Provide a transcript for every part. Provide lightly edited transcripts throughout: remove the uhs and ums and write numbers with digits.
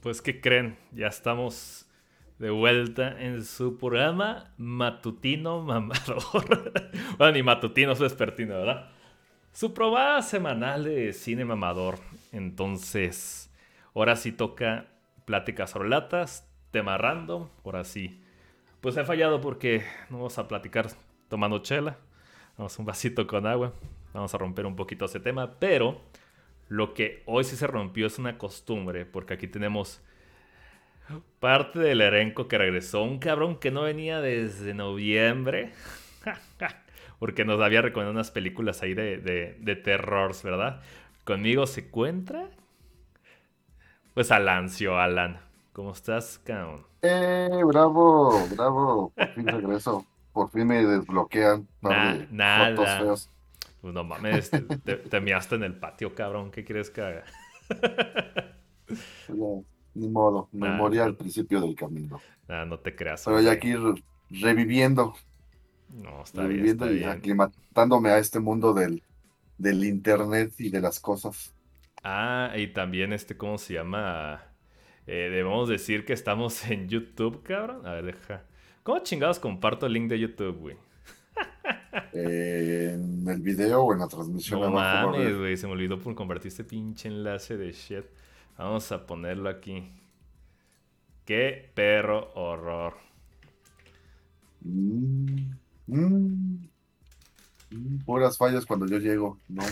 Pues, ¿qué creen? Ya estamos de vuelta en su programa matutino mamador. Bueno, ni matutino, es vespertino, ¿verdad? Su probada semanal de cine mamador. Entonces, ahora sí toca pláticas sobre latas, tema random. Ahora sí. Pues he fallado porque no vamos a platicar tomando chela. Vamos un vasito con agua. Vamos a romper un poquito ese tema. Pero lo que hoy sí se rompió es una costumbre. Porque aquí tenemos parte del elenco que regresó. Un cabrón que no venía desde noviembre. Porque nos había recomendado unas películas ahí de terror, ¿verdad? Conmigo se encuentra. Pues Alancio, Alan. ¿Cómo estás, cabrón? Bravo, bravo, por fin regreso, por fin me desbloquean un par de jotos Nada. feos. Pues no mames, te miaste en el patio, cabrón. ¿Qué quieres que haga? Ya, ni modo, me Nah, morí al principio del camino. nah, no te creas, Pero ya hombre. aquí reviviendo, No, está bien, está reviviendo y bien. aclimatándome a este mundo del internet y de las cosas. Ah, y también ¿cómo se llama? Debemos decir que estamos en YouTube, cabrón. A ver, deja. ¿Cómo chingados comparto el link de YouTube, güey? En el video o en la transmisión No abajo va a mames, haber. güey. Se me olvidó por compartir este pinche enlace de shit. Vamos a ponerlo aquí. Qué perro horror. mm, mm, puras fallas cuando yo llego. No,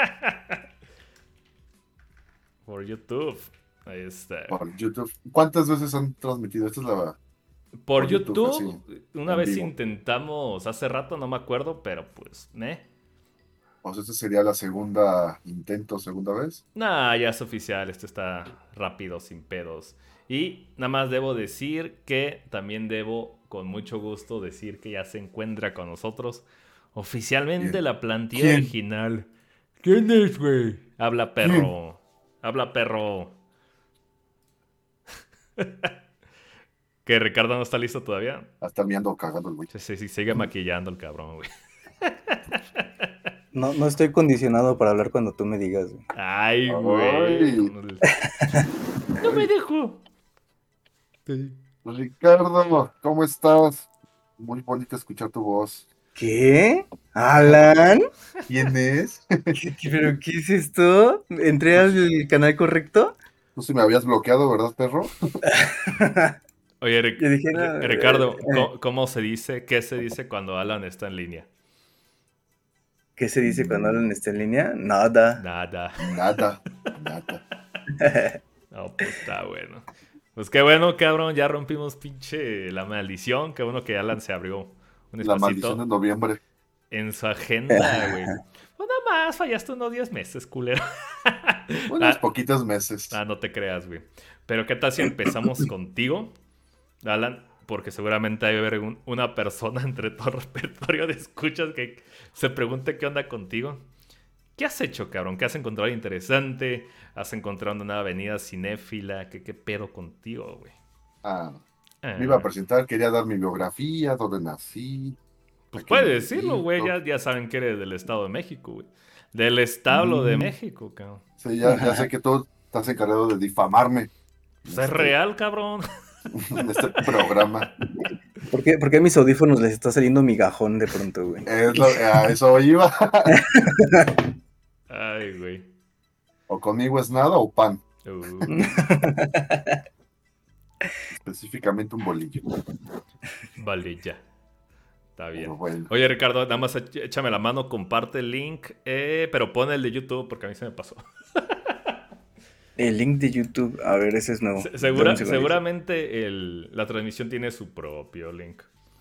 Por YouTube. Ahí está. por YouTube. ¿Cuántas veces han transmitido? Esta es la Por por YouTube, así, YouTube, una en vez vivo. intentamos hace rato, no me acuerdo, pero pues, O sea, esta sería la segunda intento, segunda vez. Nah, ya es oficial, esto está rápido, sin pedos. Y nada más debo decir que también debo, con mucho gusto, decir que ya se encuentra con nosotros oficialmente Bien. la plantilla ¿Quién? original. ¿Quién es, güey? Habla ¿Quién? perro. Habla perro. ¿Que Ricardo no está listo todavía? Hasta me ando cagando el güey. Sí, sí, sí, sigue maquillando el cabrón, güey. No, no estoy condicionado para hablar cuando tú me digas, güey. Ay, güey. Ay, No me ay, dejo. Sí. Ricardo, ¿cómo estás? Muy bonito escuchar tu voz. ¿Qué? ¿Alan? ¿Quién es? ¿Pero qué es esto? ¿Entré Tú, al canal correcto? tú sí me habías bloqueado, ¿verdad, perro? Oye, Yo dije, no, Ricardo, ¿cómo se dice? ¿Qué se dice cuando Alan está en línea? ¿qué se dice cuando Mm, Alan está en línea? Nada. Nada. nada, nada. No, pues está bueno. Pues qué bueno, cabrón. Ya rompimos pinche la maldición. Qué bueno que Alan se abrió un La maldición de espacito noviembre. en su agenda, güey. Pues nada más, fallaste unos 10 meses, culero. Unos Ah, poquitos meses. no te creas, güey. Pero ¿qué tal si empezamos contigo, Alan? Porque seguramente hay haber una persona entre todo el repertorio de escuchas que se pregunte qué onda contigo. ¿Qué has hecho, cabrón? ¿Qué has encontrado interesante? ¿Has encontrado una avenida cinéfila? ¿Qué pedo contigo, güey? Ah, me iba a Ah, presentar, quería dar mi biografía, dónde nací, a pues qué me puedes decirlo, güey. dedico. Ya saben que eres del Estado de México, güey. Del establo de Mm, México, cabrón. sí, ya sé que tú estás encargado de difamarme Pues es real, cabrón. en este programa. ¿Por qué a mis audífonos les está saliendo migajón de pronto, güey? A eso iba. Ay, güey. O conmigo es nada o pan. Uh, Específicamente un bolillo. vale, ya. Está Pero bien. bueno, Oye, Ricardo, nada más échame la mano, comparte el link, pero pon el de YouTube porque a mí se me pasó. El link de YouTube, a ver, ese es nuevo. Dame un segundito. Seguramente la transmisión tiene su propio link.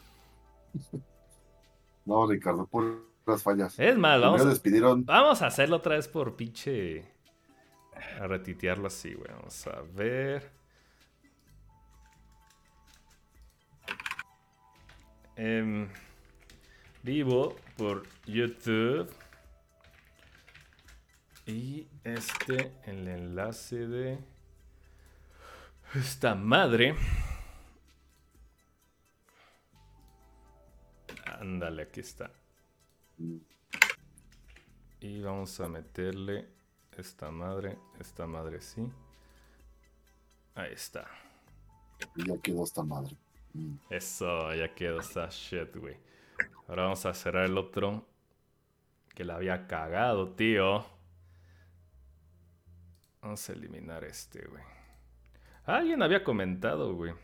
no, Ricardo, puras fallas. Es más, Primero despidieron vamos a hacerlo otra vez por pinche. A retitearlo así, güey. Vamos a ver. En vivo por YouTube. Y el enlace de esta madre. Ándale, aquí está. Y vamos a meterle esta madre sí. Ahí está. Y ya quedó esta madre. Eso, ya quedó esta shit, güey. Ahora vamos a cerrar el otro. Que la había cagado, tío. Vamos a eliminar este, güey. Alguien había comentado, güey.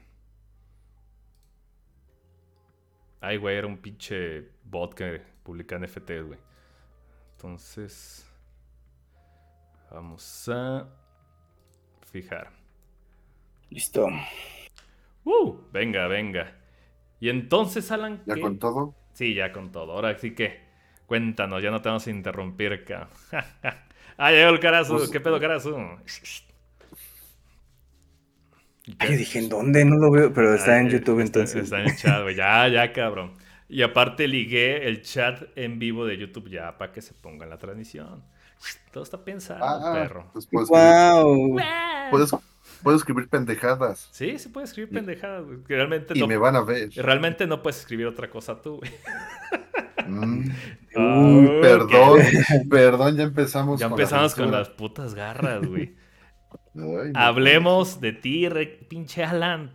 Ay, güey, era un pinche bot que publica NFTs, güey. Entonces, vamos a fijar. Listo. Venga, venga. Y entonces, Alan, ¿ya con todo? Sí, ya con todo. Ahora sí que, cuéntanos, ya no te vamos a interrumpir, cabrón. Llegó el Carazu. Pues, ¿qué pedo, Carazu? Yo dije, ¿en dónde? No lo veo, pero está en YouTube entonces. Está en el chat, güey. Ya, cabrón. Y aparte ligué el chat en vivo de YouTube ya para que se ponga en la transmisión. Todo está pensado, perro. Pues puedes escribir pendejadas. Sí, se puede escribir pendejadas. Realmente me van a ver. Realmente no puedes escribir otra cosa tú, güey. Perdón, ya empezamos. Ya empezamos con las putas garras, güey. Hablemos de ti, pinche Alan.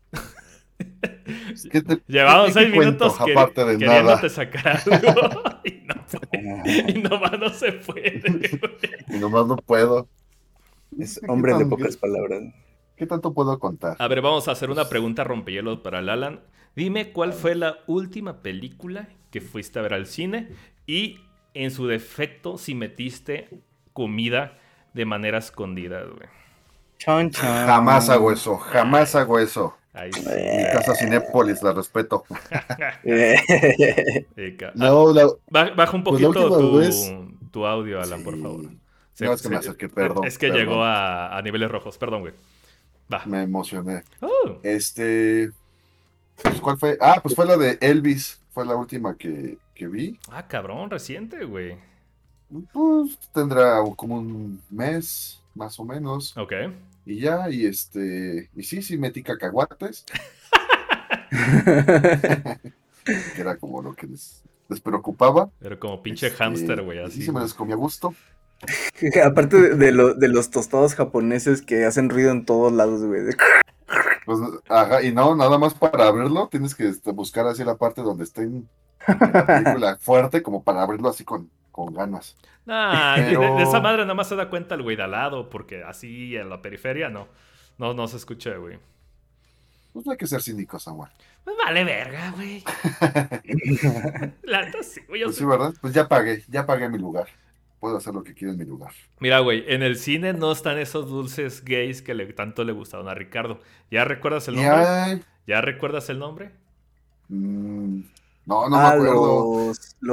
Llevamos 6 minutos queriéndote sacar algo y nomás no se puede. Y nomás no puedo. Es hombre de pocas palabras. ¿Qué tanto puedo contar? A ver, vamos a hacer una pregunta rompehielos para el Alan. Dime cuál fue la última película que fuiste a ver al cine y en su defecto si metiste comida de manera escondida, güey. Chon, chon. Jamás hago eso. Ahí sí. Mi casa Cinépolis, la respeto. Baja un poquito tu audio, Alan, por favor. Es que me acerqué, perdón. Es que llegó a niveles rojos, perdón, güey. Me emocioné. Pues, ¿cuál fue? Pues fue la de Elvis. Fue la última que vi. Cabrón, reciente, güey. Pues tendrá como un mes, más o menos. Ok. Y ya, y sí, metí cacahuates. Que era como lo que les preocupaba. Pero como pinche hámster, güey, así. Sí, se me les comía a gusto. Aparte de los tostados japoneses que hacen ruido en todos lados, güey. Pues, y no, nada más para abrirlo, tienes que buscar así la parte donde esté en la película fuerte, como para abrirlo así con ganas. De esa madre nada más se da cuenta el güey de al lado, porque así en la periferia no se escucha, güey. Pues no hay que ser cínicos, Samuel. Pues vale verga, güey. Sí, güey. Pues sí, ¿verdad? Pues ya pagué mi lugar. Puedo hacer lo que quiera en mi lugar. Mira, güey, en el cine no están esos dulces gays que tanto le gustaban a Ricardo. ¿Ya recuerdas el nombre? ¿Ya recuerdas el nombre? No me acuerdo.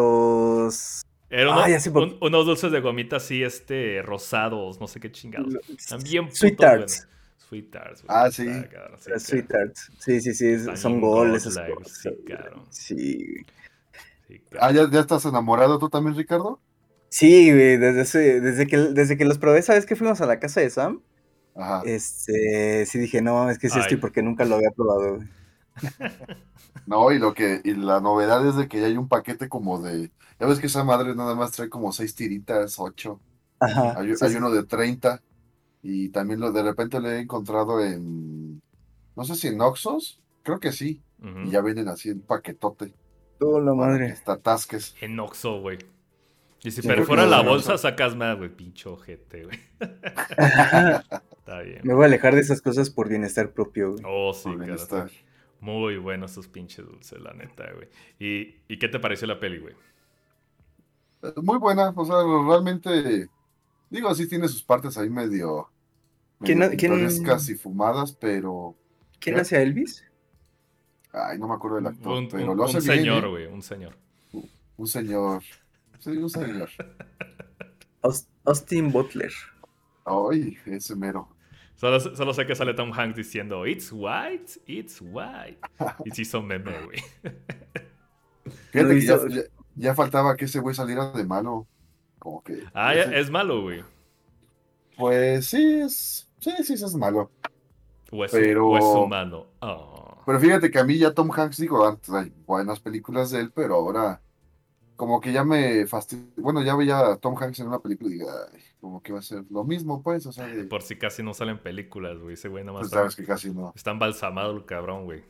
Eran unos dulces de gomita así, rosados, no sé qué chingados. También Sweet Tarts. Sweet Tarts. Sí. Sweet Tarts. Sí, son goles. Sí, cabrón. Sí. ¿Ya estás enamorado tú también, Ricardo? Sí, güey, desde que los probé, ¿sabes que fuimos a la casa de Sam? Ajá. Sí dije, no mames, ¿qué es esto? Y porque nunca lo había probado, güey. No, y la novedad es de que ya hay un paquete como de, ya ves que esa madre nada más trae como 6 tiritas, 8. Ajá. Hay uno de 30 y también de repente lo he encontrado no sé si en Oxxos, creo que sí. Y ya vienen así en paquetote. Todo la madre. Que está atasques. En Oxxo, güey. Y si perfora la bolsa, sacas más, güey, pincho ojete, güey. Está bien. Me voy a alejar de esas cosas por bienestar propio, güey. Oh, sí, claro. Muy buenos esos pinches dulces, la neta, güey. ¿Y qué te pareció la peli, güey? Muy buena, o sea, realmente, digo, sí tiene sus partes ahí medio pintorescas y fumadas, pero... ¿Quién hace a Elvis? Ay, no me acuerdo del actor, pero lo hace bien. Un señor, güey, un señor. Un señor. Sí, un señor. Austin Butler. Ay, ese mero. Solo sé que sale Tom Hanks diciendo It's white. Y sí son meme, güey. Fíjate que ya faltaba que ese güey saliera de malo. Como que... es malo, güey. Pues sí es malo. O es humano. Oh. Pero fíjate que a mí ya Tom Hanks, digo, antes hay buenas películas de él, pero ahora como que ya me fastidió. Bueno, ya veía a Tom Hanks en una película y diga, "Ay, como que va a ser lo mismo, pues, o sea, Por si casi no salen películas, güey. Ese güey nada más pues sabes que casi no. está embalsamado el cabrón, güey.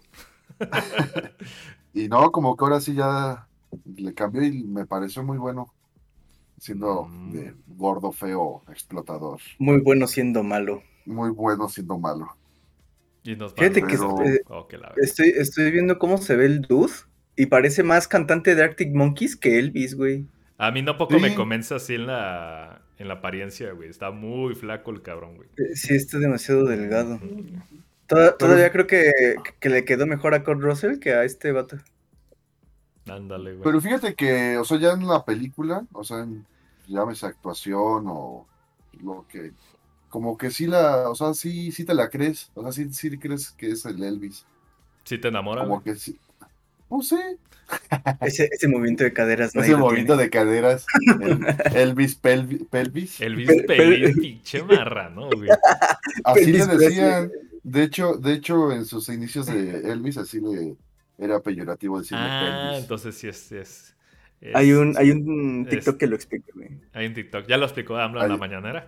Y no, como que ahora sí ya le cambió y me pareció muy bueno, siendo Mm, de gordo, feo, explotador. Muy bueno siendo malo. Muy bueno siendo malo. y nos van Fíjate a que hacer Pero la verga. estoy viendo cómo se ve el dude y parece más cantante de Arctic Monkeys que Elvis, güey. A mí no poco me sí, convence así en la apariencia, güey. Está muy flaco el cabrón, güey. Sí, está demasiado delgado. Ujú. pero Todavía creo que le quedó mejor a Kurt Russell que a este vato. Ándale, güey. Pero fíjate que, o sea, ya en la película, o sea, llámese actuación o lo que, como que sí o sea, sí te la crees, o sea, sí crees que es el Elvis, ¿Sí te enamora, güey? como que sí, no sé, Ese movimiento de caderas nadie ese lo tiene. movimiento de caderas, el Elvis pelvis, Elvis Pelis, pinche marra, ¿no, güey? así le Elvis Presley. decían, de hecho, en sus inicios de Elvis, así le era peyorativo decirle Ah, pelvis. entonces sí es, Hay es, un, hay un TikTok es- que lo explica, güey. hay un TikTok. Ya lo explicó AMLO en la Ay, mañanera.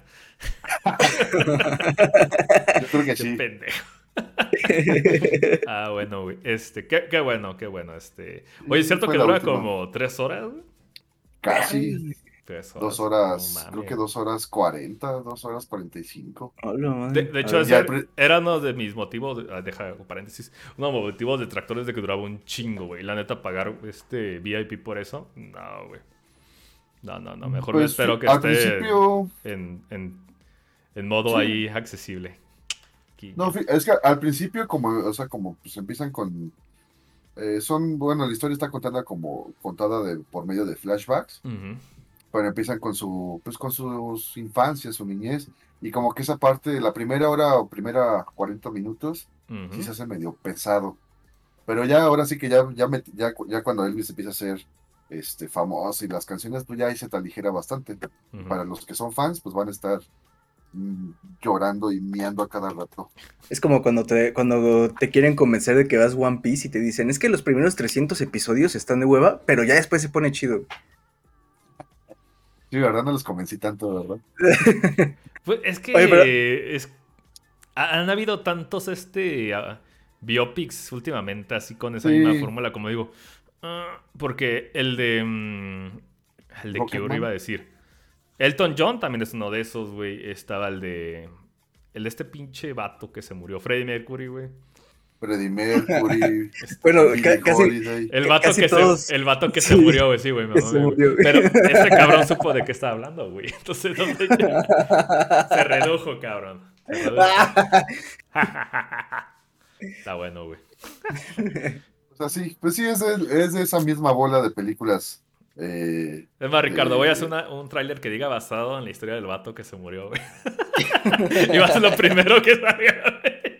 yo creo que Qué sí. pendejo. Ah, bueno, güey. Qué bueno, qué bueno. Oye, ¿es Sí, cierto fue que la dura última. como 3 horas, güey? Casi. Tres Dos horas. No horas, creo que mames. 2 horas 40, 2 horas 45. Hola, De, madre. de A hecho, ver. Ya, era uno de mis motivos, deja paréntesis, uno de mis motivos detractores de que duraba un chingo, güey. La neta, pagar VIP por eso, no, güey. No, mejor me pues espero que al esté principio, en modo sí, ahí accesible. no, es que al principio como, o sea, como pues empiezan con, bueno, la historia está contada por medio de flashbacks, Ujú, pero empiezan pues con sus infancias, su niñez, y como que esa parte, la primera hora o primera 40 minutos, sí ujú, se hace medio pesado. Pero ya, ahora sí que ya cuando Elvis empieza a ser famoso y las canciones, pues ya ahí se te aligera bastante. Y ujú. para los que son fans, pues van a estar mm, llorando y miando a cada rato. Es como cuando te quieren convencer de que vas One Piece y te dicen, es que los primeros 300 episodios están de hueva, pero ya después se pone chido. Sí, ¿verdad? No los convencí tanto, ¿verdad? Pues es Oye, pero que han habido tantos biopics últimamente, así con esa misma Sí, fórmula, como digo. Porque el de Cure iba a Rocketman, decir. Elton John también es uno de esos, güey. Estaba el de este pinche vato que se murió, Freddie Mercury, güey. Freddie Mercury, bueno, Billie Holiday. El vato casi todos. el vato que se Sí, murió, güey, sí, güey, me se mamé, güey. murió. Pero este cabrón supo de qué estaba hablando, güey. Entonces, se redujo, cabrón. Se redujo. Está bueno, güey. O sea, sí, pues sí, es de esa misma bola de películas. Es más, Ricardo, voy a hacer De, un tráiler que diga basado en la historia del vato que se murió, güey. Y va a ser lo primero que salga, güey.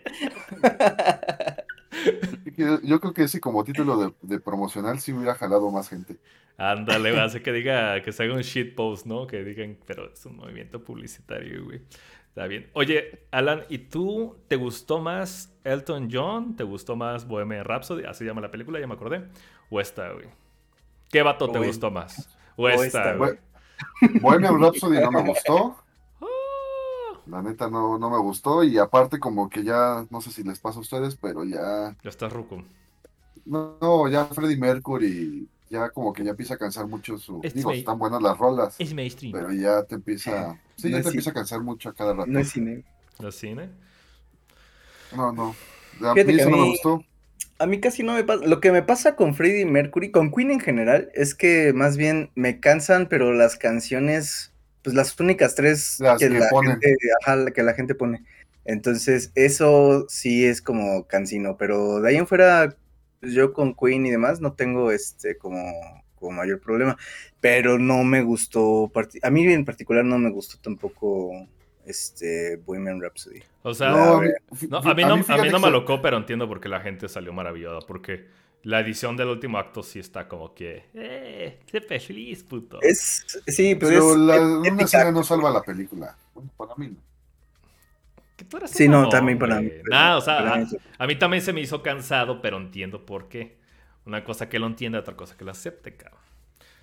yo creo que ese como título de promocional sí hubiera jalado más gente. Ándale, güey, hace que diga, que se haga un shitpost, ¿no? Que digan, pero es un movimiento publicitario, güey. Está bien. Oye, Alan, ¿y tú te gustó más Elton John? ¿Te gustó más Bohemian Rhapsody? Así se llama la película, ya me acordé. ¿O esta, güey? ¿Qué vato te O, gustó es- más? ¿O o esta, esta, güey? güey. Bue- Bohemian Rhapsody no me gustó, Ah, la neta no me gustó y aparte como que ya, no sé si les pasa a ustedes, pero ya, ya está ruco. no, ya Freddie Mercury, ya como que ya empieza a cansar mucho Este digo, están buenas las rolas, es mainstream. pero ya te empieza, sí, No ya es, te ci- empieza a cansar mucho a cada no rato. es cine. ¿La cine? No, a Fíjate mí que eso no me gustó. a mí casi no me pasa. Lo que me pasa con Freddie Mercury, con Queen en general, es que más bien me cansan, pero las canciones, pues las únicas tres Las que que la ponen, gente, ajá, que la gente pone. Entonces, eso sí es como cansino, pero de ahí en fuera, pues yo con Queen y demás no tengo como mayor problema. Pero no me gustó, a mí en particular no me gustó tampoco Bohemian Rhapsody. O La no, sea, no, a mí a mí fíjate no que me alocó, pero entiendo por qué la gente salió maravillada. Porque la edición del último acto sí está como que. Sé feliz, puto. Sí, pues pero es una épica. escena no salva la película. Bueno, para mí no. Que tú eres un Sí, no, también mamón, para mí. güey. Nada, o sea, Para mí a mí también se me hizo cansado, pero entiendo por qué. Una cosa que lo entienda, otra cosa que lo acepte, cabrón.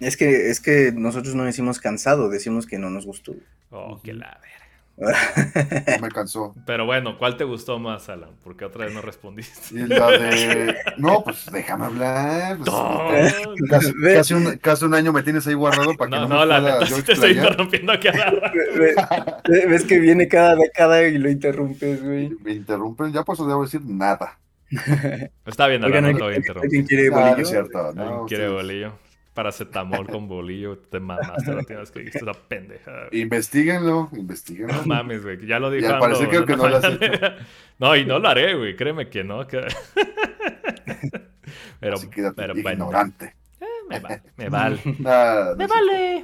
Es que nosotros no decimos cansado, decimos que no nos gustó. Oh, Ujú. que la verga. No me cansó. Pero bueno, ¿cuál te gustó más, Alan? Porque otra vez no respondiste. Y la de. No, pues déjame hablar. Pues, No, Ve, casi un año me tienes ahí guardado para que no, no me no, la pueda neta, yo sí te estoy explayar. interrumpiendo aquí a cada rato. ves que viene cada década y lo interrumpes, güey. Me interrumpen, ya por eso debo decir nada. Está bien, Alan, Oigan, no te voy a ¿alguien interrumpir. quiere No, no es bolillo? cierto. ¿Alguien No, quiere ustedes. bolillo? Paracetamol con bolillo, te mamaste la tienes que viste esa pendeja. Investíguenlo, No investiguenlo. mames, güey, ya lo Y dijo al parecer AMLO creo en que una no lo has hecho. mañanera. No, y no lo haré, güey, créeme que no. Así quédate Pero bueno, ignorante. me vale, me vale. Nada, no ¡Me es cierto. vale!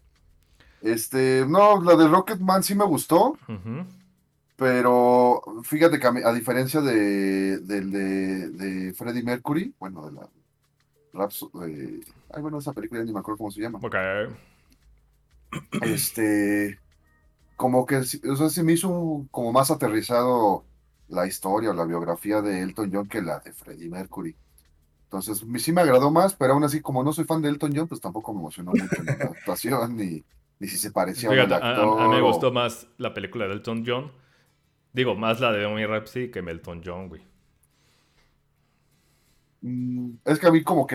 No, la de Rocketman sí me gustó, Ujú. pero fíjate que a diferencia de Freddie Mercury, bueno, de la ay, bueno, esa película ya ni me acuerdo cómo se llama. Ok. Este, como que, o sea, se me hizo como más aterrizado la historia o la biografía de Elton John que la de Freddie Mercury. Entonces, sí me agradó más, pero aún así, como no soy fan de Elton John, pues tampoco me emocionó mucho ni la actuación, ni si se parecía o no el Fíjate, a mí me actor, gustó o... más la película de Elton John. Digo, más la de Bohemian Rhapsody que Elton John, güey. Es que a mí como que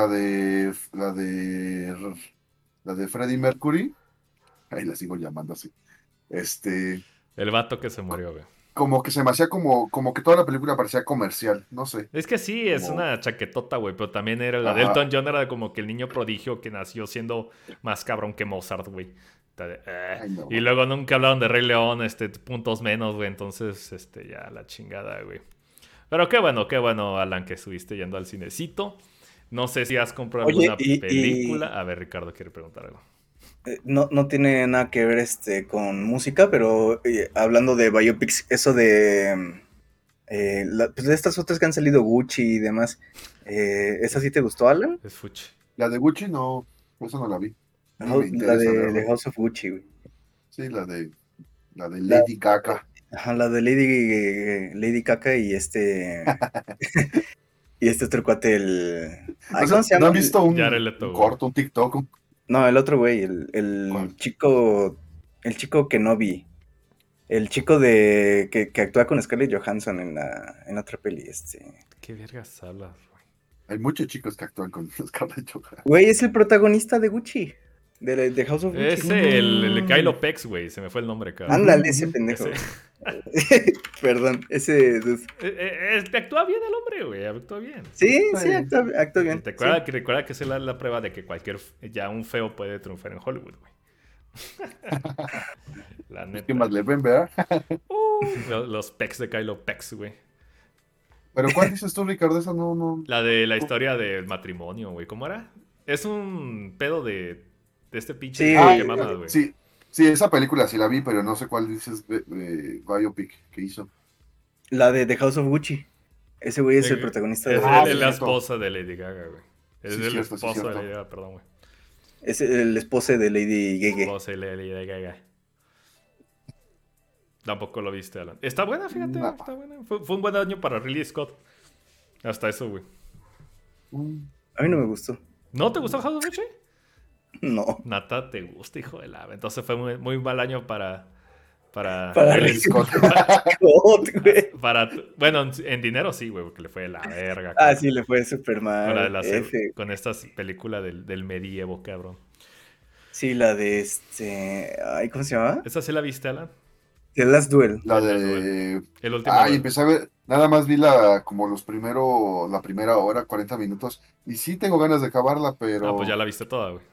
la de Freddie Mercury, ahí la sigo llamando así, este, El vato que se murió, güey. como que se me hacía como que toda la película parecía comercial, no sé, Es que sí, es como, una chaquetota, güey, pero también era la de ajá, Elton John, era como que el niño prodigio que nació siendo más cabrón que Mozart, güey. ay Y no, luego nunca hablaron de Rey León, puntos menos, güey, entonces, ya la chingada, güey. Pero qué bueno, Alan, que estuviste yendo al cinecito. No sé si has comprado Oye, alguna película. A ver, Ricardo quiere preguntar algo. no tiene nada que ver con música, pero hablando de biopics, eso de pues de estas otras que han salido Gucci y demás, ¿esa sí te gustó, Alan? Es Fuchi. la de Gucci no, eso no la vi, ni me La interesa de verla, House of Gucci, güey. sí, la de La, Lady Gaga, ajá, la de Lady Caca y y este otro cuate, o ay, sea, ¿cómo se ¿no llama? han visto Jared un Leto, güey. corto, un TikTok, No, el otro güey, ¿cuál? el chico que no vi. El chico que actúa con Scarlett Johansson en la otra peli, ¿Qué vergas hablas, güey? Hay muchos chicos que actúan con Scarlett Johansson. Güey, es el protagonista de Gucci, de House of Gucci. Es el Kylo Pex, güey. Se me fue el nombre, cabrón. Ándale, Ujú, ese ujú. pendejo. Ese. Perdón, ese... Actúa bien el hombre, güey. Actúa bien. Sí, sí, Sí. actúa bien. Te Sí. recuerda que esa es la prueba de que ya un feo puede triunfar en Hollywood, güey. La Pues, ¿qué neta. más le ven, verdad? Los pecs de Kylo Pex, güey. Pero ¿cuál dices tú, Ricardo? Esa no, no. La de la historia del matrimonio, güey. ¿Cómo era? Es un pedo de este pinche Sí, güey que mama, güey. Sí, sí, esa película sí la vi, pero no sé cuál dices de biopic que hizo. la de The House of Gucci. Ese güey es el Es protagonista es de... Ah, la sí, cierto. esposa de Lady Gaga, güey. Es Sí, el cierto, sí, esposo de cierto. Lady Gaga, perdón, güey. Es el esposo de Lady Gaga. Esposa de Lady Gaga. Tampoco lo viste, Alan. Está buena, fíjate, No. está buena. Fue un buen año para Ridley Scott. Hasta eso, güey. Mm, A mí no me gustó. ¿No te gustó House of Gucci? No. Nata, te gusta, hijo de la... Entonces fue muy mal año para Para Ridley Ridley Scott. Scott, güey. bueno, en dinero sí, güey, porque le fue de la verga. Ah, sí, le fue súper mal. Con esta película del medievo, cabrón. Sí, la de ay, ¿cómo se llama? ¿Esa sí la viste, Alan? The Last Duel. La El de. El último. Ay, empecé a ver. Nada más vi como la primera hora, 40 minutos. Y sí tengo ganas de acabarla, Ah, pues ya pero. la viste toda, güey.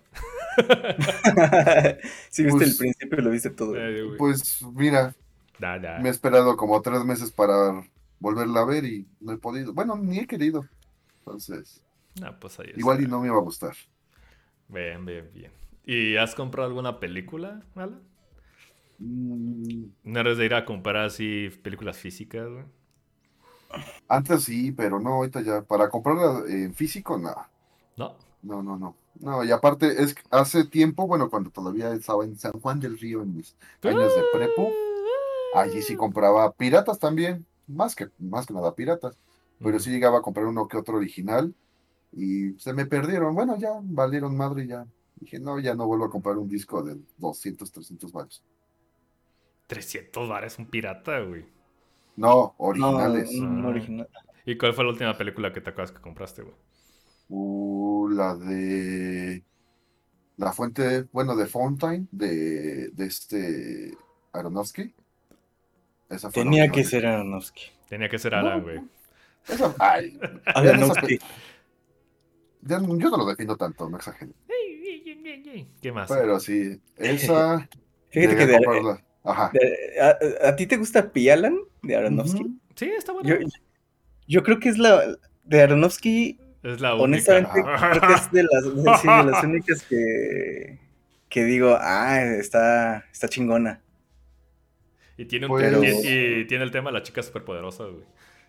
Sí, viste el Pues, principio, lo viste todo. Güey. pues mira, Da. me he esperado como 3 meses para volverla a ver y no he podido. Bueno, ni he querido. Entonces, Ah, pues ahí igual y está. no me va a gustar. Bien. ¿Y has comprado alguna película, Alan? Mm, No eres de ir a comprar así películas físicas, güey. Antes sí, pero no, ahorita ya. Para comprarla en físico, no. No. No. No, y aparte, es que hace tiempo, bueno, cuando todavía estaba en San Juan del Río en mis años de prepo, allí sí compraba piratas también, más que nada piratas, pero Ujú. sí llegaba a comprar uno que otro original, y se me perdieron. Bueno, ya valieron madre y ya. Dije, no, ya no vuelvo a comprar un disco de 200, 300 baros. 300 bares, un pirata, güey. No, No, originales. un Ah. original. ¿Y cuál fue la última película que te acuerdas que compraste, güey? La de La Fuente, bueno, de Fountain, de este Aronofsky. Esa fue la Tenía última que que ser compré. Aronofsky. Tenía que ser Alan, No, güey. esa, ay, vean esa, Aronofsky. yo no lo defiendo tanto, no exagero. ¿Qué más? Pero sí, esa Fíjate llegué que a comprarla. Ajá. ¿a ti te gusta P. Alan de Aronofsky? Ujú. Sí, está Yo, buena. yo creo que es la de Aronofsky, Es la única. honestamente, creo que es Ajá. sí, de las únicas que digo, está chingona. Y tiene, Pero Pues, y tiene el tema de la chica superpoderosa, güey.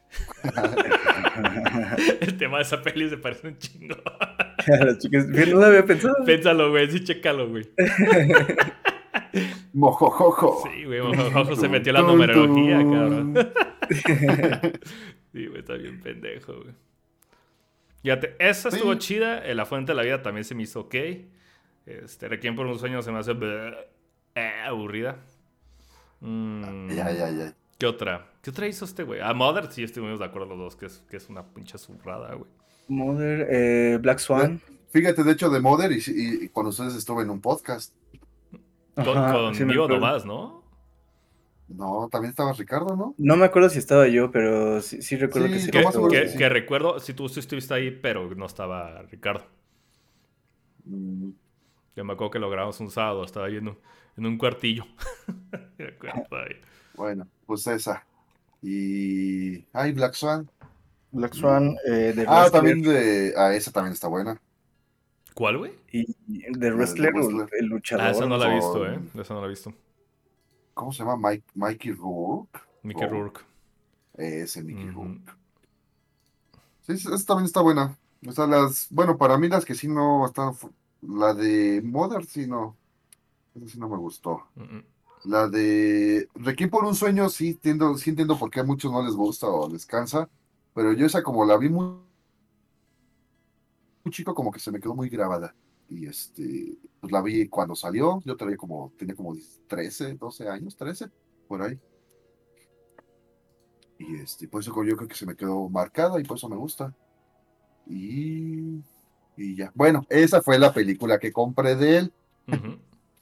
El tema de esa peli se parece un chingo. las chicas, no lo había pensado. Pénsalo, güey. Sí, chécalo, güey. mojojojo. Sí, güey. Tun, tun, Ojo, se tun, metió la tun, numerología, cabrón. tun. Sí, güey, está bien pendejo, güey. Fíjate, esa estuvo Sí, chida. La Fuente de la Vida también se me hizo ok. Requiem por un sueño se me hace aburrida. ya, ya, ya. ¿Qué otra? ¿Qué otra hizo este güey? Mother, sí, estuvimos de acuerdo los dos, que es una pinche zurrada, güey. Mother, Black Swan. Fíjate, de hecho, de Mother y con ustedes estuve en un podcast. Ajá, sí me Conmigo acuerdo. nomás, ¿no? No, también estaba Ricardo, ¿no? No me acuerdo si estaba yo, pero sí recuerdo que Sí, sí lo lo más Que, seguro es que que, sí. que recuerdo, si tú sí estuviste ahí, pero no estaba Ricardo. Mm, Yo me acuerdo que lo grabamos un sábado, estaba ahí en un cuartillo. Me acuerdo ahí. Bueno, pues esa. Y. Ay, Black Swan. Black Y. Swan, The Ah, Wrestler también de. Ah, esa también está buena. ¿Cuál, güey? y The La de The Wrestler, Whistler. el Esa luchador, no no la sé. he visto, ¿eh? Con. Esa no la he visto. ¿Cómo se llama? Mikey Rourke. Mickey Rourke. Rourke. Ese Mickey Ujú. Rourke. Sí, esa también está buena. O sea, bueno, para mí las que sí no están. La de Mother, sí no. Esa sí no me gustó. Mm, mm. La de Requiem por un sueño, sí entiendo por qué a muchos no les gusta o les cansa. Pero yo esa como la vi muy chico, como que se me quedó muy grabada. Y pues la vi cuando salió. Yo tenía como 13, 12 años, 13 por ahí. Y por eso yo creo que se me quedó marcada y por eso me gusta. Y, y ya. Bueno, esa fue la película que compré de él. Ujú.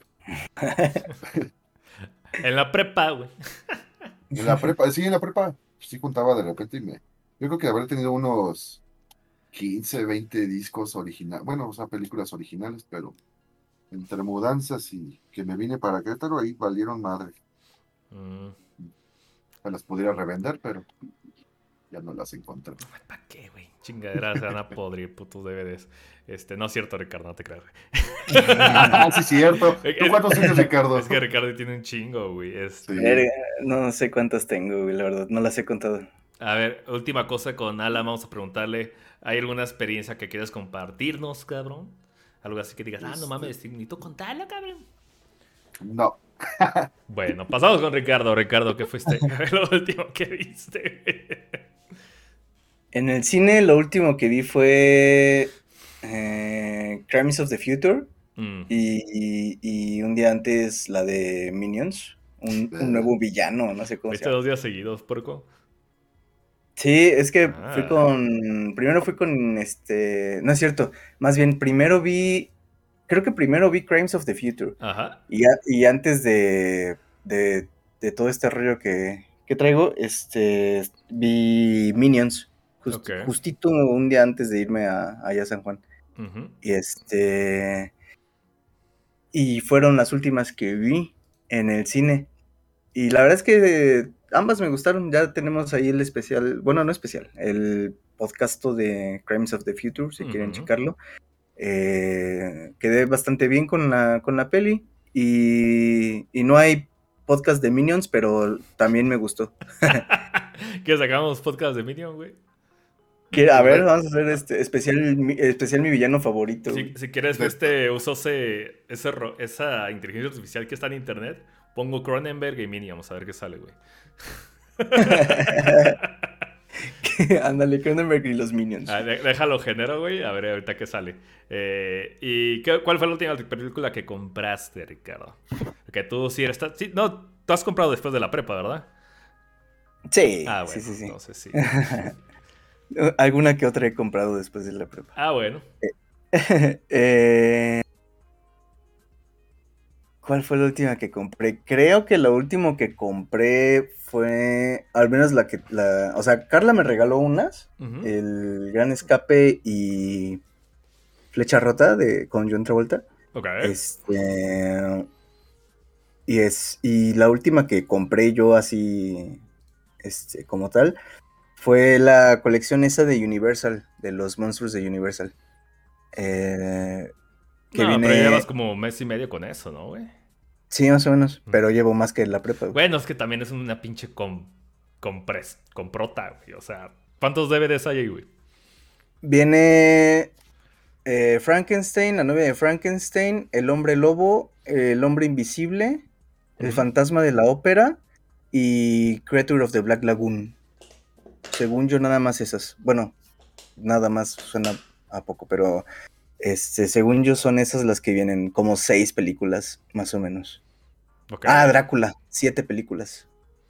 En la prepa, güey. En la prepa, sí, en la prepa, sí juntaba de repente yo creo que habré tenido unos 15 20 discos originales, bueno, o sea, películas originales, pero entre mudanzas y que me vine para Querétaro, ahí valieron madre. Mm. Me las pudiera revender, pero ya no las encontré. ¿Para qué, güey? Chingaderas se van a podrir, putos DVDs. No es cierto, Ricardo, no te creas, güey. Ah, sí, cierto. ¿Tú cuántos tienes, Ricardo? Es que Ricardo tiene un chingo, güey. Sí. Verga, no sé cuántas tengo, güey, la verdad, no las he contado. A ver, última cosa con Alan, vamos a preguntarle, ¿hay alguna experiencia que quieras compartirnos, cabrón? Algo así que digas, no mames, necesito contarlo, cabrón. No. Bueno, pasamos con Ricardo. Ricardo, ¿qué fuiste? A ver, lo último que viste. En el cine lo último que vi fue Crimes of the Future Mm. y un día antes la de Minions, un nuevo villano, no sé cómo se ¿Viste llama. 2 días seguidos, porco? Sí, es que Ah. primero fui con no es cierto, más bien creo que primero vi Crimes of the Future Ajá. y antes de todo este rollo que traigo, vi Minions, Ok. justito un día antes de irme allá a San Juan. Ujú. Y fueron las últimas que vi en el cine. Y la verdad es que ambas me gustaron. Ya tenemos ahí el especial, bueno, no especial, el podcast de Crimes of the Future, si quieren Ujú. checarlo. Quedé bastante bien con la peli. Y no hay podcast de Minions, pero también me gustó. ¿Que sacamos podcast de Minion, güey? A ver, vamos a hacer especial mi villano favorito. Si quieres, De- esa inteligencia artificial que está en internet, pongo Cronenberg y Minion, vamos a ver qué sale, güey. Ándale, Cronenberg y los Minions. Déjalo género, güey. A ver ahorita qué sale. ¿Cuál fue la última película que compraste, Ricardo? Que tú sí eres... Sí, no, tú has comprado después de la prepa, ¿verdad? Sí, Ah, bueno, sí. entonces sí. Alguna que otra he comprado después de la prepa. Ah, bueno. ¿Cuál fue la última que compré? Creo que lo último que compré fue, al menos o sea, Carla me regaló unas, Ujú. El Gran Escape y Flecha Rota con John Travolta. Ok. Y la última que compré yo así, como tal, fue la colección esa de Universal, de los monstruos de Universal. Que No, pero llevas viene, como mes y medio con eso, ¿no, güey? sí, más o menos, pero llevo más que la prepa, güey. Bueno, es que también es una pinche comprota, güey. O sea, ¿cuántos DVDs hay ahí, güey? Viene Frankenstein, la novia de Frankenstein, el hombre lobo, el hombre invisible, el Ujú. fantasma de la ópera y Creature of the Black Lagoon. Según yo, nada más esas. Bueno, nada más suena a poco, pero según yo son esas las que vienen, como 6 películas, más o menos. Ok. Ah, Drácula, 7 películas.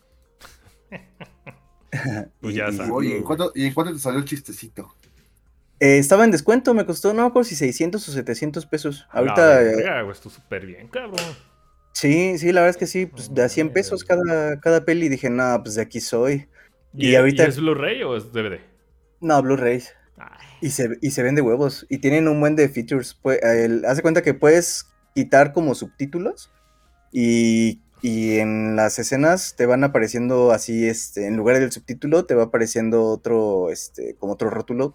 Pues ya sabes. Oye, ¿y en cuánto te salió el chistecito? Estaba en descuento, me costó, no me acuerdo si 600 o 700 pesos. A la Ahorita, verga, güey. Esto súper bien, cabrón. sí, la verdad es que sí, pues No de a 100 mames. pesos cada peli, dije, no, pues de aquí soy. ¿Y, Y y ahorita, es Blu-ray o es DVD? no, Blu-rays. Ay, Y se vende huevos. Y tienen un buen de features. Haz de cuenta que puedes quitar como subtítulos. Y en las escenas te van apareciendo así, en lugar del subtítulo, te va apareciendo otro, como otro rótulo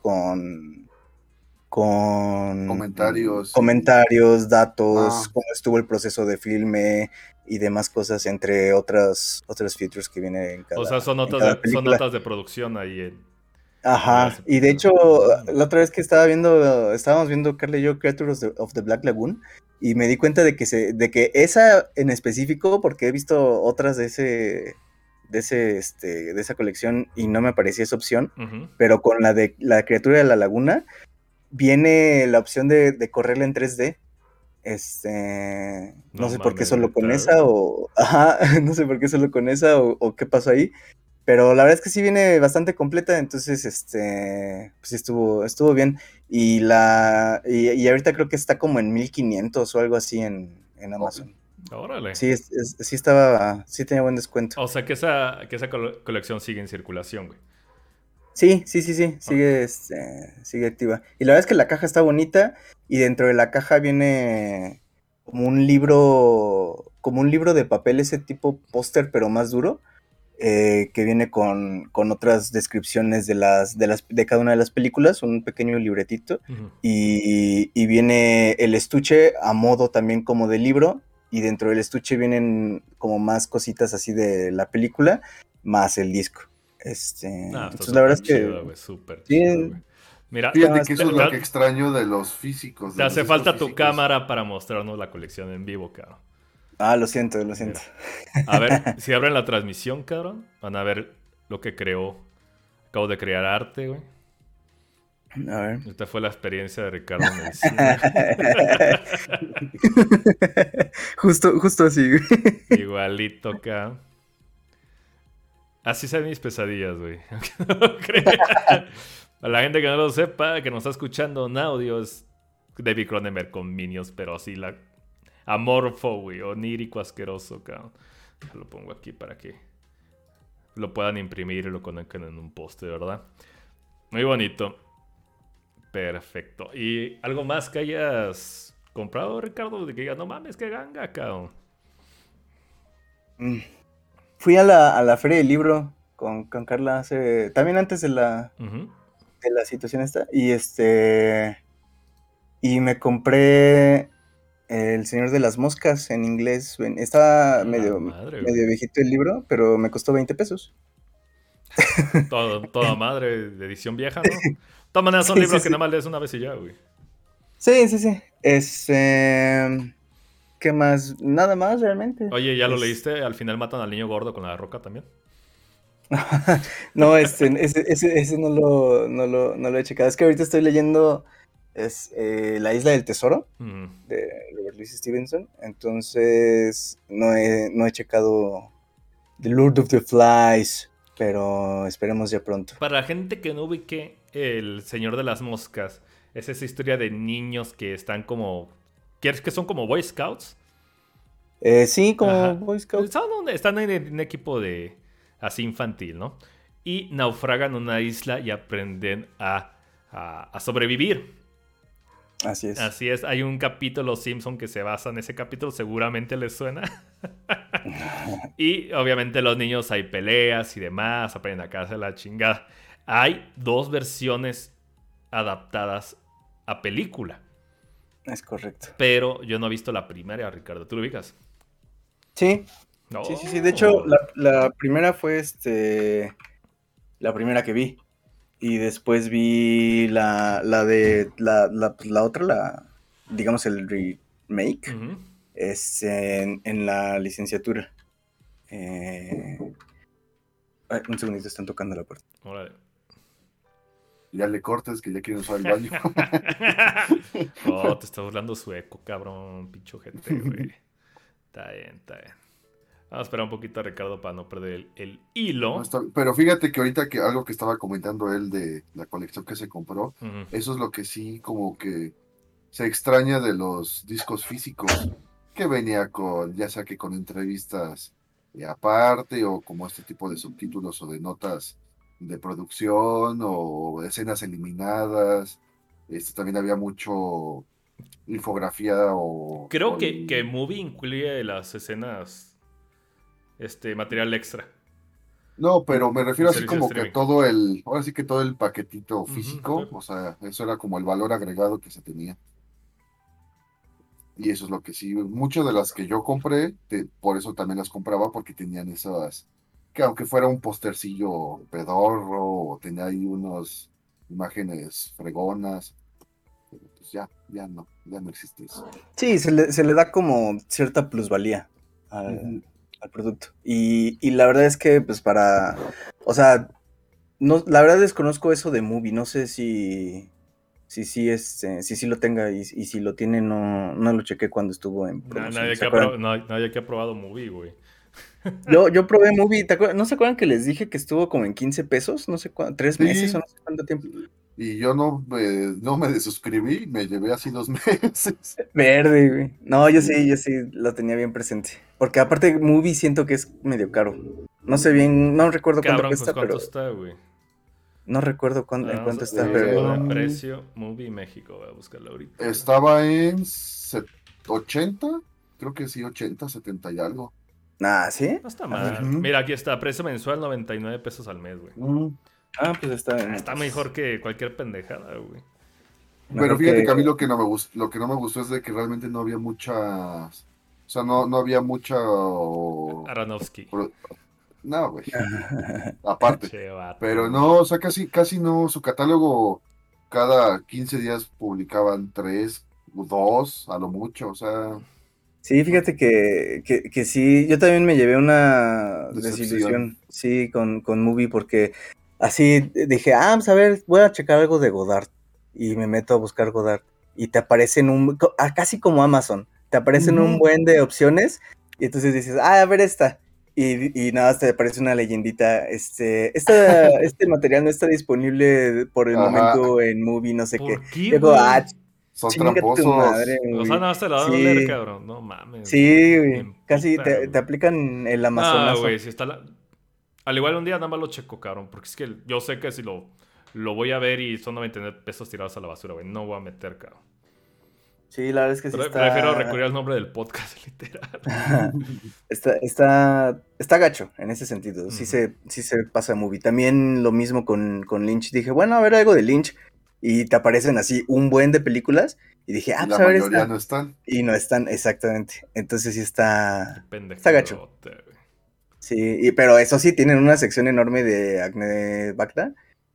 con Comentarios y... comentarios, datos, Ah, cómo estuvo el proceso de filme y demás cosas, entre otros features que vienen en o sea, en cada son película. notas de producción ahí en cada Ajá, y de subtítulo. hecho, Mm. la otra vez que estábamos viendo Carla y yo Creatures of the Black Lagoon, y me di cuenta de que esa en específico, porque he visto otras de esa colección y no me aparecía esa opción, Ujú. pero con la de la criatura de la laguna, viene la opción de correrla en 3D. No No sé por qué mames, solo con neta, güey. esa, ajá, no sé por qué solo con esa, o qué pasó ahí. Pero la verdad es que sí viene bastante completa, entonces, pues sí estuvo bien. Y ahorita creo que está como en 1500 o algo así en oh, Amazon. Órale. Sí, sí tenía buen descuento. O sea, que esa colección sigue en circulación, güey. Sí, Ok. sigue activa. Y la verdad es que la caja está bonita y dentro de la caja viene como un libro de papel, ese tipo póster, pero más duro, que viene con otras descripciones de cada una de las películas, un pequeño libretito, Ujú. y viene el estuche a modo también como de libro, y dentro del estuche vienen como más cositas así de la película, más el disco. Está Entonces la verdad súper es que chido, güey. Súper chido, sí, güey. Mira, no, fíjate que eso es lo que extraño de los físicos, te de los hace discos falta tu físicos. cámara para mostrarnos la colección en vivo, cabrón. lo siento. Mira. A ver, si abren la transmisión, cabrón, van a ver lo que creó. Acabo de crear arte, güey. A ver. Esta fue la experiencia de Ricardo en el cine. Justo así, güey. Igualito acá. Así se ven mis pesadillas, güey. Aunque no lo crea. Para la gente que no lo sepa, que nos está escuchando en audio, es David Cronenberg con Minions, pero así amorfo, güey, onírico, asqueroso, cabrón. Lo pongo aquí para que lo puedan imprimir y lo conecten en un poste, ¿verdad? Muy bonito. Perfecto. ¿Y algo más que hayas comprado, Ricardo? De que digas, no mames, qué ganga, cabrón. Fui a la feria del libro con Carla también antes Ujú. de la situación esta, y me compré El Señor de las Moscas en inglés. Estaba A la madre, güey. medio viejito el libro, pero me costó 20 pesos. Toda madre de edición vieja, ¿no? De todas maneras son Sí, libros que sí. nada más lees una vez y ya, güey. Sí. ¿Qué más? Nada más realmente. Oye, ¿ya lo leíste? Al final matan al niño gordo con la roca también. No, ese no lo he checado. Es que ahorita estoy leyendo La Isla del Tesoro de Robert Louis Stevenson. Entonces no he checado The Lord of the Flies, pero esperemos ya pronto. Para la gente que no ubique El Señor de las Moscas, es esa historia de niños que están como... ¿Quieres que son como Boy Scouts? Sí, como Ajá. Boy Scout. Están en un equipo de así infantil, ¿no? Y naufragan en una isla y aprenden a sobrevivir. Así es. Así es, hay un capítulo Los Simpson que se basa en ese capítulo, seguramente les suena. Y obviamente los niños hay peleas y demás, aprenden a caerse la chingada. Hay 2 versiones adaptadas a película. Es correcto. Pero yo no he visto la primera, Ricardo. ¿Tú lo ubicas? Sí. No. Sí. De hecho, la primera fue la primera que vi. Y después vi la otra, digamos el remake, Uh-huh. es en la licenciatura. Un segundito, están tocando la puerta. Órale. Ya le cortes que ya quieren usar el baño. Oh, te está burlando sueco, cabrón. Pincho gente, güey. Está bien. Vamos a esperar un poquito a Ricardo para no perder el hilo. No está- Pero fíjate que ahorita que algo que estaba comentando él de la colección que se compró, Uh-huh. eso es lo que sí como que se extraña de los discos físicos, que venía con, ya sea que con entrevistas aparte o como este tipo de subtítulos o de notas de producción o escenas eliminadas. También había mucho infografía Creo que Movie incluye las escenas, material extra. No, pero me refiero El así servicio de como que streaming. ahora sí que todo el paquetito Ujú, físico, sí. o sea, eso era como el valor agregado que se tenía. Y eso es lo que sí, muchas de las que yo compré, por eso también las compraba, porque tenían esas, que aunque fuera un postercillo pedorro, o tenía ahí unas imágenes fregonas, pero pues ya no existe eso. Sí, se le da como cierta plusvalía Ujú. al producto. Y la verdad es que, pues o sea, no, la verdad desconozco eso de Movie, no sé si lo tenga y si lo tiene no lo chequé cuando estuvo en promoción, ¿se acuerdan? Nadie que ha probado Movie, güey. Yo probé Movie, ¿no se acuerdan que les dije que estuvo como en 15 pesos? No sé 3 meses o Sí, no sé cuánto tiempo. y yo no me desuscribí, me llevé así 2 meses. Verde, güey. No, yo Sí. sí lo tenía bien presente. Porque aparte Movie siento que es medio caro. No sé bien, no recuerdo cuánto Cabrón, pues cuesta, ¿cuánto pero está, güey? no recuerdo en Vamos cuánto a está, ver pero el precio Movie México. Voy a buscarlo ahorita. Estaba en 80, creo que sí, 80, 70 y algo. ¿sí? No está mal. Ujú. Mira, aquí está. Precio mensual, 99 pesos al mes, güey. Pues está bien. Está mejor que cualquier pendejada, güey. Pero Mejor fíjate que... que a mí lo que no me gustó es de que realmente no había muchas, o sea, no había mucha, Aronofsky. no, güey, aparte, Che, vato, pero güey. no, o sea, casi no, su catálogo cada 15 días publicaban 3, 2, a lo mucho, o sea, Sí, fíjate que sí, yo también me llevé una decepción. desilusión, sí, con Movie, porque así dije, pues a ver, voy a checar algo de Godard, y me meto a buscar Godard, y te aparecen casi como Amazon, te aparecen un Ujú. buen de opciones, y entonces dices, a ver esta, y nada más te aparece una leyendita, este material no está disponible por el Ajá, momento en Movie, no sé qué, ¿Por qué, y yo como, güey? son chinga tu madre, tramposos. O sea, Movie, nada más te la van a leer, sí. cabrón. No mames, güey. Sí, Me güey. Casi emputa, te güey. aplican el No, amazonazo. güey, si está la... Al igual un día nada más lo checo, cabrón. Porque es que yo sé que si lo voy a ver y son 99 pesos tirados a la basura, güey. No voy a meter, cabrón. Sí, la verdad es que sí Prefiero está. recurrir al nombre del podcast, literal. Está gacho en ese sentido. Sí Ujú. se pasa movie. También lo mismo con Lynch. Dije, bueno, a ver algo de Lynch. Y te aparecen así un buen de películas. Y dije, Y pues la a ver mayoría esta. no están. Y no están, exactamente. Entonces sí Qué está gacho. pendejadote, güey. Sí, pero eso sí, tienen una sección enorme de Acne Bacta.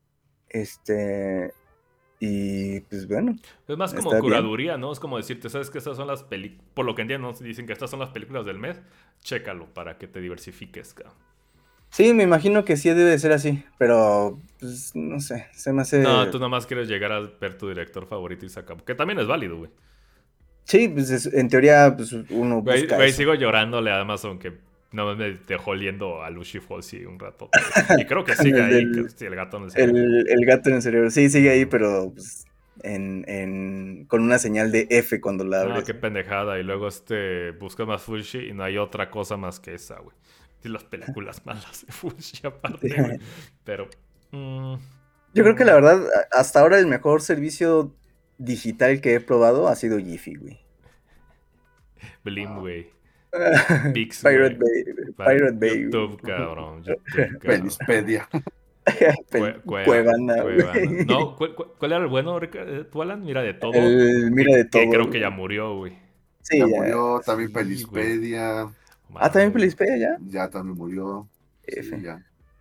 Y pues bueno, Es más como está bien. curaduría, ¿no? Es como decirte, ¿sabes que estas son las películas? Por lo que entiendo, dicen que estas son las películas del mes. Chécalo para que te diversifiques, cabrón. Sí, me imagino que sí debe de ser así, pero pues no sé, se me hace... No, tú nomás quieres llegar a ver tu director favorito y se acabó. Que también es válido, güey. Sí, pues en teoría pues uno Güey, busca güey, eso. sigo llorándole a Amazon que no me dejó oliendo a Lucy Falsey un ratote, güey. Y creo que sigue El, ahí, que del- sí, el gato en el cerebro. el gato en el cerebro, sí, sigue ahí, Ujú. pero pues, con una señal de F cuando la No, abres. qué pendejada. Y luego busca más Fushi y no hay otra cosa más que esa, güey. Y las películas malas de Fushi aparte, güey. Pero... mm, Yo creo que la mm, verdad, hasta ahora el mejor servicio digital que he probado ha sido Giphy, güey. Blim, güey. Pix, Pirate güey. Bay, Pirate Bay, YouTube, güey. cabrón. YouTube, cabrón. Pelispedia. Cuevana, Cuevana. güey. No, ¿cuál era el bueno, tú, Alan? Mira de todo. El mira de Que todo, creo que ya güey. murió, güey. Ya Sí, ya. murió, también Sí, güey. Pelispedia. También Mames, güey. Pelispedia ya. Ya también murió. Sí, F. ya.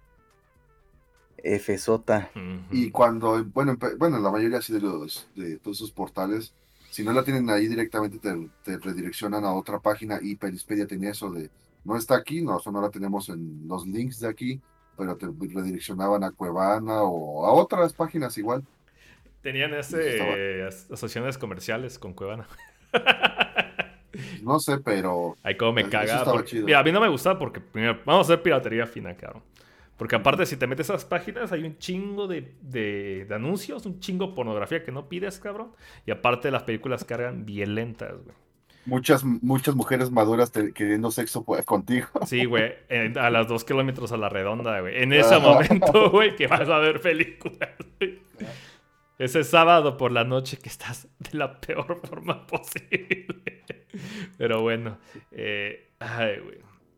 F sota. Y Ujú. cuando, bueno, la mayoría así de todos esos portales, si no la tienen ahí directamente, te redireccionan a otra página y Pelispedia tenía eso de, no está aquí, no la tenemos en los links de aquí, pero te redireccionaban a Cuevana o a otras páginas igual. Tenían Y eso estaba, asociaciones comerciales con Cuevana. no sé, pero Ay, cómo me eso caga. estaba Porque, chido. mira, a mí no me gusta porque primero, vamos a hacer piratería fina, cabrón. Porque aparte, si te metes a esas páginas, hay un chingo de anuncios, un chingo de pornografía que no pides, cabrón. Y aparte, las películas cargan violentas, güey. Muchas mujeres maduras queriendo sexo contigo. Sí, güey, a las 2 kilómetros a la redonda, güey. En ese Ajá. momento, güey, que vas a ver películas, güey. Ese sábado por la noche que estás de la peor forma posible. Pero bueno, ay, güey.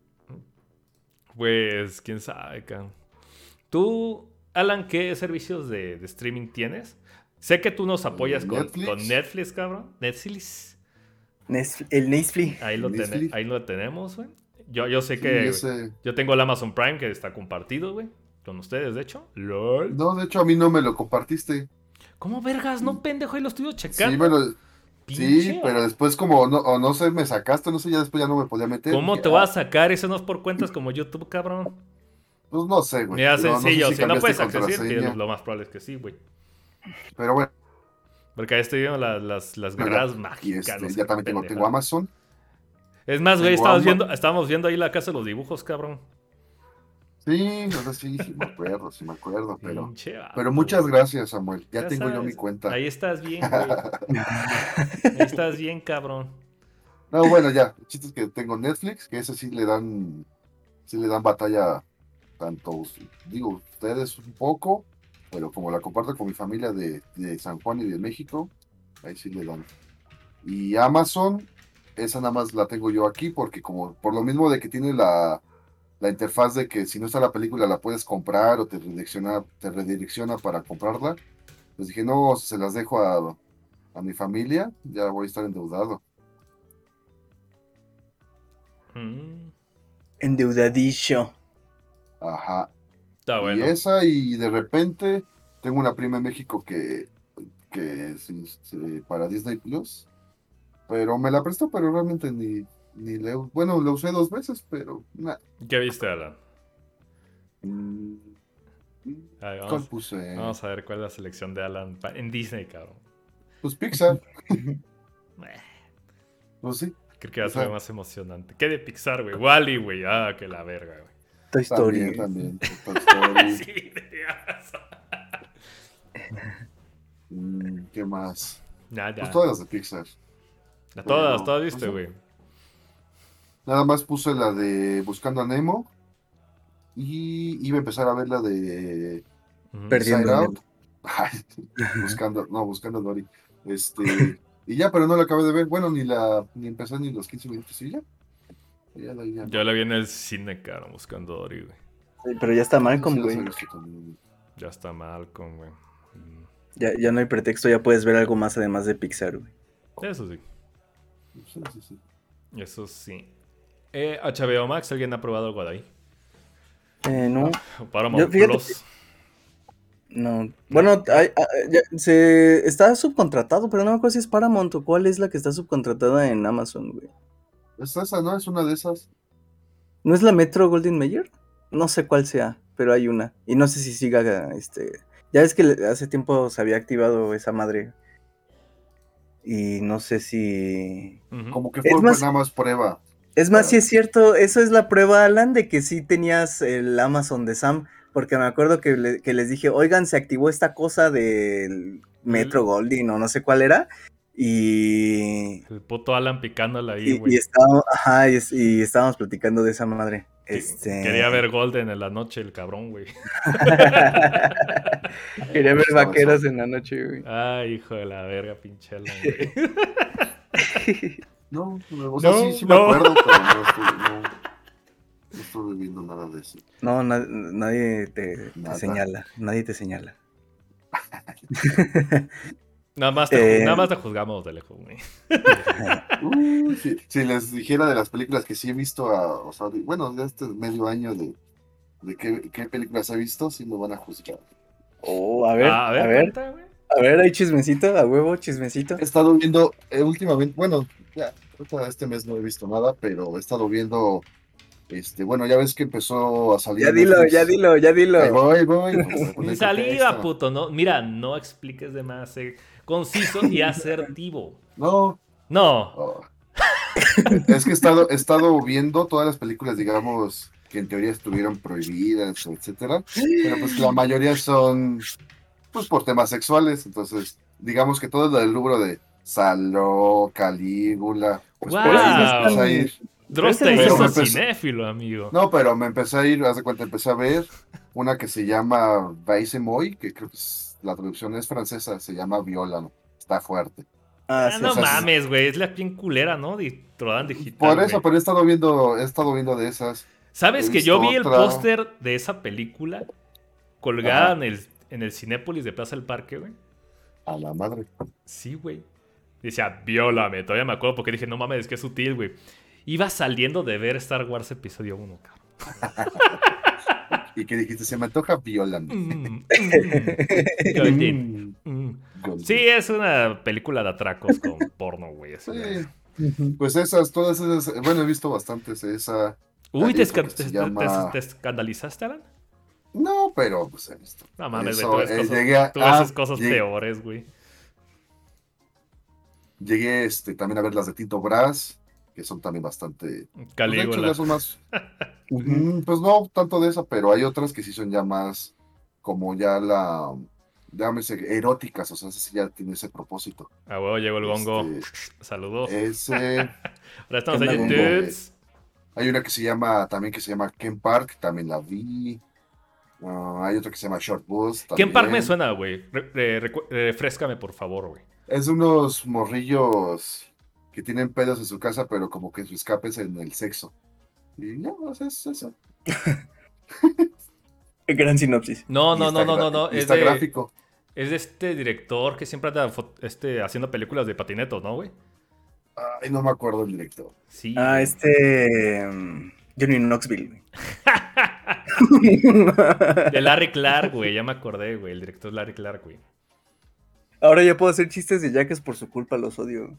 Pues, quién sabe, cabrón. Tú, Alan, ¿qué servicios de streaming tienes? Sé que tú nos apoyas con Netflix, Netflix, cabrón. Netflix. El Netflix. Netflix, Ahí lo tenemos, güey. Yo sé sí, que ese. yo tengo el Amazon Prime que está compartido, güey. Con ustedes, de hecho. LOL. No, de hecho a mí no me lo compartiste. ¿Cómo vergas? No, pendejo, ahí lo estoy Sí, checando. sí, Pinche. pero después como no, o no sé, me sacaste, no sé, ya después ya no me podía meter. ¿Cómo Dije, te voy a sacar? Eso no es por cuentas como YouTube, cabrón. pues no sé, güey. Mira, No sé sencillo. si Si no cambiaste puedes acceder, que contraseña. lo más probable es que sí, güey. Pero bueno, Porque ahí estoy viendo las ya. guerreras Y mágicas, no sé ya qué también tengo pendejada. Amazon. Es más, güey, Tengo Ama. estábamos viendo ahí la casa de los dibujos, cabrón. Sí, o sea, sí me acuerdo, Pinche pero vato, muchas güey. gracias, Samuel. Ya Ya tengo yo mi sabes. cuenta. Ahí estás bien, güey. Ahí estás bien, cabrón. No, bueno, ya. El chiste es que tengo Netflix, que ese sí le dan batalla tanto, digo, ustedes un poco, pero como la comparto con mi familia de San Juan y de México, ahí sí le dan. Y Amazon, esa nada más la tengo yo aquí porque como por lo mismo de que tiene la interfaz de que si no está la película la puedes comprar o te redirecciona para comprarla, pues dije, no, se las dejo a mi familia, ya voy a estar endeudado. Mm, Endeudadillo. Ajá. está Y bueno. esa y de repente tengo una prima en México que para Disney Plus, pero me la prestó, pero realmente bueno, la usé 2 veces, pero nada. ¿Qué viste, Alan? Mm, A ver, ¿Cuál puse? vamos a ver cuál es la selección de Alan en Disney, cabrón. Pues Pixar, Eh, pues sí, Creo que va o a ser sea, más emocionante. ¿Qué de Pixar, güey? Wally, güey. Ah, que la verga, güey. Toy Story. también, Toy Story. Sí, tenías. ¿Qué más? Pues Nada. todas las de Pixar, A todas, pero todas pues viste, no. güey. Nada más puse la de Buscando a Nemo y iba a empezar a ver la de Ujú. Inside Perdiendo a Out. Nemo. Ay, buscando a Dory. Y ya, pero no la acabé de ver. Bueno, ni empecé ni los 15 minutos y ya. Ya de ahí ya Yo no. la vi en el cine, cabrón, buscando a Dory, güey. Sí, pero ya está Sí, Malcolm, las he güey. visto también. Ya está mal con, güey. Ya no hay pretexto, ya puedes ver algo más además de Pixar, güey. Eso sí. Sí. Eso sí. HBO Max, ¿alguien ha probado algo de ahí? No, Paramount fíjate Plus. no. Bueno, se está subcontratado, pero no me acuerdo si es Paramount o cuál es la que está subcontratada en Amazon, güey. Es esa, ¿no? Es una de esas. ¿No es la Metro Golden Mayer? No sé cuál sea, pero hay una. Y no sé si siga, ya ves que hace tiempo se había activado esa madre. Y no sé si... Ujú. Como que Es fue pues, más, nada más prueba. es más, sí es cierto, eso es la prueba, Alan, de que sí tenías el Amazon de Sam, porque me acuerdo que les dije, oigan, se activó esta cosa del Metro El, Golding o no sé cuál era, y, el puto Alan picándola ahí, y güey. estábamos, ajá, y estábamos platicando de esa madre. Quería ver Golden en la noche, el cabrón, güey. Quería ¿Cómo ver estaba eso? vaqueros en la noche, güey. Ay, hijo de la verga, pinche Alan, güey. No, o sea, sí, No, sí me no. acuerdo, pero no estuve viendo nada de eso. No, nadie te Nada. señala, nadie te señala. Nada Eh, más te juzgamos de lejos, güey. Si les dijera de las películas que sí he visto, o sea, bueno, de este medio año de qué películas he visto, sí me van a juzgar. oh, A a ver, ver, cuenta, güey. a ver, hay chismecito, a huevo, chismecito. He estado viendo últimamente, bueno, ya, ahorita este mes no he visto nada, pero he estado viendo, bueno, ya ves que empezó a salir Ya en dilo, ya Netflix. dilo, ya Ahí dilo. voy, pues voy a Sin poner saliva, contexto. puto, ¿no? Mira, no expliques de más. Sé conciso y asertivo. No, No. oh, es que he estado viendo todas las películas, digamos, que en teoría estuvieron prohibidas, etcétera, pero pues la mayoría son, pues, por temas sexuales, entonces, digamos que todo lo del rubro de Saló, Calígula, pues por Pero ahí esas no me están, empecé a ¡Wow! ir, pero Dross esas te no pero hizo me son, empecé, cinéfilo, amigo. no, pero me empecé a ir, haz de cuenta, empecé a ver una que se llama Baise Moi, que creo que la traducción es francesa, se llama Viola, ¿no? Está fuerte. ah, Ah, sí, O no sea, sí. mames, güey. Es la bien culera, ¿no? Trodan por digital, eso, güey. pero he estado viendo de esas. He ¿Sabes que yo visto vi el otra. póster de esa película colgada Ajá, en el Cinépolis de Plaza del Parque, güey? a la madre. Sí, güey. Decía, viólame. Todavía me acuerdo porque dije, no mames, es que es sutil, güey. Iba saliendo de ver Star Wars Episodio 1, cabrón. Y que dijiste, se me antoja violame. Golden. Mm, Mm. Sí, golden. es una película de atracos con porno, güey. Así de... Sí, pues esas, todas esas, bueno, he visto bastantes. Esa, Uy, hay otra que se te llama. escandalizaste, Alan? No, pero pues he visto. No mames, güey, Eso, tú haces cosas peores, güey. llegué también a ver las de Tito Brass, que son también bastante. Pues de hecho, ya Calígula. son más. Ujú. Pues no tanto de esa, pero hay otras que sí son ya más, como ya llámese, eróticas, o sea, ese sí ya tiene ese propósito. A huevo llegó el gongo. Este, Saludos. ese, Ahora ¿Qué estamos onda, ahí en Gongo? Dudes. hay una que se llama, también que se llama Ken Park, también la vi. Hay otra que se llama Short Bus, Ken Park me también. suena, güey. Refrescame, por favor, güey. Es de unos morrillos que tienen pedos en su casa, pero como que su escape es en el sexo. Y ya, o sea, es eso. Qué gran sinopsis. No, no, no, no, no, no. Y está gráfico. Es de este director que siempre anda haciendo películas de patinetos, ¿no, güey? Ay, no me acuerdo el director. Sí, Ah, güey. Johnny Knoxville, güey. De Larry Clark, güey. Ya me acordé, güey. El director Larry Clark, güey. Ahora ya puedo hacer chistes de Jackass por su culpa, los odio.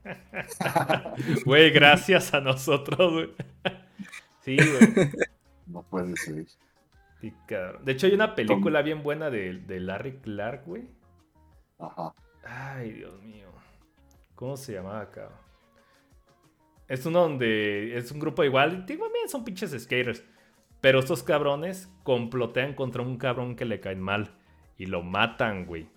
Güey, gracias a nosotros, güey. Sí, güey. No puede ser. Sí, cabrón. De hecho, hay una Con- película bien buena de Larry Clark, güey. Ajá. Ay, Dios mío. ¿Cómo se llamaba, cabrón? Es uno donde es un grupo igual. Digo, bien, son pinches skaters. Pero estos cabrones complotean contra un cabrón que le caen mal. Y lo matan, güey.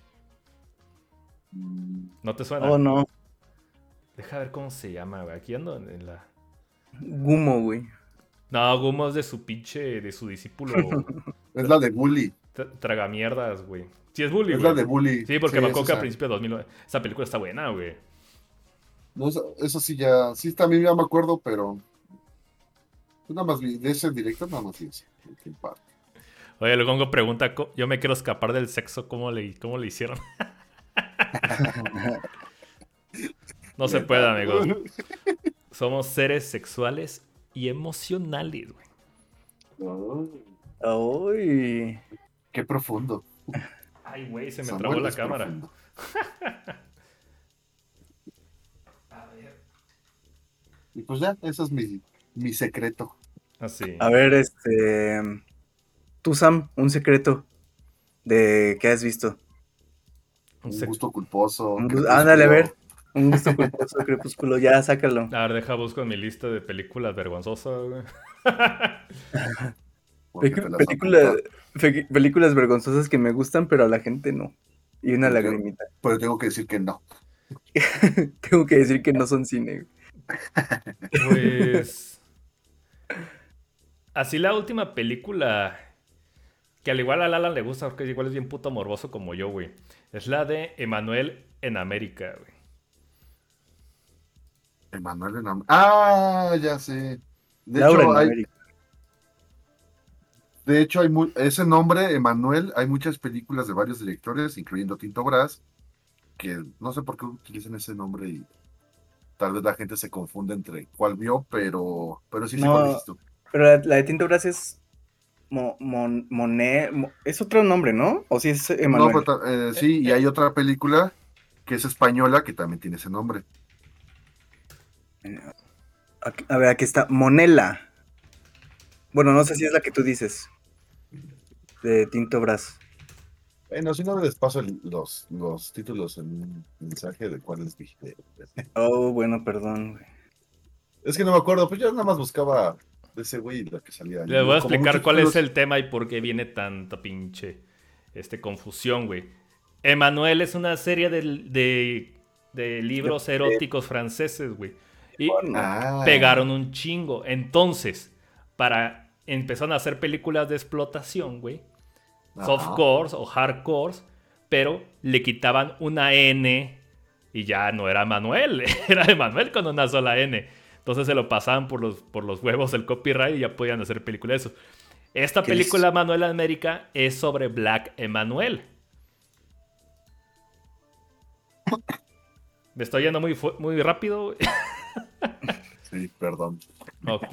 Mm, ¿No te suena? Oh, no. Deja ver cómo se llama, güey. Aquí ando en la... Gumo, güey. No, Gumo es de su pinche... De su discípulo Es la de Bully. tragamierdas, güey. Sí, es Bully, Es la güey. de Bully. Sí, porque Sí, me es acuerdo que a esa. principios de 2009... Esa película está buena, güey. No, eso sí ya. Sí, también ya me acuerdo, pero. Pues nada más vi. De ese director nada más vi ese. El Ken Park. Oye, el Gongo pregunta, yo me quiero escapar del sexo, ¿cómo le hicieron? No se puede, Neta. amigos. Somos seres sexuales y emocionales, güey. Ay. Qué profundo. Ay, güey, se me trabó Samuel la es cámara. profundo. A ver. Y pues ya, ese es mi secreto. Así. A ver, tú, Sam, un secreto de que has visto. Un Un sec- gusto culposo, Ándale, a ver, Crepúsculo. un gusto culposo, Crepúsculo, ya, sácalo. A ver, deja busco en mi lista de películas vergonzosas, güey. Porque te las Película, oculta. películas vergonzosas que me gustan, pero a la gente no. Y una lagrimita. Pero tengo que decir que no. Tengo que decir que no son cine. Pues. Así la última película. Que al igual a Alan le gusta, porque igual es bien puto morboso como yo, güey. Es la de Emanuel en América, güey. Emanuel Ah, ya sé. De Laura hecho, en América. ese nombre, Emanuel, hay muchas películas de varios directores, incluyendo Tinto Brass, que no sé por qué utilizan ese nombre y tal vez la gente se confunde entre cuál vio, pero sí sé cuál No, dices tú. pero la de Tinto Brass es es otro nombre, ¿no? O si es No, pero Emanuel. sí, y hay otra película que es española que también tiene ese nombre. A ver, aquí está. Monela. Bueno, no sé si es la que tú dices. De Tinto Brass. Bueno, si no les paso los títulos en un mensaje de cuál les dije. Oh, bueno, perdón, güey. Es que no me acuerdo, pues yo nada más buscaba de ese güey la que salía. Les voy a Como explicar muchos cuál es títulos. el tema y por qué viene tanta pinche confusión, güey. Emanuel es una serie de libros eróticos franceses, güey. Y Bueno, Ah, pegaron un chingo. Entonces, empezaron a hacer películas de explotación, güey. ajá. Softcores o hardcores, pero le quitaban una N y ya no era Manuel, era Emanuel con una sola N. Entonces se lo pasaban por los huevos del copyright y ya podían hacer películas de eso. Esta ¿qué dices? película Manuel América es sobre Black Emanuel. Me estoy yendo muy rápido. Sí, perdón. Ok.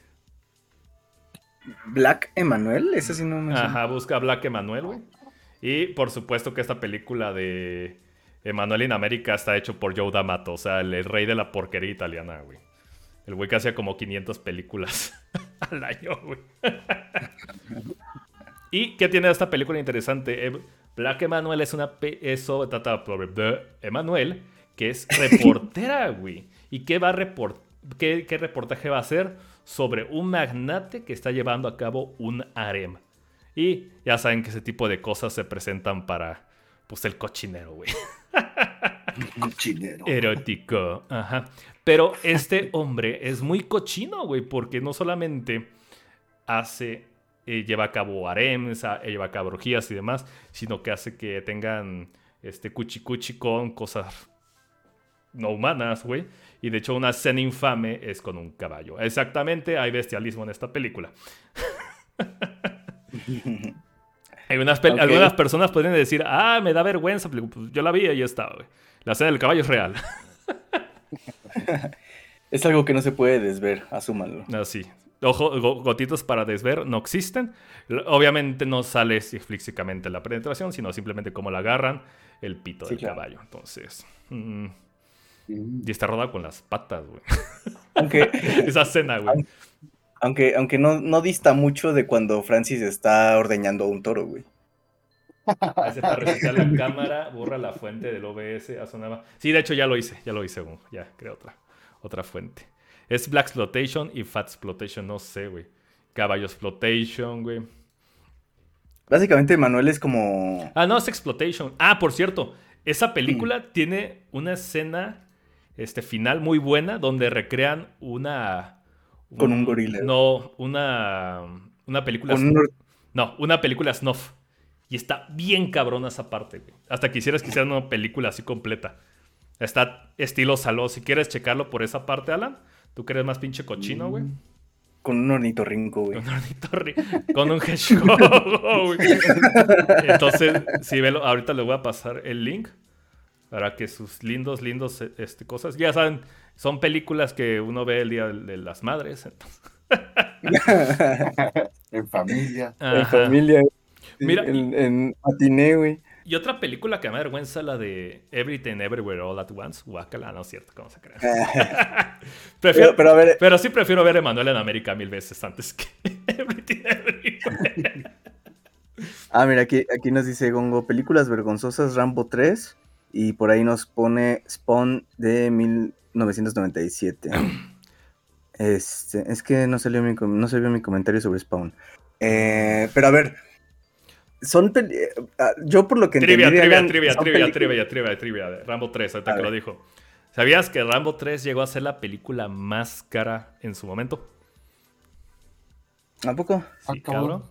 ¿Black Emanuel? Ese sí no me suena. Ajá, busca Black Emanuel, güey. Y por supuesto que esta película de Emanuel en América está hecho por Joe D'Amato, o sea, el rey de la porquería italiana, güey. El güey que hacía como 500 películas al año, güey. ¿Y qué tiene esta película interesante? Black Emanuel es eso trata de Emanuel, que es reportera, güey. ¿Y qué reportaje va a hacer? Sobre un magnate que está llevando a cabo un harem. Y ya saben que ese tipo de cosas se presentan para, pues, el cochinero, güey. Cochinero. Erótico, ajá. Pero este hombre es muy cochino, güey, porque no solamente lleva a cabo harems, lleva a cabo orgías y demás, sino que hace que tengan cuchi cuchi con cosas no humanas, güey. Y de hecho una escena infame es con un caballo. Exactamente, hay bestialismo en esta película. Algunas Ok. personas podrían decir, ah, me da vergüenza. Pues yo la vi y ya estaba, güey. La escena del caballo es real. Es algo que no se puede desver, asúmanlo. Así. Ojo, gotitos para desver no existen. Obviamente no sale explícitamente la penetración, sino simplemente como la agarran el pito Sí, del claro. caballo. Entonces. Mm. Y está rodada con las patas, güey. Aunque, Esa escena, güey. aunque no dista mucho de cuando Francis está ordeñando a un toro, güey. Hace para resetear la cámara, borra la fuente del OBS, haz una... Sí, de hecho ya lo hice, güey. Ya creé otra fuente. Es Black Exploitation y Fat Exploitation, no sé, güey. Caballo Exploitation, güey. Básicamente, Manuel es como. Ah, no, es Exploitation. Ah, por cierto, esa película tiene una escena final muy buena donde recrean Con un gorila. no, una película... Con un. No, una película snuff. Y está bien cabrona esa parte, güey. Hasta quisieras que hiciera una película así completa. Está estilo Saló. Si quieres checarlo por esa parte, Alan. Tú que eres más pinche cochino, güey. Con un ornitorrinco, güey. Con un hedgehog, güey. Entonces, si velo, ahorita le voy a pasar el link. Para que sus lindos cosas. Ya saben, son películas que uno ve el Día de las Madres. Entonces. En familia. En Ajá. familia, sí, Mira, en matiné, güey. Y otra película que me da vergüenza, la de Everything Everywhere All at Once. Guácala, no es cierto, ¿cómo se cree? Pero a ver, Pero sí prefiero ver Emanuel en América 1000 veces antes que Everything Everywhere. mira, aquí nos dice Gongo, películas vergonzosas, Rambo 3, y por ahí nos pone Spawn de 1997. Es que no salió mi comentario sobre Spawn. Pero a ver, yo por lo que Trivia. entendí... De Rambo 3, ahorita A que lo ver. dijo. ¿Sabías que Rambo 3 llegó a ser la película más cara en su momento? ¿A poco? Sí, cabrón.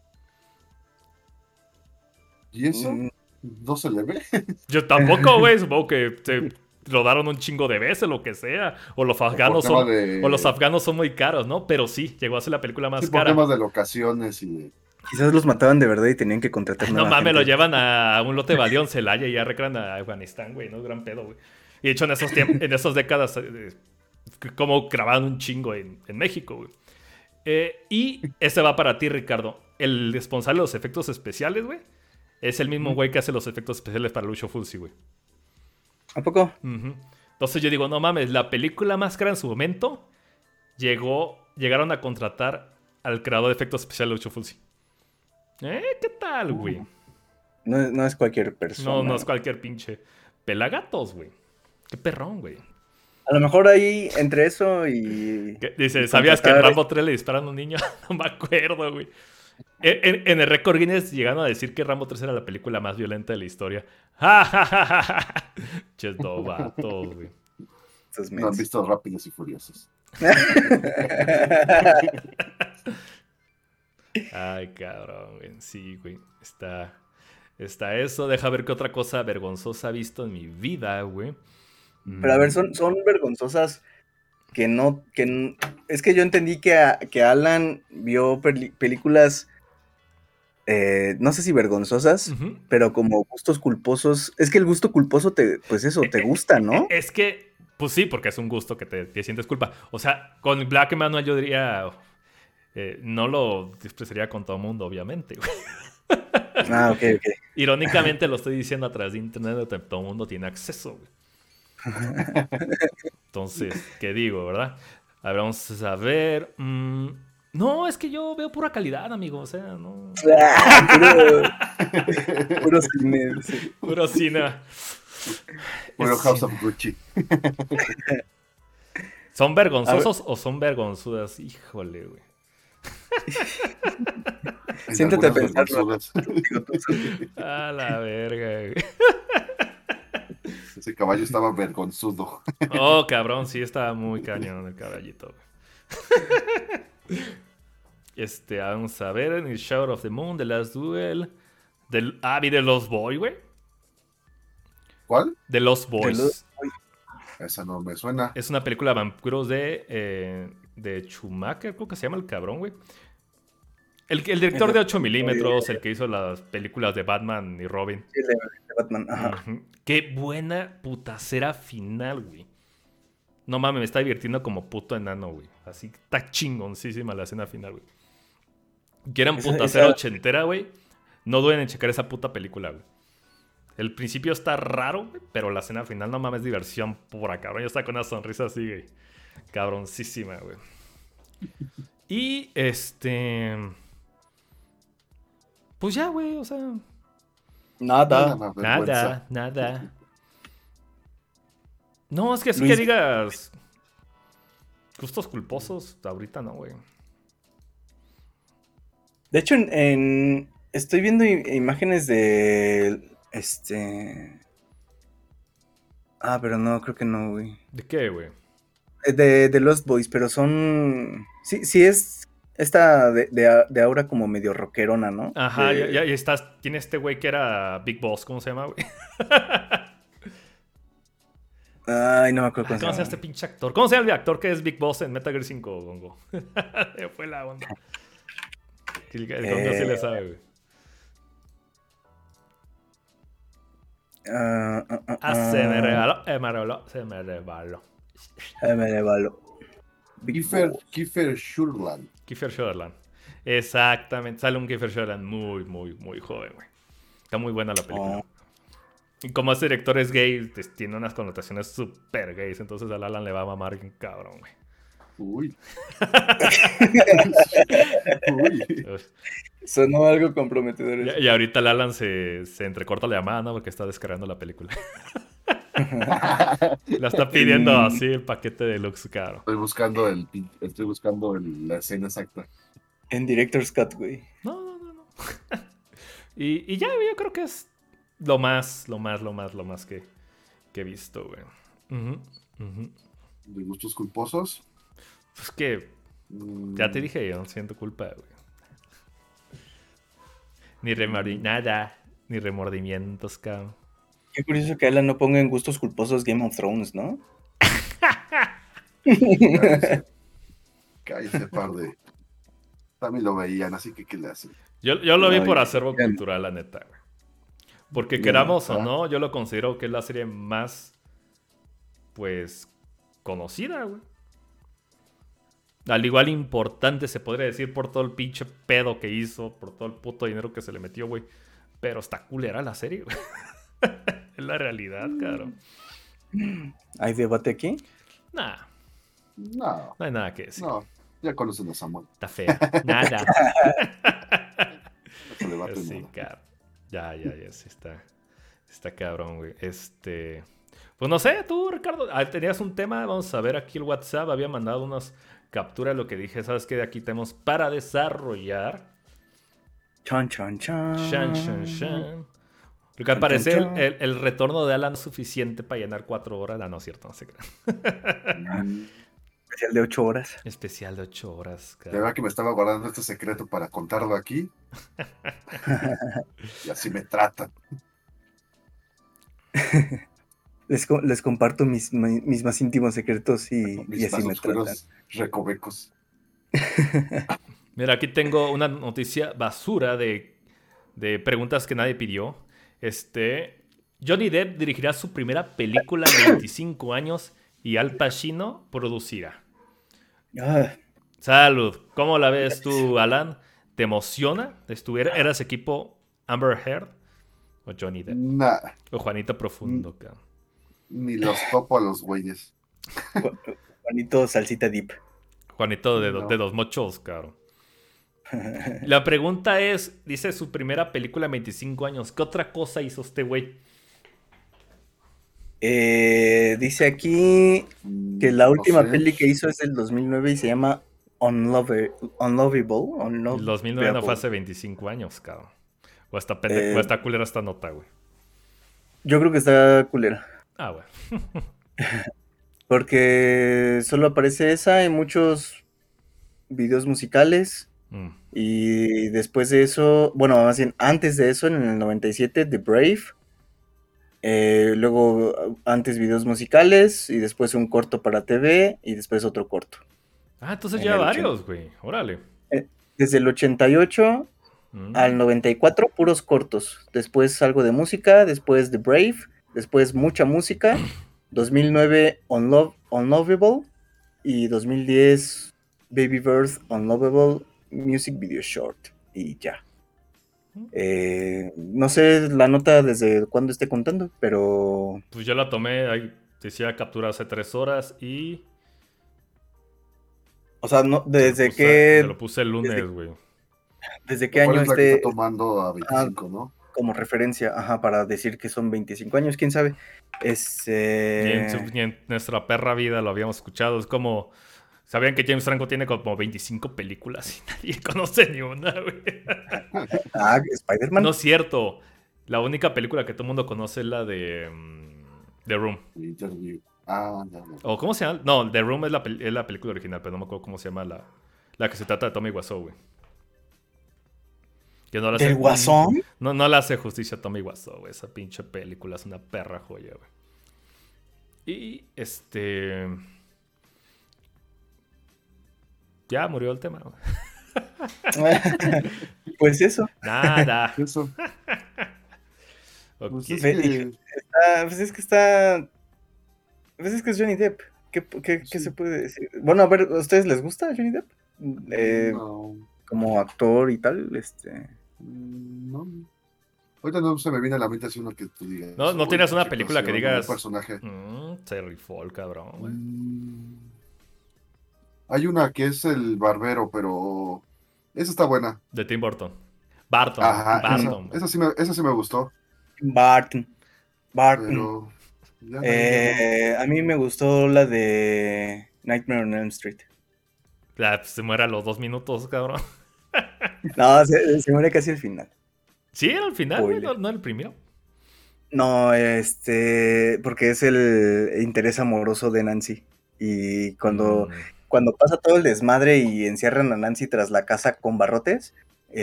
¿Y eso? Mm, ¿No se le ve? Yo tampoco, güey. Supongo que se rodaron un chingo de veces, lo que sea. O los afganos tema son, de- o los afganos son muy caros, ¿no? Pero sí, llegó a ser la película más Sí, por cara. temas de locaciones y... Quizás los mataban de verdad y tenían que contratar No nueva mames, gente. lo llevan a un lote baldío en Celaya y ya recrean a Afganistán, güey. No es gran pedo, güey. Y de hecho, en esas décadas, como grababan un chingo en México, güey. Y ese va para ti, Ricardo. El responsable de los efectos especiales, güey, es el mismo güey que hace los efectos especiales para Lucio Fulci, güey. ¿A poco? Ujú. Entonces yo digo, no mames, la película más cara en su momento llegaron a contratar al creador de efectos especiales Lucio Fulci. ¿Qué tal, güey? No es cualquier persona. No es cualquier pinche pelagatos, güey. Qué perrón, güey. A lo mejor ahí, entre eso y... Dice, y ¿sabías que en contratar- Rambo 3 le disparan a un niño? No me acuerdo, güey. En el récord Guinness llegaron a decir que Rambo 3 era la película más violenta de la historia. Ches vatos, güey. Estos No han mens. visto Rápidos y Furiosos. Ay, cabrón, güey. Sí, güey. Está eso. Deja ver qué otra cosa vergonzosa he visto en mi vida, güey. Pero a ver, son vergonzosas que no... Es que yo entendí que Alan vio películas, no sé si vergonzosas, Ujú. pero como gustos culposos. Es que el gusto culposo te gusta, ¿no? Es que, pues sí, porque es un gusto que te sientes culpa. O sea, con Black Emanuel yo diría... no lo despreciaría con todo el mundo, obviamente, güey. Ah, ok. Irónicamente lo estoy diciendo a través de internet donde todo el mundo tiene acceso, güey. Entonces, ¿qué digo, verdad? A ver, vamos a ver. No, es que yo veo pura calidad, amigo. O sea, no. Puro cine. Sí. Puro cine. Bueno, Es House cine. of Gucci. ¿Son vergonzosos o son vergonzudas? Híjole, güey. En Siéntate a algunas pensarlo. vergonzudas. A la verga, güey. Ese caballo estaba vergonzudo. Oh, cabrón, sí, estaba muy cañón el caballito, güey. Vamos a ver. En el Shadow of the Moon, The Last Duel. Vi The Lost Boy, güey. ¿Cuál? The Lost Boys. Esa no me suena. Es una película de vampiros de Schumacher, creo que se llama el cabrón, güey. El director de 8 milímetros, el que hizo las películas de Batman y Robin. Sí, de Batman. Ajá. Ujú. Qué buena putacera final, güey. No mames, me está divirtiendo como puto enano, güey. Así está chingoncísima la escena final, güey. Quieren putacera ochentera, güey. No duden en checar esa puta película, güey. El principio está raro, güey, pero la escena final, no mames, diversión pura, cabrón. Yo estaba con una sonrisa así, güey. Cabroncísima, güey. Y pues ya, güey, o sea. Nada. Nada. No, es que así Luis. que digas. Gustos culposos, ahorita no, güey. De hecho, estoy viendo imágenes de... pero no, creo que no, güey. ¿De qué, güey? De Lost Boys, pero son... Sí es esta de aura como medio rockerona, ¿no? Ajá, ya estás. Tiene este güey que era Big Boss, ¿cómo se llama, güey? Ay, no me acuerdo ¿Cómo se llama este pinche actor? ¿Cómo se llama el actor que es Big Boss en Metal Gear 5, Gongo? Fue la onda. El Gongo sí le sabe, güey. Se me rebaló. Me rebaló. Kiefer Sutherland. Kiefer Sutherland. Exactamente. Sale un Kiefer Sutherland muy, muy, muy joven, güey. Está muy buena la película. Y como este director es gay, tiene unas connotaciones súper gays. Entonces al Alan le va a mamar bien cabrón, güey. Uy. Sonó algo comprometedor. Y ahorita el Alan se entrecorta la llamada, ¿no? Porque está descargando la película. La está pidiendo así el paquete de Lux, caro. Estoy buscando la escena exacta. En Director's Cut, güey. No. Y ya, yo creo que es lo más que he visto, güey. ¿De gustos culposos? Pues que ya te dije, yo no siento culpa, güey. Nada, ni remordimientos, cabrón. Qué curioso que Alan no ponga en gustos culposos Game of Thrones, ¿no? Cállese, par de... También lo veían, así que ¿qué le hacen? Yo lo vi por acervo cultural, la neta, güey. Porque queramos o no, yo lo considero que es la serie más, pues, conocida, güey. Al igual importante, se podría decir, por todo el pinche pedo que hizo, por todo el puto dinero que se le metió, güey. Pero está culera la serie, güey. Es la realidad, cabrón. ¿Hay debate aquí? Nah. No hay nada que decir. No, ya conocen a Samuel. Está fea. Nada. No se debate Sí, nada. cabrón. Ya, sí está cabrón, güey. Pues no sé, tú, Ricardo, tenías un tema, vamos a ver aquí el WhatsApp, había mandado unas capturas de lo que dije, ¿sabes qué? Aquí tenemos para desarrollar. Chan. Porque al parecer el retorno de Alan es suficiente para llenar 4 horas. No es cierto, no sé qué. Especial de 8 horas. Especial de 8 horas. De verdad que me estaba guardando este secreto para contarlo aquí. Y así me tratan. Les comparto mis más íntimos secretos y así me tratan. Recovecos. Mira, aquí tengo una noticia basura de preguntas que nadie pidió. Johnny Depp dirigirá su primera película en 25 años y Al Pacino producirá. Salud. ¿Cómo la ves tú, Alan? ¿Te emociona? ¿Eras equipo Amber Heard o Johnny Depp? Nah. O Juanito Profundo, cabrón. Ni los topo a los güeyes. Juanito Salsita Deep. Juanito de dos mochos, cabrón. La pregunta es, dice su primera película en 25 años. ¿Qué otra cosa hizo este güey? Dice aquí que la última peli que hizo es del 2009 y se llama Unlovable. El 2009 no fue hace 25 años, cabrón. O está culera esta nota, güey. Yo creo que está culera. Ah, güey. Porque solo aparece esa en muchos videos musicales. Y después de eso, bueno, más bien antes de eso, en el 97, The Brave. Luego antes videos musicales y después un corto para TV y después otro corto. Entonces ya varios, güey. Órale. Desde el 88 al 94, puros cortos. Después algo de música, después The Brave, después mucha música. 2009 Unlovable y 2010 Baby Birth Unlovable Music Video Short y ya. No sé la nota desde cuándo esté contando, pero... Pues yo la tomé, ahí decía captura hace 3 horas y... O sea, no, desde que... Te lo puse el lunes, güey. ¿Desde qué año esté? Está tomando a 25, ¿no? Como referencia, para decir que son 25 años, quién sabe. Ni en nuestra perra vida lo habíamos escuchado. Es como... ¿Sabían que James Franco tiene como 25 películas y nadie conoce ni una, güey? Spider-Man. No es cierto. La única película que todo el mundo conoce es la de The Room. Interview. No. ¿O cómo se llama? No, The Room es la película original, pero no me acuerdo cómo se llama la que se trata de Tommy Wiseau, güey. ¿Del Guasón? No le hace justicia a Tommy Wiseau, güey. Esa pinche película es una perra joya, güey. Y ya murió el tema, güey. Pues eso. Nada. Eso. Okay. Pues es que es Johnny Depp. ¿Qué se puede decir? Bueno, a ver, ¿a ustedes les gusta Johnny Depp? No. Como actor y tal, No. Ahorita no se me viene a la mente así uno que tú digas. ¿No tienes una película que situación, un digas... personaje. Se rifó el cabrón, güey. Hay una que es el barbero, pero esa está buena. De Tim Burton. Barton, Ajá, Barton, güey. esa sí me gustó, Barton. pero ya de ahí ya no. A mí me gustó la de Nightmare on Elm Street. Ya, pues, se muere a los 2 minutos, cabrón. No, se muere casi al final. Sí, era al final, güey, Spoiler. no el primero. No, porque es el interés amoroso de Nancy. Y cuando pasa todo el desmadre y encierran a Nancy tras la casa con barrotes,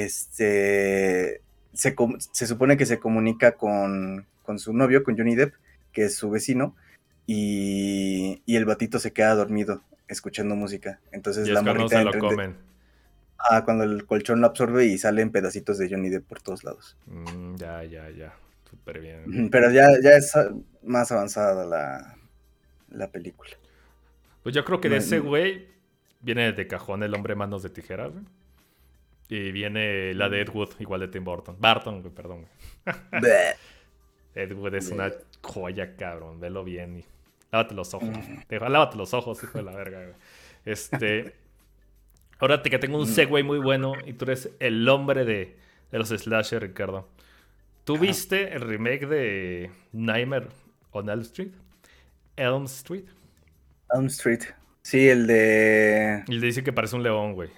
se supone que se comunica con su novio, con Johnny Depp, que es su vecino, y el batito se queda dormido escuchando música. Entonces Y es la cuando morrita se lo comen. cuando el colchón lo absorbe y salen pedacitos de Johnny Depp por todos lados. Ya. Súper bien. Pero ya es más avanzada la película. Pues yo creo que de No, ese güey viene de cajón El hombre manos de tijera, güey. Y viene la de Ed Wood, igual de Tim Burton. Barton, güey, perdón, güey. bleh. Ed Wood es una joya, cabrón. Velo bien y... Lávate los ojos. Lávate los ojos, hijo de la verga, güey. Ahora que tengo un segue muy bueno y tú eres el hombre de los slasher, Ricardo. ¿Tú viste el remake de Nightmare on Elm Street? Elm Street. Elm Street. Sí, el de... Y le dice que parece un león, güey.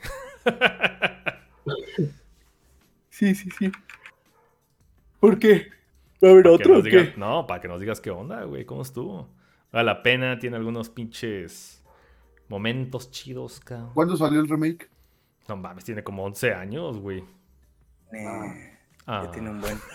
Sí. ¿Por qué? ¿Va a haber otro o qué? No, para que nos digas qué onda, güey. ¿Cómo estuvo? Vale la pena, tiene algunos pinches momentos chidos, cabrón. ¿Cuándo salió el remake? No mames, tiene como 11 años, güey. Ya tiene un buen...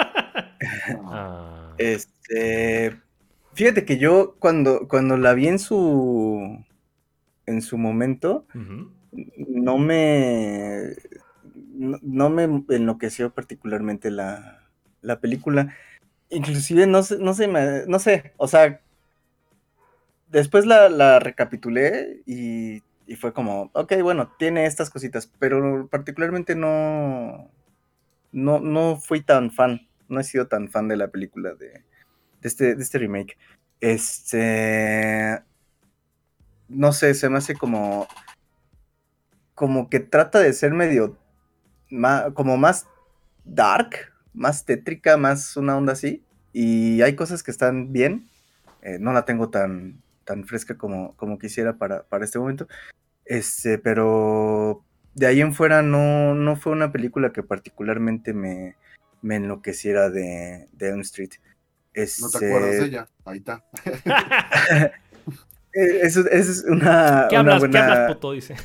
Ah. Fíjate que yo cuando la vi en su momento, no me enloqueció particularmente la película. Inclusive no sé, o sea, después la recapitulé y fue como, ok, bueno, tiene estas cositas, pero particularmente no fui tan fan, no he sido tan fan de la película de este remake. No sé, se me hace como que trata de ser medio como más dark, más tétrica, más una onda así, y hay cosas que están bien. No la tengo tan fresca como quisiera para este momento, pero de ahí en fuera no fue una película que particularmente me enloqueciera de Elm Street. ¿No te acuerdas de ella? Ahí está. Eso es una ¿Qué buena... hablas, puto? Dice.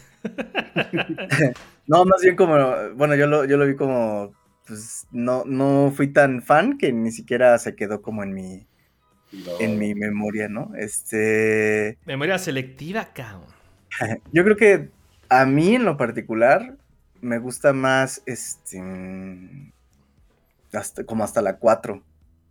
No, más bien como, bueno, yo lo vi como, pues, no fui tan fan que ni siquiera se quedó como en mi memoria, ¿no? Memoria selectiva, cabrón. Yo creo que a mí en lo particular me gusta más, hasta la 4.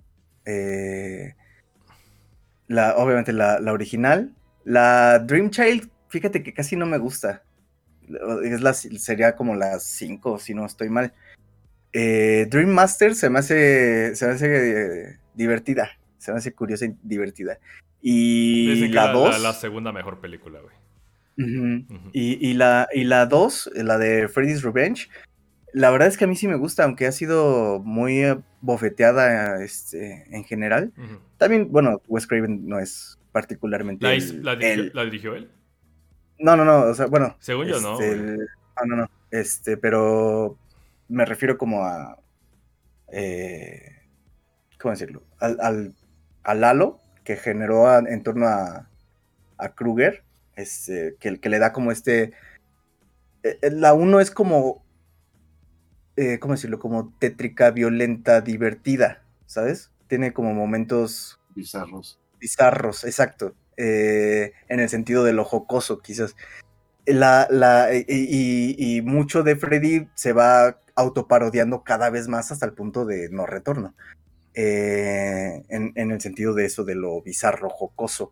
Obviamente la original. La Dream Child, fíjate que casi no me gusta. Sería como la 5, si no estoy mal. Dream Master se me hace divertida. Se me hace curiosa y divertida. Y dicen que la 2... la segunda mejor película, güey. Y la 2, la de Freddy's Revenge, la verdad es que a mí sí me gusta, aunque ha sido muy bofeteada en general. También, bueno, Wes Craven no es particularmente ¿La dirigió él? No, o sea, bueno. Según yo, no. No. Pero me refiero como a... ¿cómo decirlo? Al halo que generó en torno a Krueger, que le da como la 1 es como... ¿cómo decirlo? Como tétrica, violenta, divertida, ¿sabes? Tiene como momentos... bizarros, exacto. En el sentido de lo jocoso, quizás. Y mucho de Freddy se va autoparodiando cada vez más hasta el punto de no retorno. En el sentido de eso, de lo bizarro, jocoso.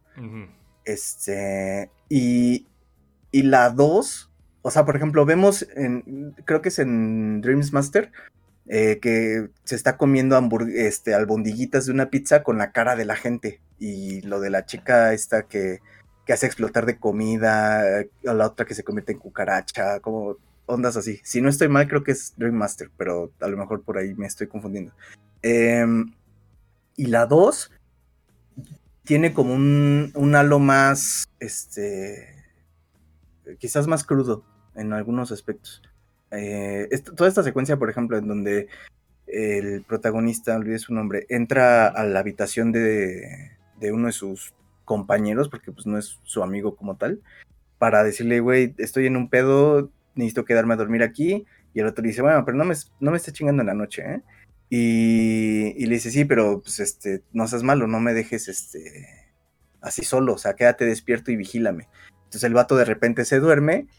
Y la 2, o sea, por ejemplo, vemos, creo que es en Dreams Master, que se está comiendo albondiguitas de una pizza con la cara de la gente. Y lo de la chica esta que hace explotar de comida, a la otra que se convierte en cucaracha, como ondas así. Si no estoy mal, creo que es Dream Master, pero a lo mejor por ahí me estoy confundiendo. Y la 2 tiene como un halo más, quizás más crudo en algunos aspectos. Toda esta secuencia, por ejemplo, en donde el protagonista, olvidé su nombre, entra a la habitación de uno de sus compañeros, porque pues no es su amigo como tal, para decirle, güey, estoy en un pedo, necesito quedarme a dormir aquí, y el otro dice, bueno, pero no me estés chingando en la noche, ¿eh? Y le dice, sí, pero pues no seas malo, no me dejes así solo, o sea, quédate despierto y vigílame. Entonces el vato de repente se duerme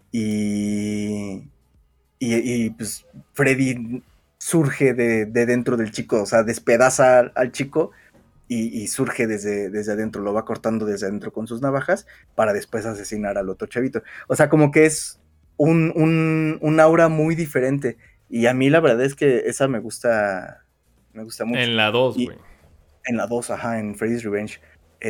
y pues Freddy surge de dentro del chico, o sea, despedaza al chico y surge desde adentro, lo va cortando desde adentro con sus navajas para después asesinar al otro chavito. O sea, como que es un aura muy diferente. Y a mí la verdad es que esa me gusta mucho. En la 2, güey. En la 2, ajá, en Freddy's Revenge.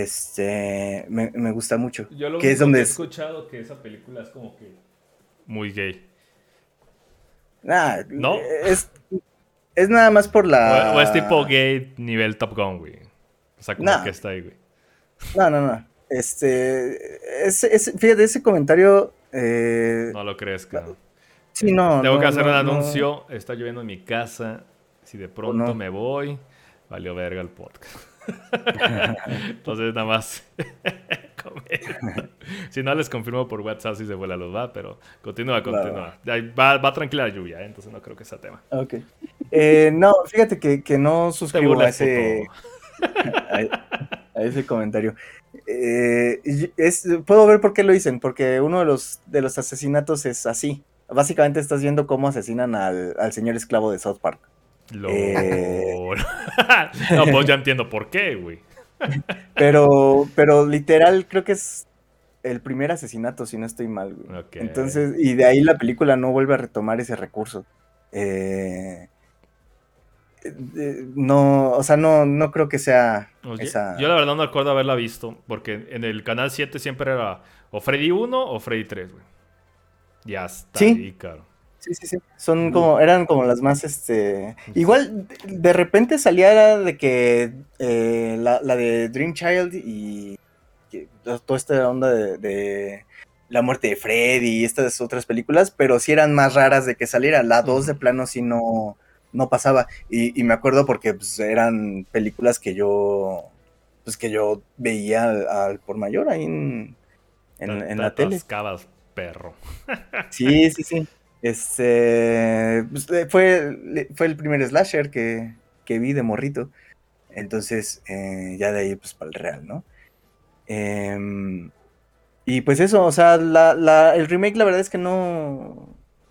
Me gusta mucho. Yo lo que único es donde que he escuchado que esa película es como que muy gay. Nah, ¿No? es nada más por la... O es tipo gay nivel Top Gun, güey. O sea, como que está ahí, güey. No. Fíjate, ese comentario... No lo crees, cabrón. Sí, no. Tengo que hacer un no. anuncio. Está lloviendo en mi casa. Si de pronto me voy, valió verga el podcast. Entonces nada más comento. Si no, les confirmo por WhatsApp si se vuela luz, va, pero continúa. Va tranquila la lluvia, entonces no creo que sea tema. Ok. No, fíjate que no suscribo a ese comentario. Puedo ver por qué lo dicen, porque uno de los asesinatos es así. Básicamente estás viendo cómo asesinan al señor esclavo de South Park. No, pues ya entiendo por qué, güey. Pero literal creo que es el primer asesinato, si no estoy mal, güey. Okay. Entonces, y de ahí la película no vuelve a retomar ese recurso. No, o sea, no creo que sea esa... Yo la verdad no recuerdo haberla visto, porque en el canal 7 siempre era o Freddy 1 o Freddy 3, güey. Ya está ahí, caro. Sí. Eran como las más, Igual, de repente salía de que la de Dream Child y toda esta onda de la muerte de Freddy y estas otras películas, pero sí eran más raras de que saliera. La 2 de plano sí no pasaba. Y me acuerdo porque pues, eran películas que yo veía al por mayor ahí en la tele. Atascabas, perro. Sí. Pues, fue el primer slasher que vi de morrito. Entonces, ya de ahí, pues, para el real, ¿no? Y pues eso, o sea, el remake, la verdad es que no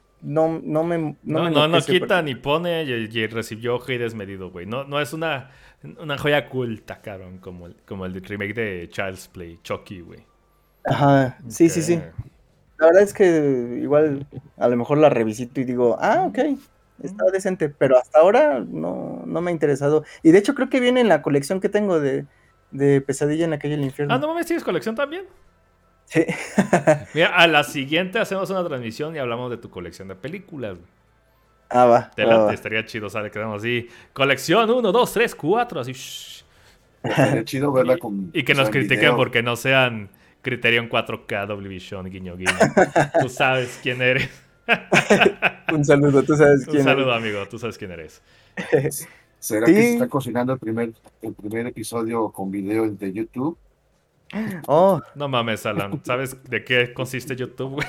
quita ni pone y recibió hate desmedido, güey. No es una joya culta, cabrón, como el remake de Child's Play, Chucky, güey. Ajá, sí. La verdad es que igual a lo mejor la revisito y digo, ok, está decente, pero hasta ahora no me ha interesado. Y de hecho creo que viene en la colección que tengo de Pesadilla en la calle del infierno. Ah, ¿no mames, tienes colección también? Sí. Mira, a la siguiente hacemos una transmisión y hablamos de tu colección de películas. Va. Estaría chido, ¿sabes? Quedamos así. Colección 1, 2, 3, 4, así. Estaría chido verla con... Y que nos critiquen porque no sean Criterion 4K, Dolby Vision, guiño. Tú sabes quién eres. Un saludo, tú sabes quién eres. Un saludo, amigo, tú sabes quién eres. ¿Será que se está cocinando el primer episodio con video de YouTube? No mames, Alan. ¿Sabes de qué consiste YouTube, güey?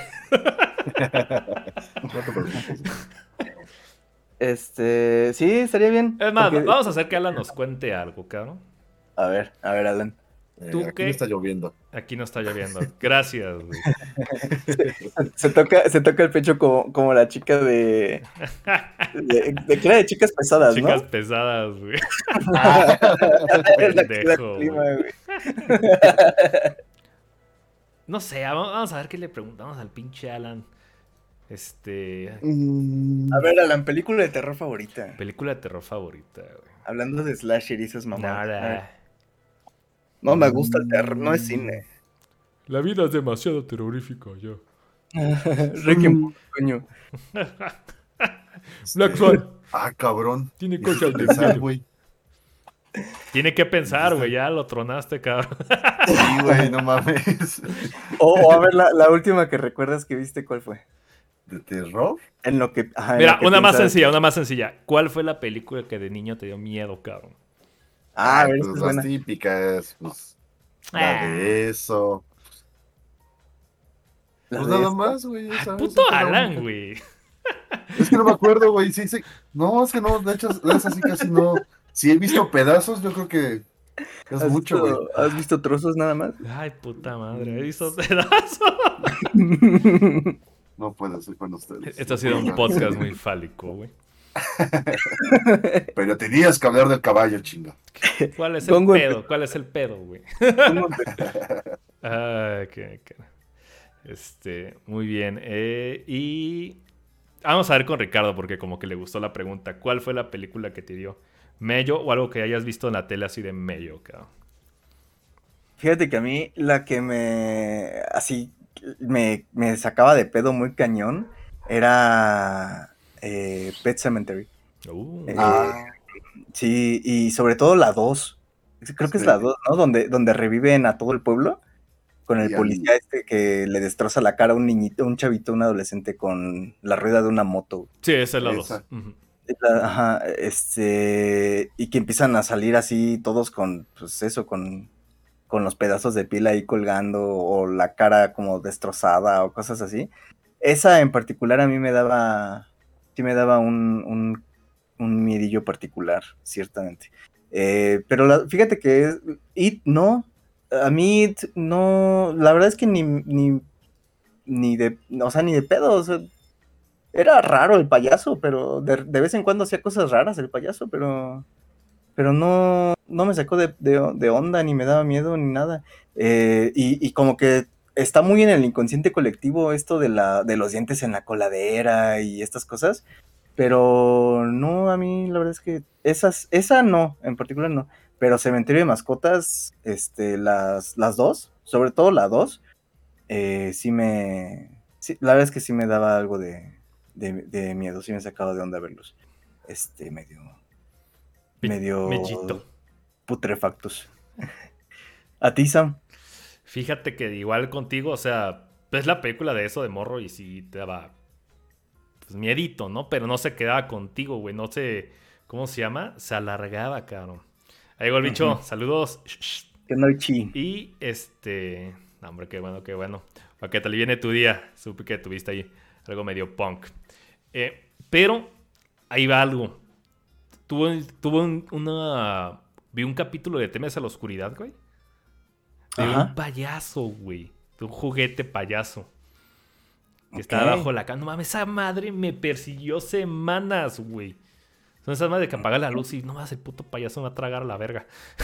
No te preocupes. Sí, estaría bien. Es más, vamos a hacer que Alan nos cuente algo, cabrón. A ver, Alan. Aquí no está lloviendo. Aquí no está lloviendo. Gracias, güey. Se toca el pecho como la chica de que era de chicas pesadas, ¿no? Chicas pesadas, güey. Pendejo, güey. No sé, vamos a ver qué le preguntamos al pinche Alan. A ver, Alan, película de terror favorita. Película de terror favorita, güey. Hablando de slasher y esas mamadas. Nada. No me gusta el terror, no es cine. La vida es demasiado terrorífica ya. Requiem, coño. Black Swan. Cabrón. Tiene Y cosas de pensar, miedo. güey. Tiene que pensar, güey. Ya lo tronaste, cabrón. Sí, güey, no mames. O a ver, la última que recuerdas que viste, ¿cuál fue? ¿De terror? En lo que. Ajá, en Mira, lo que una más piensas. sencilla, una más sencilla. ¿Cuál fue la película que de niño te dio miedo, cabrón? A ver, Pues esta es las buena. típicas, pues. La de eso. La Pues de nada esta. más, güey. Ay, esa puto fue la Alan, única. güey. Es que no me acuerdo, güey. Sí, sí. No, es que no, de hecho, es así casi no. Si he visto pedazos, yo creo que es mucho, güey. ¿Has visto trozos nada más? Ay, puta madre. Hizo pedazo. No puedo ser con ustedes. Esto ha sido un podcast muy fálico, güey. Pero tenías que hablar del caballo, chinga. ¿Cuál es el Pongo en- pedo? ¿Cuál es el pedo, güey? ¿Cómo Ay, muy bien. Y vamos a ver con Ricardo, porque como que le gustó la pregunta. ¿Cuál fue la película que te dio mello o algo que hayas visto en la tele así de mello, cabrón? Fíjate que a mí la que me sacaba de pedo muy cañón era Pet Sematary. Uh, Ah, Sí, y sobre todo la 2. Creo que es la 2, ¿no? Donde reviven a todo el pueblo con el Y policía que le destroza la cara a un niñito, un chavito, un adolescente con la rueda de una moto. sí, esa es la 2. Esa. Ajá, y que empiezan a salir así todos con, pues eso, con los pedazos de piel ahí colgando o la cara como destrozada o cosas así. Esa en particular a mí sí me daba un miedillo particular, ciertamente. Pero fíjate que It no, a mí It no, la verdad es que ni de, o sea, ni de pedo, o sea, era raro el payaso, pero de vez en cuando hacía cosas raras el payaso, pero no me sacó de onda, ni me daba miedo, ni nada. Y como que está muy en el inconsciente colectivo esto de los dientes en la coladera y estas cosas, pero no, a mí la verdad es que esa no, en particular no, pero Cementerio de Mascotas, las dos, sobre todo la dos, sí, la verdad es que sí me daba algo de miedo, sí me sacaba de onda verlos, medio Mellito. putrefactos. ¿A ti, Sam? Fíjate que igual contigo, o sea, ves la película de eso de morro y sí te daba pues miedito, ¿no? Pero no se quedaba contigo, güey. No sé, ¿cómo se llama? Se alargaba, cabrón. Ahí llegó el bicho. Ujú. Saludos. Que no hay chi. Y no, hombre, qué bueno, qué bueno. Para que te viene tu día. Supe que tuviste ahí algo medio punk. Pero ahí va algo. Vi un capítulo de Temes a la Oscuridad, güey. De Ajá. un payaso, güey. De un juguete payaso. Que Ok. estaba bajo la cama. No mames, esa madre me persiguió semanas, güey. Son esas madres que apagan la luz y no mames, el puto payaso me va a tragar a la verga.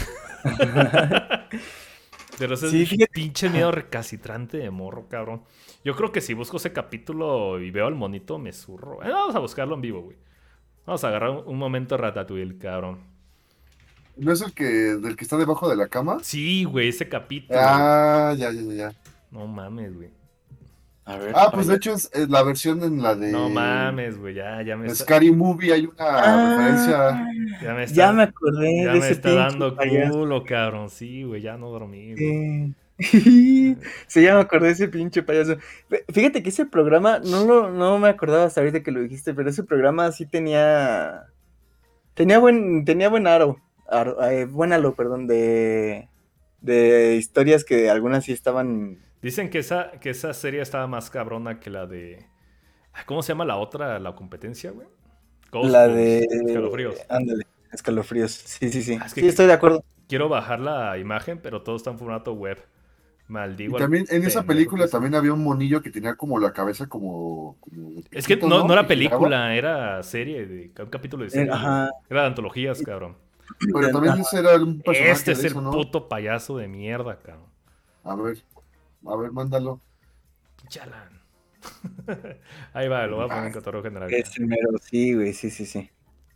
Pero ese Sí, es fíjate. pinche miedo recalcitrante de morro, cabrón. Yo creo que si busco ese capítulo y veo al monito, me zurro. Vamos a buscarlo en vivo, güey. Vamos a agarrar un momento Ratatouille, cabrón. ¿no es del que está debajo de la cama? Sí, güey, ese capítulo. Ah, ya. No mames, güey. A ver. Pues de hecho es la versión en la de No mames, güey. Ya me está... Scary Movie, hay una referencia. Ya me acordé Ya de me ese está pinche dando payaso. culo, cabrón. Sí, güey, ya no dormí, güey. Sí, ya me acordé de ese pinche payaso. Fíjate que ese programa, no me acordaba hasta ahorita que lo dijiste, pero ese programa sí tenía buen buen halo, perdón, de historias que algunas sí estaban. Dicen que esa serie estaba más cabrona que la de... ¿Cómo se llama la otra, la competencia, güey? La de. Escalofríos. Ándale, escalofríos. Sí. Es que Sí, estoy de acuerdo. quiero bajar la imagen, pero todo está en formato web. Y Maldigo al también en esa pendejo película que hizo. también había un monillo que tenía como la cabeza como de Es que piquito, no era que giraba. película, era serie, un capítulo de serie. Ajá. Era de antologías, cabrón. Pero también ese era un personaje Este es de el eso, ¿no? puto payaso de mierda, cabrón. A ver, mándalo. Pinche Alan. Ahí va, lo voy a poner en cotorreo general. Ese mero, sí, güey, sí.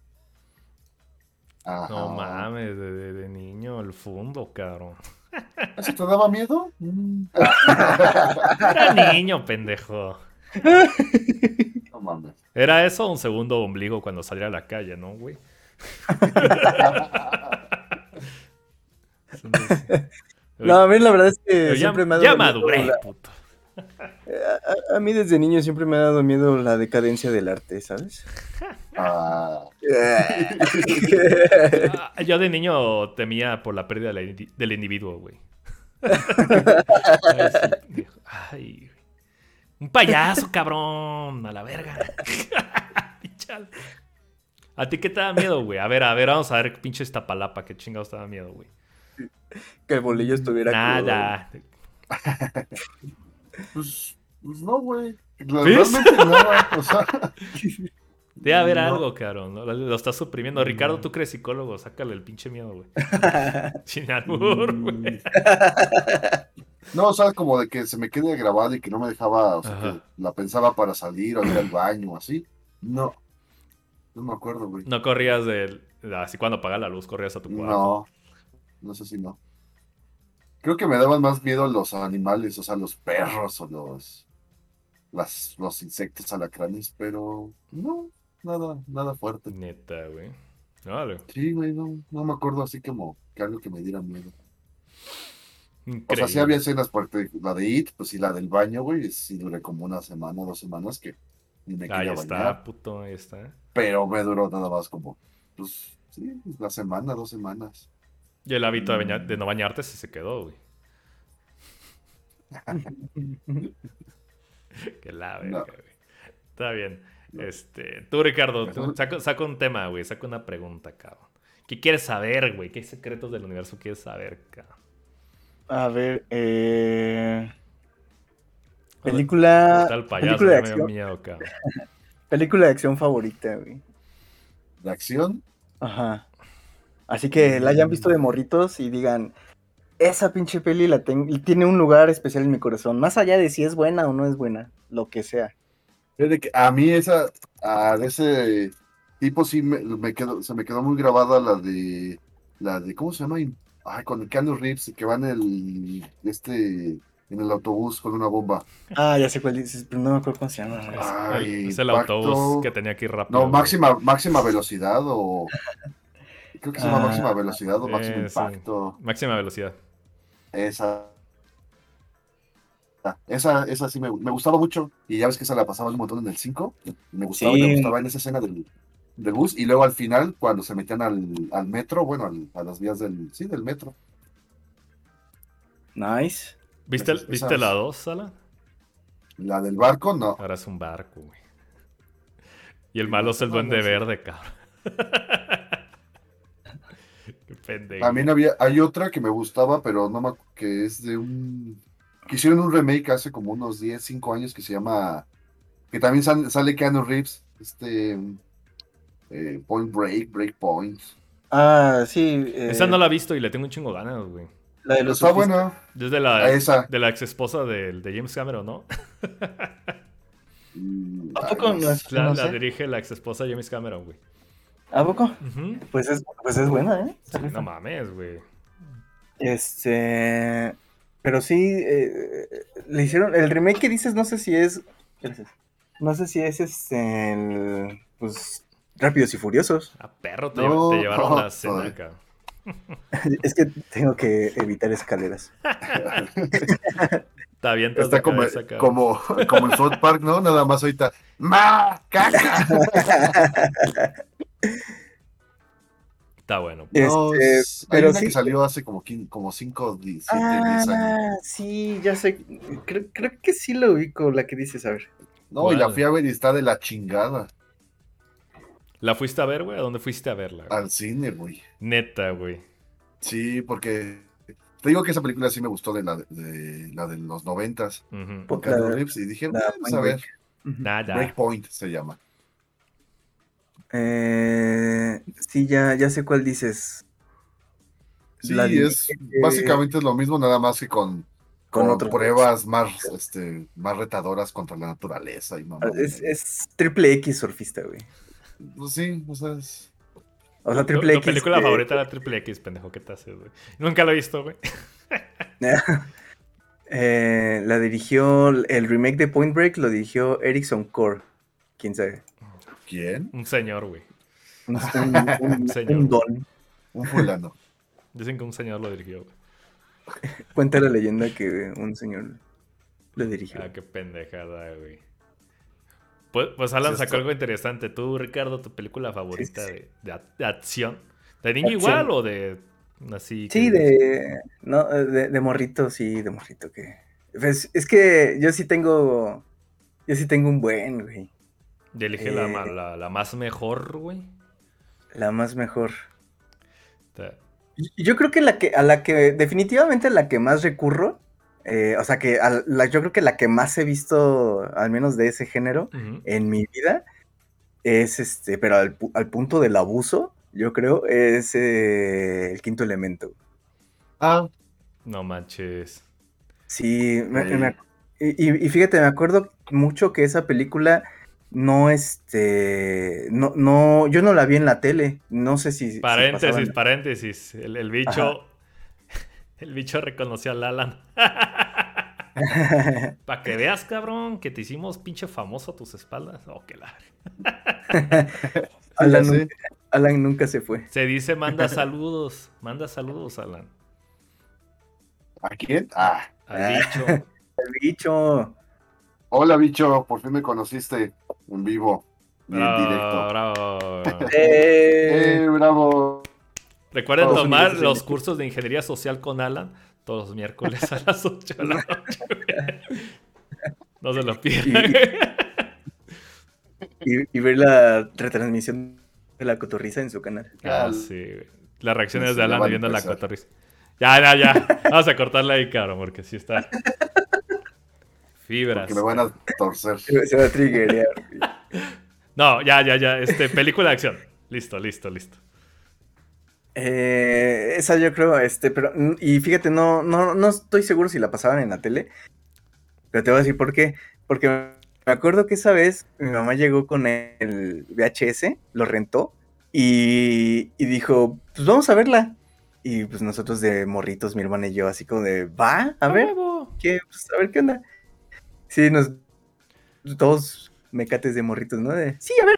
No Ajá. mames, de niño, el fondo, cabrón. ¿Eso te daba miedo? Era niño, pendejo. No mames. Era eso un segundo ombligo cuando salía a la calle, ¿no, güey? No, a mí la verdad es que Ya, siempre me ha ya dado miedo maduré, puto. a mí desde niño siempre me ha dado miedo la decadencia del arte, ¿sabes? Ah. Yo de niño temía por la pérdida del individuo, güey. Ay, sí, pendejo. Ay, güey. Un payaso, cabrón. A la verga. Chale. ¿A ti qué te da miedo, güey? A ver, vamos a ver, pinche Iztapalapa. ¿Qué chingados te da miedo, güey? Que el bolillo estuviera Nada. Pues no, güey. ¿Ves? Realmente nada. O sea, Debe haber no. algo, cabrón. ¿No? Lo estás suprimiendo. Ricardo, tú crees psicólogo. Sácale el pinche miedo, güey. Sin albur, güey. No, o sea, como de que se me quede grabado y que no me dejaba, o sea, Ajá. que la pensaba para salir o ir al baño, así. No, no me acuerdo, güey. No corrías así cuando apaga la luz, corrías a tu cuarto. No, no sé si no. Creo que me daban más miedo los animales, o sea, los perros o los insectos alacranes, pero no, nada fuerte. Neta, güey. Vale. Sí, güey, no me acuerdo así como que algo que me diera miedo. O sea, Increíble. sí había escenas, porque la de It, pues sí, la del baño, güey, sí duré como una semana, 2 semanas que ni me Ahí quería está, bañar, puto, ahí está. pero me duró nada más como, pues sí, la semana, 2 semanas. Y el hábito de no bañarte sí se quedó, güey. Que la verga, No. güey. Está bien. No. Tú, Ricardo, saca un tema, güey. Saca una pregunta, cabrón. ¿Qué quieres saber, güey? ¿Qué secretos del universo quieres saber, cabrón? A ver, película Está el payaso, película de ya me dio acción, miedo, cabrón. película de acción favorita, güey. ¿De acción? Ajá. Así que la hayan visto de morritos y digan, esa pinche peli tiene un lugar especial en mi corazón, más allá de si es buena o no es buena, lo que sea. Fíjate que a mí de ese tipo sí se me quedó muy grabada la de, ¿cómo se llama? Ay, con el Keanu Reeves, que va en el autobús con una bomba. Ah, ya sé cuál dices, pero no me acuerdo cómo se llama. Ay, Es el autobús Impacto. que tenía que ir rápido. No, güey. máxima velocidad creo que se llama máxima velocidad o máximo Sí. impacto. Máxima velocidad. Esa sí me gustaba mucho. Y ya ves que esa la pasaba un montón en el 5. Me gustaba y me Sí, gustaba en esa escena del bus. Y luego al final, cuando se metían al metro, bueno, a las vías del metro. nice. ¿Viste Esas- la 2, Sala? La del barco, no. Ahora es un barco, güey. Y el malo es el No, duende no sé. verde, cabrón. Qué pendejo. También hay otra que me gustaba, pero no me que es que hicieron un remake hace como unos 10 5 años que se llama, que también sale Keanu Reeves, Break Point. Ah, sí. Esa no la he visto y le tengo un chingo ganas, güey. La de los Está surfistas. buena. Desde Esa. de la ex esposa de James Cameron, ¿no? ¿A poco no es? La, No la sé. dirige la ex esposa de James Cameron, güey. ¿A poco? Ujú. Pues es buena, ¿eh? Sí, no mames, güey. Pero sí, le hicieron. El remake que dices, no sé si es. Gracias. No sé si es pues. Rápidos y Furiosos. A perro te, No, te llevaron la no, cena, joder. cabrón. Es que tengo que evitar escaleras. Te avientas Está de cabeza, cabrón. como en South Park, ¿no? Nada más ahorita. ¡Ma! ¡Caca! Está bueno. No, Este, hay pero una sí. que salió hace como 5, 7, 10 años. Sí, ya sé. Creo que sí lo ubico, la que dices, a ver. No, y la ¿Cuál? fui a ver y está de la chingada. ¿La fuiste a ver, güey? ¿A dónde fuiste a verla, güey? Al cine, güey. Neta, güey. Sí, porque te digo que esa película sí me gustó de la de los 90s. Ujú. Con Keanu Reeves y dije, la vamos a ver. Nada. Breakpoint se llama. Sí, ya sé cuál dices. Sí, La es básicamente es lo mismo, nada más que con con con otros. pruebas más retadoras contra la naturaleza y mamá. Es triple X surfista, güey. Pues sí, o sea, O sea, Tu, triple tu X. película favorita era Triple X, pendejo. ¿Qué te haces, güey? Nunca lo he visto, güey. La dirigió, el remake de Point Break lo dirigió Erickson Core. ¿Quién sabe? ¿quién? Un señor, güey. Un, Un señor. un don. Un fulano. Dicen que un señor lo dirigió, güey. Cuenta la leyenda que un señor lo dirigió. Ah, qué pendejada, güey. Pues Alan Sí, sacó esto- algo interesante. Tú, Ricardo, tu película favorita Sí. de acción. ¿De niño Acción. igual o de así? Sí, de morrito, sí, de morrito que. Pues, es que yo sí tengo un buen, güey. Elige la más mejor, güey. La más mejor. Ta- Y yo creo que a la que, definitivamente la que más recurro, o sea que yo creo que la que más he visto, al menos de ese género, Ujú. en mi vida, es pero al punto del abuso, yo creo, es El Quinto Elemento. Ah, No manches. Sí, ok. y fíjate, me acuerdo mucho que esa película no, no, yo no la vi en la tele, no sé si pasaba Paréntesis, en paréntesis. El Ajá. bicho. El bicho reconoció al Alan. Para que veas, cabrón, que te hicimos pinche famoso a tus espaldas. Oh, qué la. Sí, ya Alan, sé. Alan nunca se fue. Se dice manda saludos. Manda saludos, Alan. ¿A quién? Ah, Al bicho. El bicho. hola bicho, por fin me conociste en vivo y en Bravo, directo. bravo. Bravo. Recuerden Todos tomar unidos los en- cursos de ingeniería social con Alan todos los miércoles a las 8 de la noche. No se lo Y, pierdan. y ver la retransmisión de la cotorriza en su canal. Ah, sí, güey. Las reacciones de Ya Alan van a viendo la empezar. cotorriza. Ya. Vamos a cortarla ahí, cabrón, porque sí está. Fibras. Porque me van a torcer. Se va a triggerear. No, ya. Película de acción. Listo. Esa yo creo, pero, y fíjate, no estoy seguro si la pasaban en la tele, pero te voy a decir por qué. Porque me acuerdo que esa vez mi mamá llegó con el VHS, lo rentó y dijo, pues vamos a verla. Y pues nosotros de morritos, mi hermana y yo, así como de, va, a ver, Huevo. pues, a ver qué onda. Sí, todos mecates de morritos, ¿no? Sí, a ver.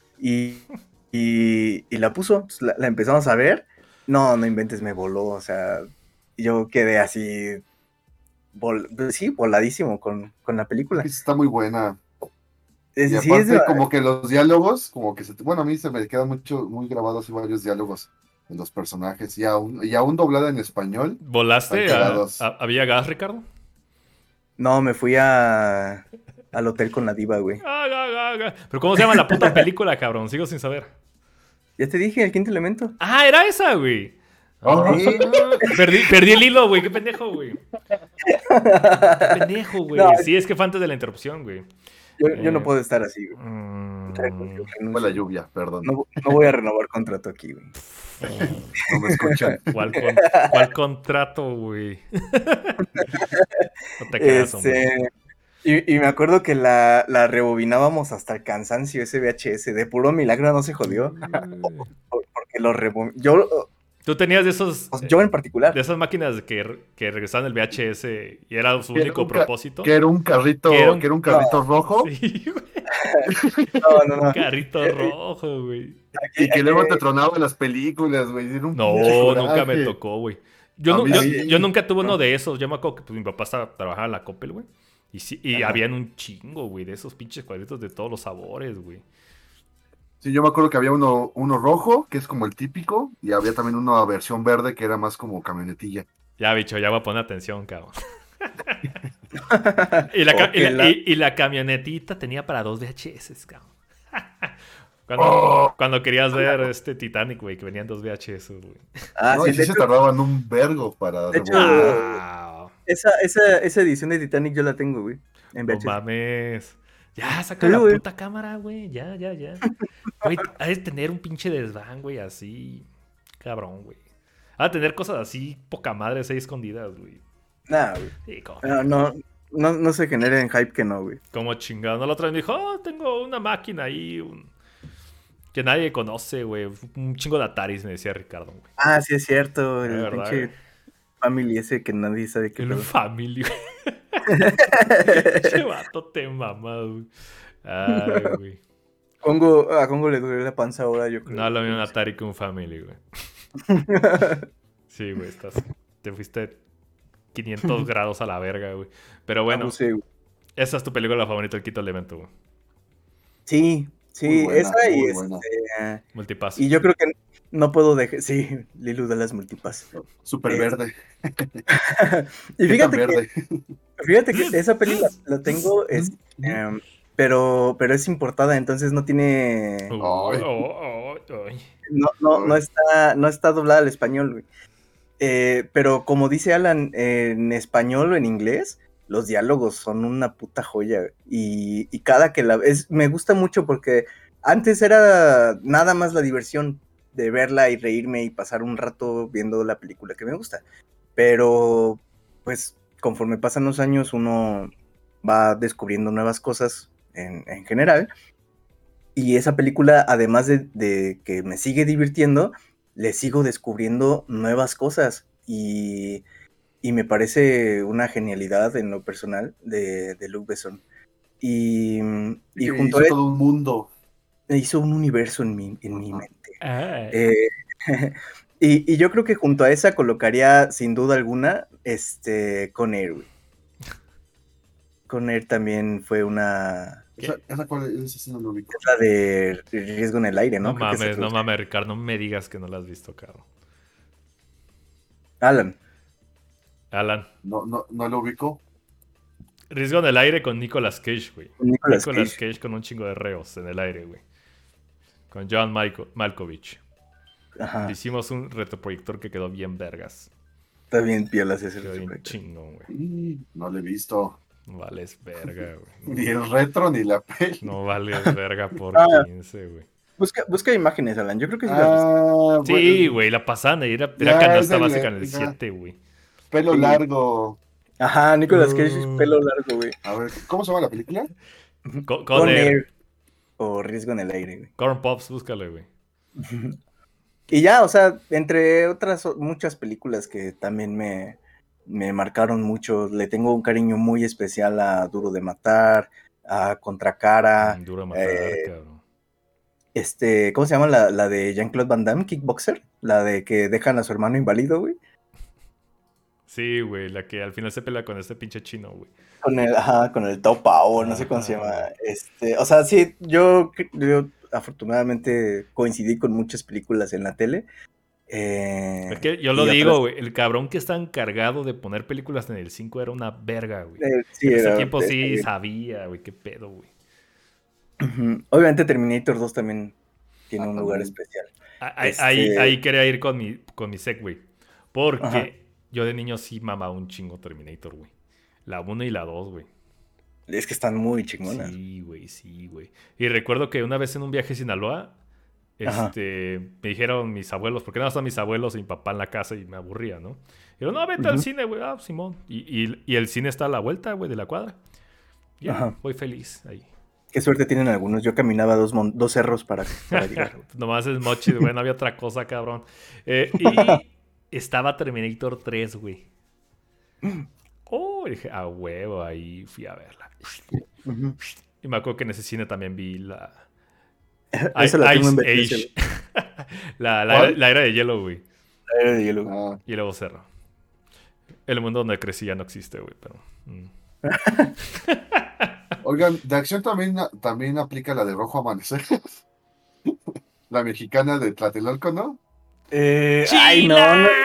Y la puso, entonces la empezamos a ver. No inventes, me voló, o sea, yo quedé así, sí, voladísimo con la Es película. que sí está muy buena. Y Sí, aparte, como que los diálogos, como que bueno, a mí se me quedan muy grabados y varios diálogos en los personajes. Y aún doblada en español, están ¿Volaste cagados. ¿Había gas, Ricardo? No, me fui al hotel con la diva, güey. Pero ¿cómo se llama la puta película, cabrón? Sigo sin saber. Ya te dije, El Quinto Elemento. Ah, era esa, güey. Oh, Sí. Perdí el hilo, güey. Qué pendejo, güey. Qué pendejo, güey. No, Sí, es que fue antes de la interrupción, güey. yo no puedo estar así, güey. Mm, fue la lluvia, perdón. No voy a renovar contrato aquí, güey. No me escuchan. ¿Cuál contrato, güey? No te creas, hombre. Y me acuerdo que la rebobinábamos hasta el cansancio ese VHS. De puro milagro no se jodió. Porque Tú tenías de esos. yo en particular. De esas máquinas que regresaban el VHS y era su Que era único un ca- propósito. Que era un carrito, Que era un- que era un carrito rojo Sí, güey. No. Un carrito rojo, güey. y que luego te tronaba las películas, güey. Era un No, pinche nunca me coraje. tocó, güey. A mí sí. Yo nunca tuve uno de esos. Yo me acuerdo que pues, mi papá trabajaba en la Coppel, güey. Y Ajá. habían un chingo, güey, de esos pinches cuadritos de todos los sabores, güey. Sí, yo me acuerdo que había uno rojo, que es como el típico, y había también una versión verde que era más como camionetilla. Ya, bicho, ya voy a poner atención, cabrón. Y la camionetita tenía para 2 VHS, cabrón. Cuando querías ver Titanic, güey, que venían 2 VHS, güey. No, Sí, y sí se tardaban un vergo para de hecho, rebobinar. Wow. esa edición de Titanic yo la tengo, güey. En No VHS. mames. Ya, saca Sí, la güey. puta cámara, güey. Ya. Güey, ha de tener un pinche desván, güey, así. Cabrón, güey. Ha de tener cosas así, poca madre, ahí escondidas, güey. Nah, güey. Sí, como, No se generen hype que no, güey. como chingado. No, la otra vez me dijo, tengo una máquina ahí que nadie conoce, güey. Un chingo de Ataris, me decía Ricardo, güey. Ah, sí es cierto, De el verdad, pinche güey. family ese que nadie sabe qué El pedo. Family, güey. Che vato te mama, güey. Ay, güey. A Congo le duele la panza ahora, yo creo. No lo mismo un Atari que un Family, güey. Sí, güey, te fuiste 500 grados a la verga, güey. Pero bueno, Abusé, güey. esa es tu película favorita, El Quinto Elemento, güey. Sí, Muy buena, esa y muy buena. Multipass. y yo creo que no puedo dejar, sí, Lilu de las multipass. Súper verde. Y ¿Qué tan fíjate verde? que esa película la tengo, pero es importada, entonces no tiene, Ay. no está doblada al español, güey. Pero como dice Alan, en español o en inglés, los diálogos son una puta joya. Y cada que me gusta mucho porque antes era nada más la diversión de verla y reírme y pasar un rato viendo la película que me gusta. Pero, pues, conforme pasan los años, uno va descubriendo nuevas cosas en general. Y esa película, además de que me sigue divirtiendo, le sigo descubriendo nuevas cosas. Y me parece una genialidad en lo personal de Luc Besson. Y Que junto a hizo él todo un mundo. hizo un universo en mi mente. Ay. Y yo creo que junto a esa colocaría, sin duda alguna, Con Air, güey. Con Air también fue una... ¿Esa cuál es? Esa sí no lo ubico. Es la de Riesgo en el Aire, ¿no? No Creo que mames, esa no mames, Ricardo, no me digas que no la has visto, cabrón. Alan. Alan. No lo ubico. Riesgo en el aire con Nicolas Cage, güey. Nicolas Cage con un chingo de reos en el aire, güey. Con John Malkovich. Ajá. Hicimos un retroproyector que quedó bien vergas. Está bien piolas ese Quedó bien proyecto. chingón, güey. No lo he visto. No vales verga, güey. Ni el retro ni la peli. No vales verga por 15, güey. Busca imágenes, Alan. Yo creo que sí las viste. Sí, güey, la pasaban y era Ya, canasta es básica en el ya. 7, güey. Pelo Sí. largo. Ajá, Nicolas Cage es pelo largo, güey. A ver, ¿cómo se llama la película? Con Air. O Riesgo en el Aire, güey. Corn Pops, búscale, güey. Y ya, o sea, entre otras muchas películas que también me marcaron mucho, le tengo un cariño muy especial a Duro de Matar, a Contracara. Duro de matar, cabrón. ¿Cómo se llama la de Jean-Claude Van Damme, Kickboxer? La de que dejan a su hermano inválido, güey. Sí, güey, la que al final se pelea con este pinche chino, güey. Con el Tao Pao, no sé cómo se llama. O sea, sí, yo afortunadamente coincidí con muchas películas en la tele. Es que yo lo digo, güey, el cabrón que está encargado de poner películas en el 5 era una verga, güey. Sí, en ese era tiempo sí sabía, güey, qué pedo, güey. Obviamente Terminator 2 también tiene un lugar especial. Ahí quería ir con mi segue, porque yo de niño sí mamaba un chingo Terminator, güey. La 1 y la 2, güey. Es que están muy chingonas. Sí, güey. Y recuerdo que una vez en un viaje a Sinaloa, me dijeron mis abuelos, porque no están mis abuelos y mi papá en la casa y me aburría, ¿no? Y dijeron, no, vete al cine, güey. Ah, Simón. Y el cine está a la vuelta, güey, de la cuadra. Ya, voy feliz ahí. Qué suerte tienen algunos. Yo caminaba dos cerros para llegar. Nomás es mochi, güey. No había otra cosa, cabrón. Y estaba Terminator 3, güey. Dije, a huevo, ahí fui a verla. Y me acuerdo que en ese cine también vi la... Esa la tengo en Ice Age. la era de hielo, güey. La era de hielo. Y luego cerró. El mundo donde crecí ya no existe, güey, pero... Oigan, de acción también aplica la de Rojo Amanecer. La mexicana de Tlatelolco, ¿no? ¡Ay, no!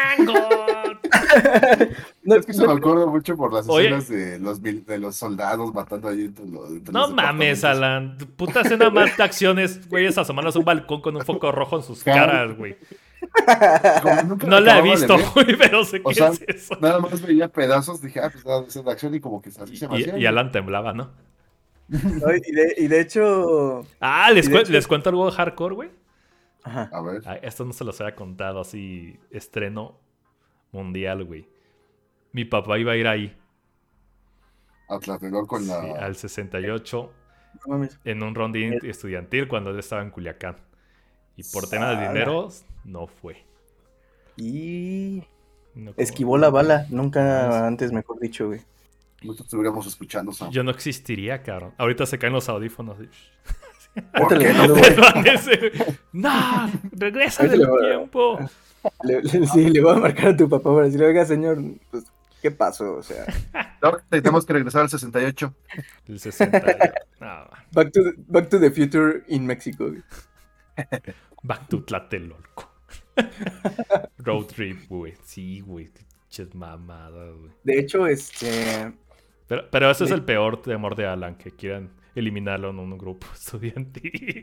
Es que se me acuerda mucho por las escenas de los soldados matando ahí entre no mames, Alan. Puta escena más de acciones, güey, asomándose a un balcón con un foco rojo en sus caras, güey. No la he visto, güey, pero sé qué es eso. Nada más veía pedazos, dije, pues nada, es de acción y como que se me hacía. Y Alan temblaba, ¿no? Y de hecho... ¿les cuento algo hardcore, güey? Ajá. A ver. Esto no se los había contado así, estreno mundial, güey. Mi papá iba a ir ahí, A Tlatelolco con sí, la... al 68, No mames. en un rondín estudiantil cuando él estaba en Culiacán. Y por temas de Sala. dinero, no fue. Y No, como- esquivó la bala. Nunca Nice. antes, mejor dicho, güey. Nosotros estuviéramos escuchando, Sam. Yo no existiría, cabrón. Ahorita se caen los audífonos. ¿Por Ahorita qué le no? mando, güey. Desvanece. ¡No! ¡Regresa Ahorita del le voy a- tiempo! Sí, le voy a marcar a tu papá para decirle, oiga, señor, pues, ¿qué pasó? O sea, No, tenemos que regresar al 68. El 60. No, back to the future in Mexico, güey. back to Tlatelolco. Road trip, güey. Sí, güey. Pinches mamadas, güey. De hecho, Pero ese es el peor temor de Alan, que quieran eliminarlo en un grupo estudiantil.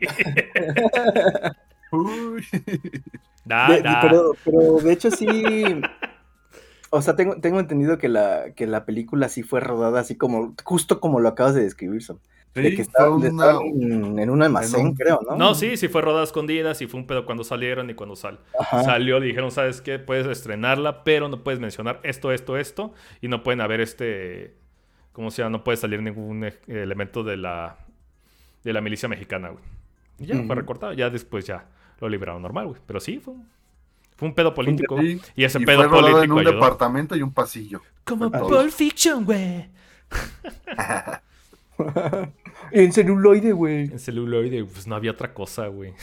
Uy. Pero de hecho sí. O sea, tengo entendido que la película sí fue rodada así como, justo como lo acabas de describir, Sam. De Sí, que fue estaban en un almacén, creo, ¿no? No, sí fue rodada a escondidas y fue un pedo cuando salieron y cuando Ajá. salió dijeron, ¿sabes qué? Puedes estrenarla, pero no puedes mencionar esto y no pueden haber ¿cómo se llama? No puede salir ningún elemento de la milicia mexicana, güey. Y ya fue recortado, ya después ya lo libraron normal, güey. Pero sí, fue un pedo político. Sí, Y ese y pedo fue rodado en político un ayudó. departamento y un pasillo. Como Fue todo. Pulp Fiction, güey. En celuloide, güey. En celuloide, pues no había otra cosa, güey.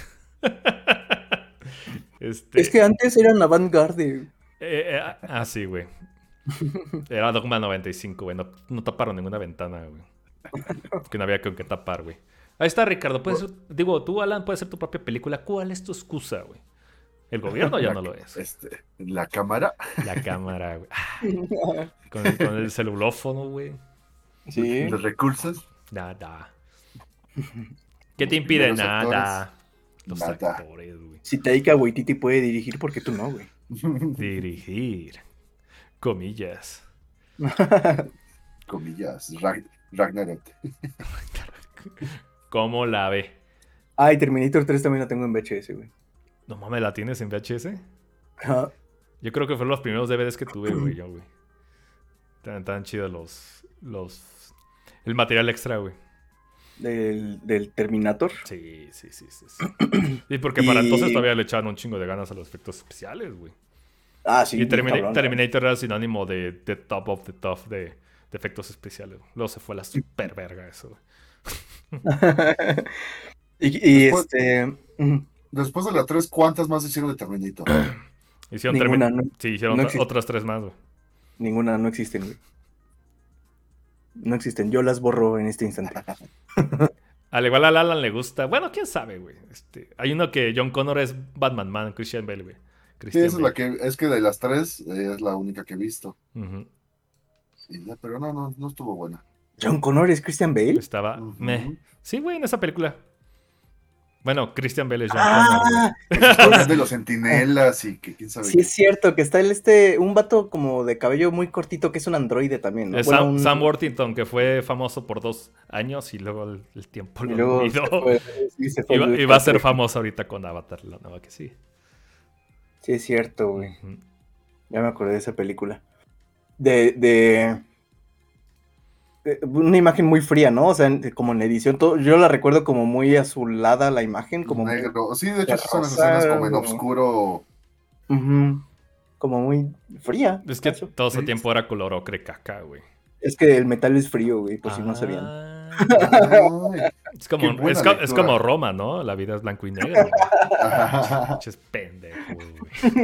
Es que antes eran avant-garde. Sí, güey. Era Dogma 95, güey. No taparon ninguna ventana, güey. Que no había con qué tapar, güey. Ahí está, Ricardo. Tú, Alan, puedes hacer tu propia película. ¿Cuál es tu excusa, güey? El gobierno ya no lo es. La cámara. La cámara, güey. Con el celulófono, güey. Sí. Los recursos. Nada. ¿Qué te Los impide? primeros Nada. Los Nada. actores, güey. Si Taika Waititi puede dirigir, ¿por qué tú no, güey? Dirigir. Comillas. Comillas. Ragnarok. ¿Cómo la ve? Ay, Terminator 3 también la tengo en VHS, güey. No mames, ¿la tienes en VHS? Ajá. Yo creo que fueron los primeros DVDs que tuve, güey, güey. Tan chidos el material extra, güey. Del Terminator. Sí. Sí, porque para entonces todavía le echaban un chingo de ganas a los efectos especiales, güey. Ah, sí. Y bien cabrón, Terminator era sinónimo de top of the top de efectos especiales. Luego se fue a la super verga eso, güey. y Después- ujú. Después de la 3, ¿cuántas más hicieron de Terminator? Hicieron Ninguna, no. Sí, hicieron No existe. otras 3 más, güey. Ninguna, no existen, güey. No existen, yo las borro en este instante. Al igual a Alan le gusta. Bueno, quién sabe, güey. Hay uno que John Connor es Batman Man, Christian Bale, güey. Sí, Christian esa es Bale. es que de las 3 es la única que he visto. Ujú. Sí, pero no estuvo buena. ¿John Connor es Christian Bale? Estaba. Ujú. Sí, güey, en esa película. Bueno, Christian Bale es John Connor, Ah, Historias de los centinelas y que quién sabe. sí es cierto, que está un vato como de cabello muy cortito que es un androide también, ¿no? Es Bueno, Sam Worthington, que fue famoso por 2 años y luego el tiempo y lo luego olvidó. se fue Y va a ser famoso ahorita con Avatar, la nueva que sí. Sí es cierto, güey. Ujú. Ya me acordé de esa película. De una imagen muy fría, ¿no? O sea, como en edición, yo la recuerdo como muy azulada la imagen, como muy, Negro. Sí, de hecho, sí son las rosa, escenas como en güey. oscuro. ujú, como muy fría. Es que Eso. todo ese Sí. tiempo era color ocre caca, güey. Es que el metal es frío, güey, por si no sabían. Ay, Es como, Qué buena es lectura. como Roma, ¿no? La vida es blanco y negro. ajá. Pinches pendejos, güey.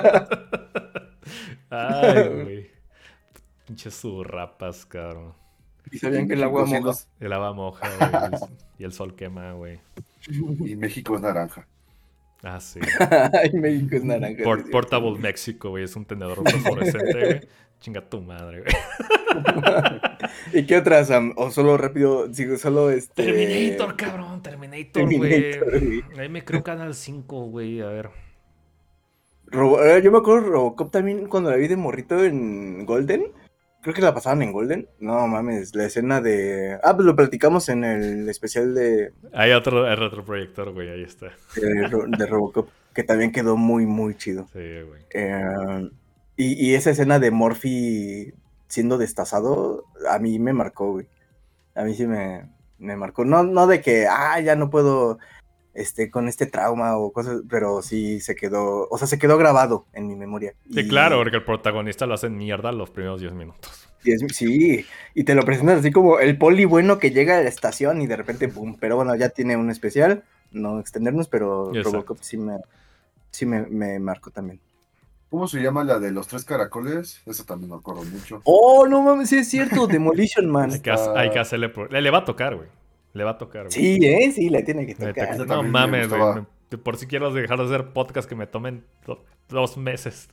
Ay, güey. Pinches zurrapas, cabrón. Y sabían que el agua México moja. El agua moja, güey. Y el sol quema, güey. Y México es naranja. Ah, sí. Ay, México es naranja. sí, Portable México, güey. Es un tenedor fluorescente, güey. Chinga tu madre, güey. ¿Y qué otras, Sam? O solo rápido, sigo solo Terminator, cabrón. Terminator, Terminator, güey. güey. Ahí me creo Canal 5, güey. A ver. Yo me acuerdo de Robocop también cuando la vi de morrito en Golden. Creo que la pasaban en Golden. No mames, la escena de... Ah, pues lo platicamos en el especial Hay otro retroproyector, güey. Ahí está. de Robocop, que también quedó muy, muy chido. Sí, güey. Y esa escena de Murphy siendo destazado, a mí me marcó, güey. A mí sí me marcó. No de que, ya no puedo, con este trauma o cosas, pero sí se quedó, o sea, se quedó grabado en mi memoria. Sí, claro, porque el protagonista lo hace mierda los primeros 10 minutos. Sí, y te lo presentan así como el poli bueno que llega a la estación y de repente, boom. Pero bueno, ya tiene un especial, no extendernos, pero Exacto. Robocop sí me marcó también. ¿Cómo se llama la de los 3 caracoles? Esa también me acuerdo mucho. Oh, no mames, sí es cierto, Demolition Man. Hay que hacerle... Le va a tocar, güey. Le va a tocar, güey. Sí, sí, le tiene que tocar. Esa No también me mames, gustaba. güey. Por si quiero dejar de hacer podcast que me tomen 2 meses.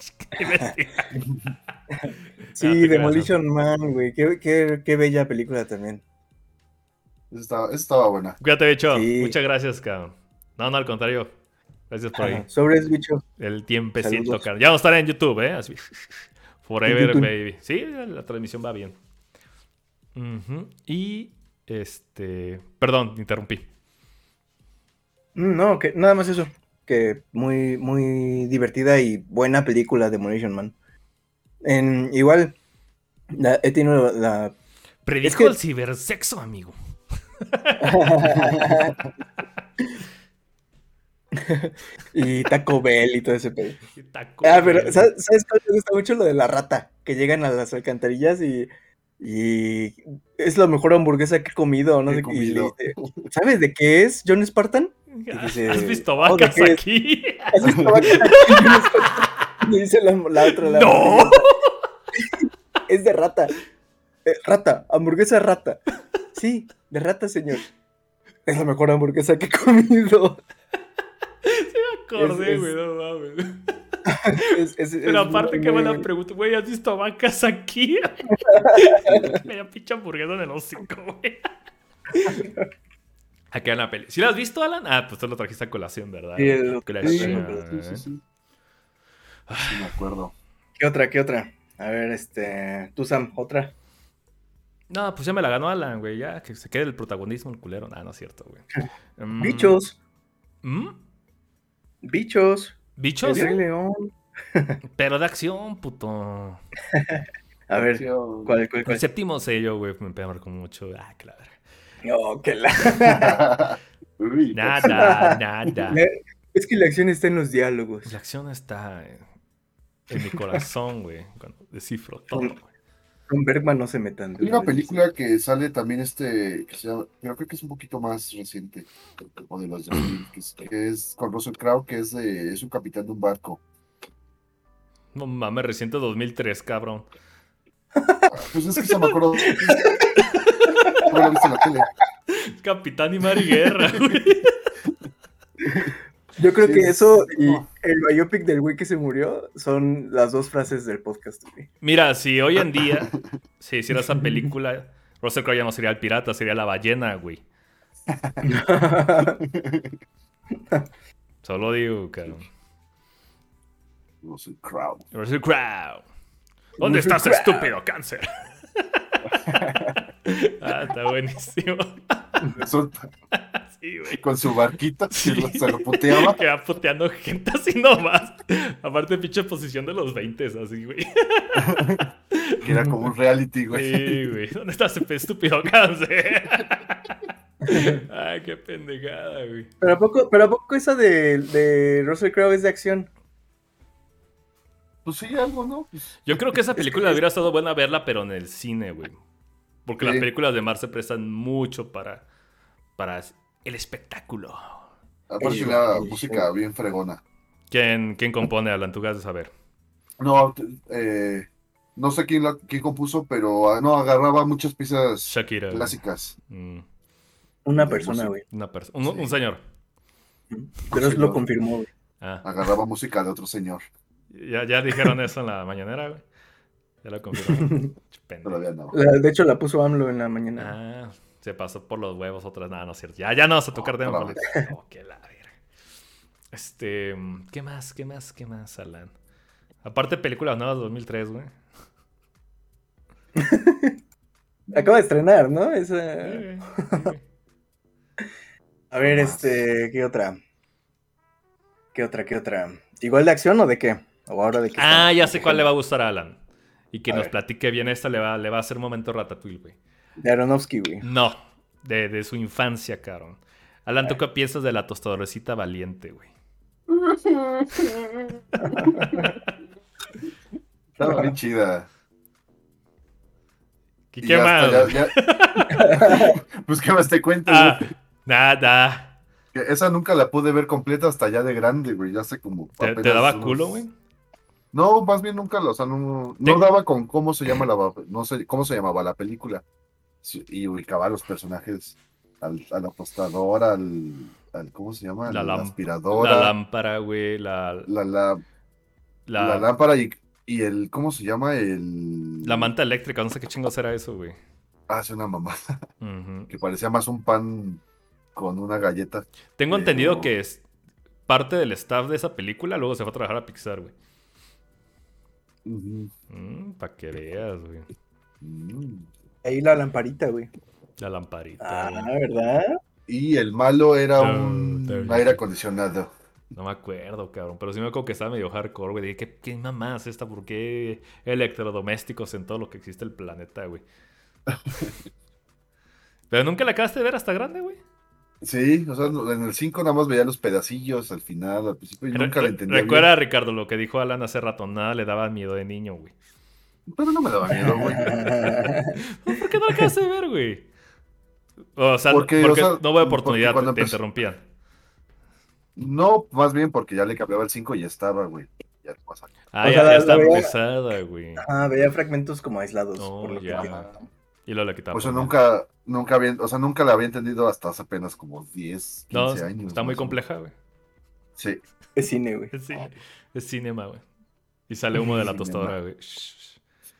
Sí, No te creas, Demolition Man, güey. Qué bella película también. Esa estaba buena. Cuídate, bicho. Sí. Muchas gracias, cabrón. No, al contrario. Gracias por ahí. Sobres, bicho. El tiempecito, Saludos. cabrón. Ya vamos a estar en YouTube, ¿eh? Así. Forever, YouTube. baby. Sí, la transmisión va bien. Ujú. Y, perdón, interrumpí. No, que nada más eso. Que muy, muy divertida y buena película Demolition Man. Igual, he tenido la... Predijo Es que- el cibersexo, amigo. y Taco Bell y todo ese pedo. Taco Pero Bell. ¿sabes cuál me gusta mucho? Lo de la rata, que llegan a las alcantarillas y es la mejor hamburguesa que he comido, no Que he sé, y le comido. dice, ¿sabes de qué es, John Spartan? Y dice, ¿Has visto "Oh, ¿de vacas qué es?". aquí? ¿Has visto vacas aquí, John Spartan? Y dice la otra, la ¡No! es de rata. Rata, hamburguesa rata. Sí, de rata, señor. Es la mejor hamburguesa que he comido. Me acordé, Es- güey, no mames. Pero Pero aparte, qué buena pregunta. Güey, ¿has visto vacas aquí? Me da pinche hamburguesa en el hocico, güey. Aquí en la peli. ¿Sí la has visto, Alan? Pues tú lo trajiste a colación, ¿verdad? Sí, Colación. Sí. Sí, me acuerdo. ¿Qué otra? A ver, tú, Sam, otra. No, pues ya me la ganó Alan, güey. Ya, que se quede el protagonismo, el culero. No es cierto, güey. Bichos. ¿Mm? Bichos. ¿Bichos? El Rey León. Pero de acción, puto. A ver, ¿cuál? El séptimo sello, güey, me marcó mucho. Que la verga. No, que la... Uy, Nada. Es que la acción está en los diálogos. La acción está en mi corazón, güey. Cuando descifro todo, güey. Con Bergman no se metan. Hay una película que sale también que se llama, pero creo que es un poquito más reciente, o de los 2000, que es con Russell Crowe, que es un capitán de un barco. No mames, reciente 2003, cabrón. Pues es que se me acuerdo. No lo he visto en la tele. Capitán y Mari Guerra, güey. Yo creo Sí, que eso y no. el biopic del güey que se murió son las dos frases del podcast, güey. Mira, si hoy en día se hiciera esa película, Russell Crowe ya no sería el pirata, sería la ballena, güey. Solo digo, cabrón. Russell Crowe. Russell Crowe. ¿Dónde Russell estás, Crowe. estúpido cáncer? Está buenísimo. Resulta, Sí, güey. con su barquita, Sí. que se lo puteaba. Que va puteando gente así nomás. Aparte, pinche posición de los 20, así, güey. Que era como un reality, güey. Sí, güey. ¿Dónde estás, estúpido cáncer? Ay, qué pendejada, güey. ¿Pero a poco esa de Russell Crowe es de acción? Pues sí, algo, ¿no? Pues, Yo creo que esa película hubiera estado buena verla, pero en el cine, güey. Porque Sí. las películas de Mar se prestan mucho para el espectáculo. aparte El- la el música bien fregona. ¿Quién compone, Alan? Tú has de saber. No, no sé quién compuso, pero no, agarraba muchas piezas Shakira. güey. clásicas. Una De persona, música. güey. Una persona. Un señor. Pero Sí, lo no. confirmó, güey. Agarraba música de otro señor. Ya dijeron eso en la mañanera, güey. Ya lo confirmaron. Pendejo. Todavía no. De hecho, la puso AMLO en la mañana. Se pasó por los huevos otras. Nada, no es cierto. Ya no vamos a tocar tema otra político. No, qué la verga. ¿Qué más, Alan? Aparte, películas nuevas de 2003, güey. Acaba de estrenar, ¿no? Esa... Sí, güey. A ver, más? ¿qué otra? ¿Qué otra? ¿Igual de acción o de qué? O ahora de que Ah, estamos ya sé cuál le va a protegiendo. gustar a Alan. Y que A nos ver. platique bien esta, le va a hacer un momento Ratatouille, güey. De Aronofsky, güey. No, de su infancia, cabrón. Alan, A ¿tú ver. qué piensas de la tostadorcita valiente, güey? Estaba bien chida. ¿Qué, Y qué ya hasta más? pues qué más te cuento, güey. Ah, nada. Que esa nunca la pude ver completa hasta ya de grande, güey. Ya hace como ¿Te apenas daba culo, güey? No, más bien nunca, o sea, no Te- daba con cómo se llama no sé cómo se llamaba la película. Sí, y ubicaba a los personajes, a la tostadora, ¿cómo se llama? La, La la aspiradora, lámpara, güey. la, la, la La, lámpara y ¿cómo se llama? la manta eléctrica, no sé qué chingos era eso, güey. Es una mamá, Ujú. que parecía más un pan con una galleta, Tengo entendido pero... que es parte del staff de esa película, luego se fue a trabajar a Pixar, güey. Ujú. Para que veas, güey. Mm. Ahí la lamparita, güey. La lamparita, güey. ¿Verdad? Y el malo era No, un there you aire go. acondicionado. No me acuerdo, cabrón. Pero sí me acuerdo que estaba medio hardcore, güey. Dije, ¿qué mamá es esta? ¿Por qué electrodomésticos en todo lo que existe el planeta, güey? Pero nunca la acabaste de ver hasta grande, güey. Sí, o sea, en el 5 nada más veía los pedacillos al final, al principio, y nunca la entendía bien. Recuerda, Ricardo, lo que dijo Alan hace rato. Nada le daba miedo de niño, güey. Pero no me daba miedo, güey. Pues, ¿por qué no la acabaste de ver, güey? O sea, Porque, o sea, no hubo porque oportunidad, cuando te empezó. interrumpían. No, más bien porque ya le cambiaba el 5 y ya estaba, güey. Ya no pasa. Ah, O ya, sea, ya la está veía, pesada, güey. veía fragmentos como aislados, por Oh, lo que ya. entiendo. Y luego le quitaba Pues yo por miedo. nunca había, o sea, nunca la había entendido hasta hace apenas como 10, No, 15 años. está muy más o menos. compleja, güey. Sí. Es cine, güey. Sí, es cinema, güey. Y sale humo de la Cinema. tostadora, güey. Shh.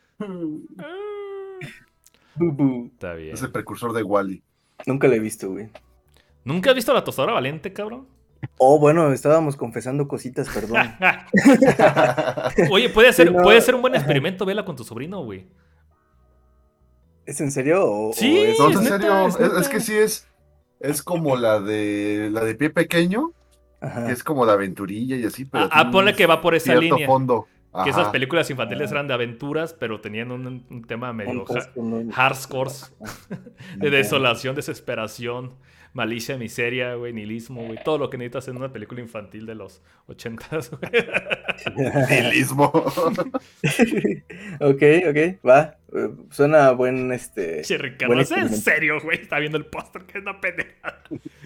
Ah, Bu. está bien. Es el precursor de Wally. Nunca la he visto, güey. ¿Nunca has visto la tostadora valiente, cabrón? Oh, bueno, estábamos confesando cositas, perdón. Oye, Sí, no. puede ser un buen experimento, vela con tu sobrino, güey. ¿Es en serio o Sí, es No, es en neta, serio, es es neta. que sí es como la de pie pequeño, Ajá. que es como de aventurilla y así, pero tiene Ponle un que va por esa cierto línea. fondo. Que esas Ajá. películas infantiles eran de aventuras, pero tenían un tema medio hardcore, de desolación, desesperación, malicia, miseria, güey, nihilismo, güey. Todo lo que necesitas en una película infantil de los 80s, güey. Nihilismo. Ok, va. Suena buen, Che, Ricardo, buen ¿es en experimento. serio, güey? Está viendo el póster, que es una pendeja.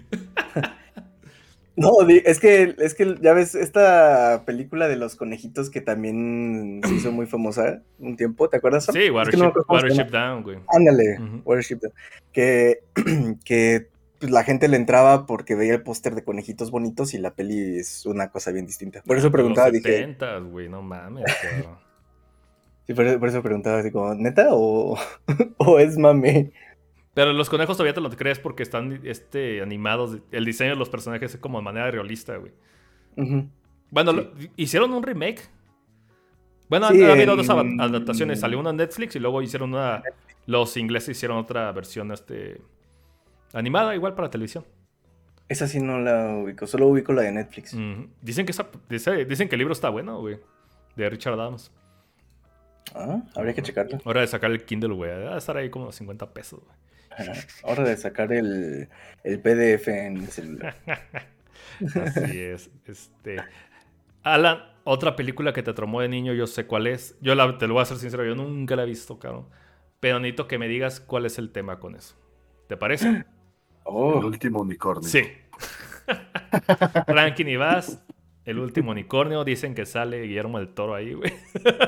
No, es que ya ves esta película de los conejitos que también se hizo muy famosa un tiempo, ¿te acuerdas, Sam? Sí, Es que no me acuerdo cómo se llama. Watership Down, güey. Ándale, Ujú. Watership Down. Que pues, la gente le entraba porque veía el póster de conejitos bonitos y la peli es una cosa bien distinta. Por eso preguntaba, Los dije, 70s, güey, no mames, cabrón. sí, por eso preguntaba, así como, ¿neta o, o es mame? Pero los conejos todavía te lo crees porque están animados. El diseño de los personajes es como de manera realista, güey. Ujú. Bueno, Sí. hicieron un remake. Bueno, Sí, han habido dos en- adaptaciones. Salió una en Netflix y luego hicieron una. Los ingleses hicieron otra versión animada, igual para televisión. Esa sí no la ubico, solo ubico la de Netflix. Ujú. Dicen que el libro está bueno, güey. De Richard Adams. Habría que checarlo. Hora de sacar el Kindle, güey. Va a estar ahí como 50 pesos, güey. Ajá. Hora de sacar el PDF en el celular. Así es. Alan, otra película que te traumó de niño, yo sé cuál es. Te lo voy a ser sincero, yo nunca la he visto, cabrón. Pero necesito que me digas cuál es el tema con eso. ¿Te parece? El Oh, último unicornio. Sí. Rankin y Bass, el último unicornio. Dicen que sale Guillermo del Toro ahí, güey.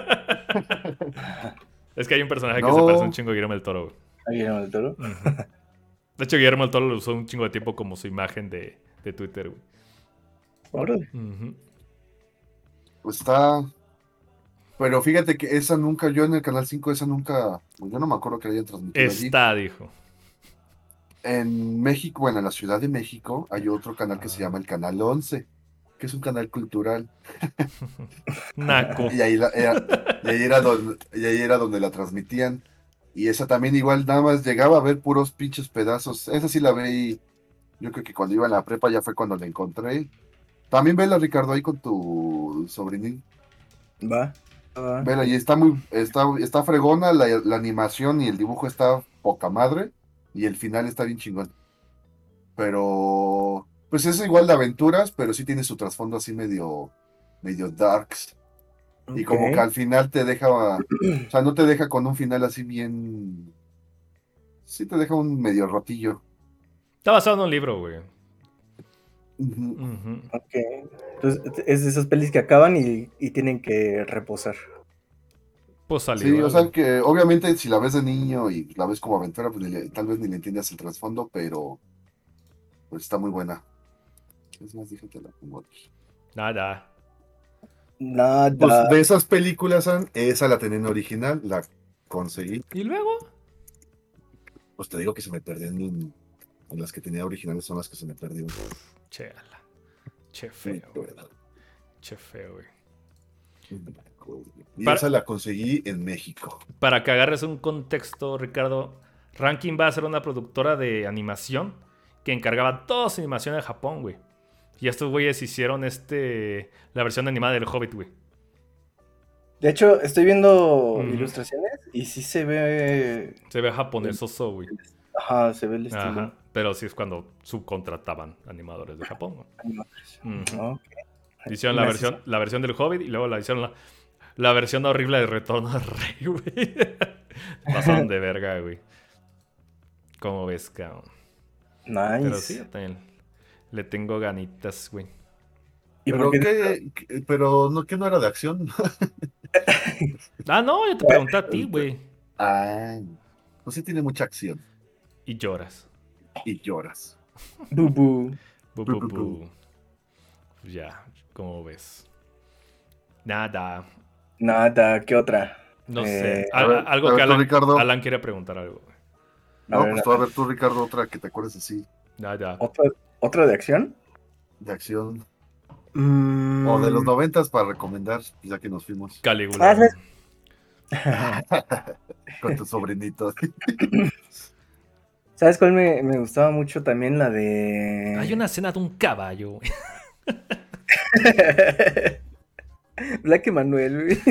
Es que hay un personaje que No. se parece un chingo a Guillermo del Toro, güey. ¿a Guillermo del Toro? Ujú. De hecho, Guillermo del Toro lo usó un chingo de tiempo como su imagen de Twitter, güey. Órale. Ujú. Pues está. Pero fíjate que esa nunca, yo en el Canal 5, esa nunca, pues yo no me acuerdo que la hayan transmitido allí. Está, dijo. En México, bueno, en la Ciudad de México, hay otro canal que se llama el Canal 11, que es un canal cultural. Naco. Y ahí, y ahí era donde la transmitían. Y esa también igual nada más llegaba a ver puros pinches pedazos. Esa sí la vi, yo creo que cuando iba en la prepa ya fue cuando la encontré. También vela, Ricardo, ahí con tu sobrinín. Va. Va. Vela, y está fregona, la animación y el dibujo está poca madre, y el final está bien chingón. Pero, pues es igual de aventuras, pero sí tiene su trasfondo así medio darks. Y Ok. como que al final te deja, o sea, no te deja con un final así bien, sí te deja un medio rotillo. Está basado en un libro, güey. Ujú. Ujú. Ok. Entonces, es de esas pelis que acaban y tienen que reposar. Pues al Sí, o igual, sea güey. que obviamente si la ves de niño y la ves como aventura, pues tal vez ni le entiendas el trasfondo, pero pues está muy buena. Es más, déjate la pongo aquí. Nada. Pues Nada. de esas películas, esa la tenía en original, la conseguí. ¿Y luego? Pues te digo que se me perdieron en las que tenía originales son las que se me perdieron. Che, ala. Che Muy feo, güey. buena. Che feo, güey. Y esa Para, la conseguí en México. para que agarres un contexto, Ricardo, Rankin va a ser una productora de animación que encargaba toda su animación en Japón, güey. Y estos güeyes hicieron la versión animada del Hobbit, güey. De hecho, estoy viendo Ujú. ilustraciones y sí se ve. Se ve japonesoso, güey. Ajá, se ve el estilo. Ajá. Pero sí es cuando subcontrataban animadores de Japón, güey. Animadores. Ujú. Ok. Hicieron la Gracias. versión, la versión del Hobbit y luego hicieron la versión horrible de Retorno al Rey, güey. Pasaron de verga, güey. ¿Cómo ves, cabrón? Pero sí, Nice. yo también le tengo ganitas, güey. ¿Y por qué? Pero no, que no era de acción. Ah, no, yo te pregunté a ti, güey. Ah, pues sí tiene mucha acción. Y lloras. Y lloras. Bubu. Bu, bu, bu. Ya, ¿cómo ves? Nada. Nada, ¿qué otra? No Eh, sé. A Algo que ver tú, Ricardo. Alan quiere preguntar algo, güey. a No, ver, pues tú, a ver tú, Ricardo, otra que te acuerdes así, Nada. ¿otra de acción? de acción. O de los Mm, 90 para recomendar, ya que nos fuimos. Calígula. ¿sabes? Con tu sobrinito. ¿Sabes cuál me gustaba mucho también? La Hay de... una escena de un caballo, güey. Black Emanuel, güey.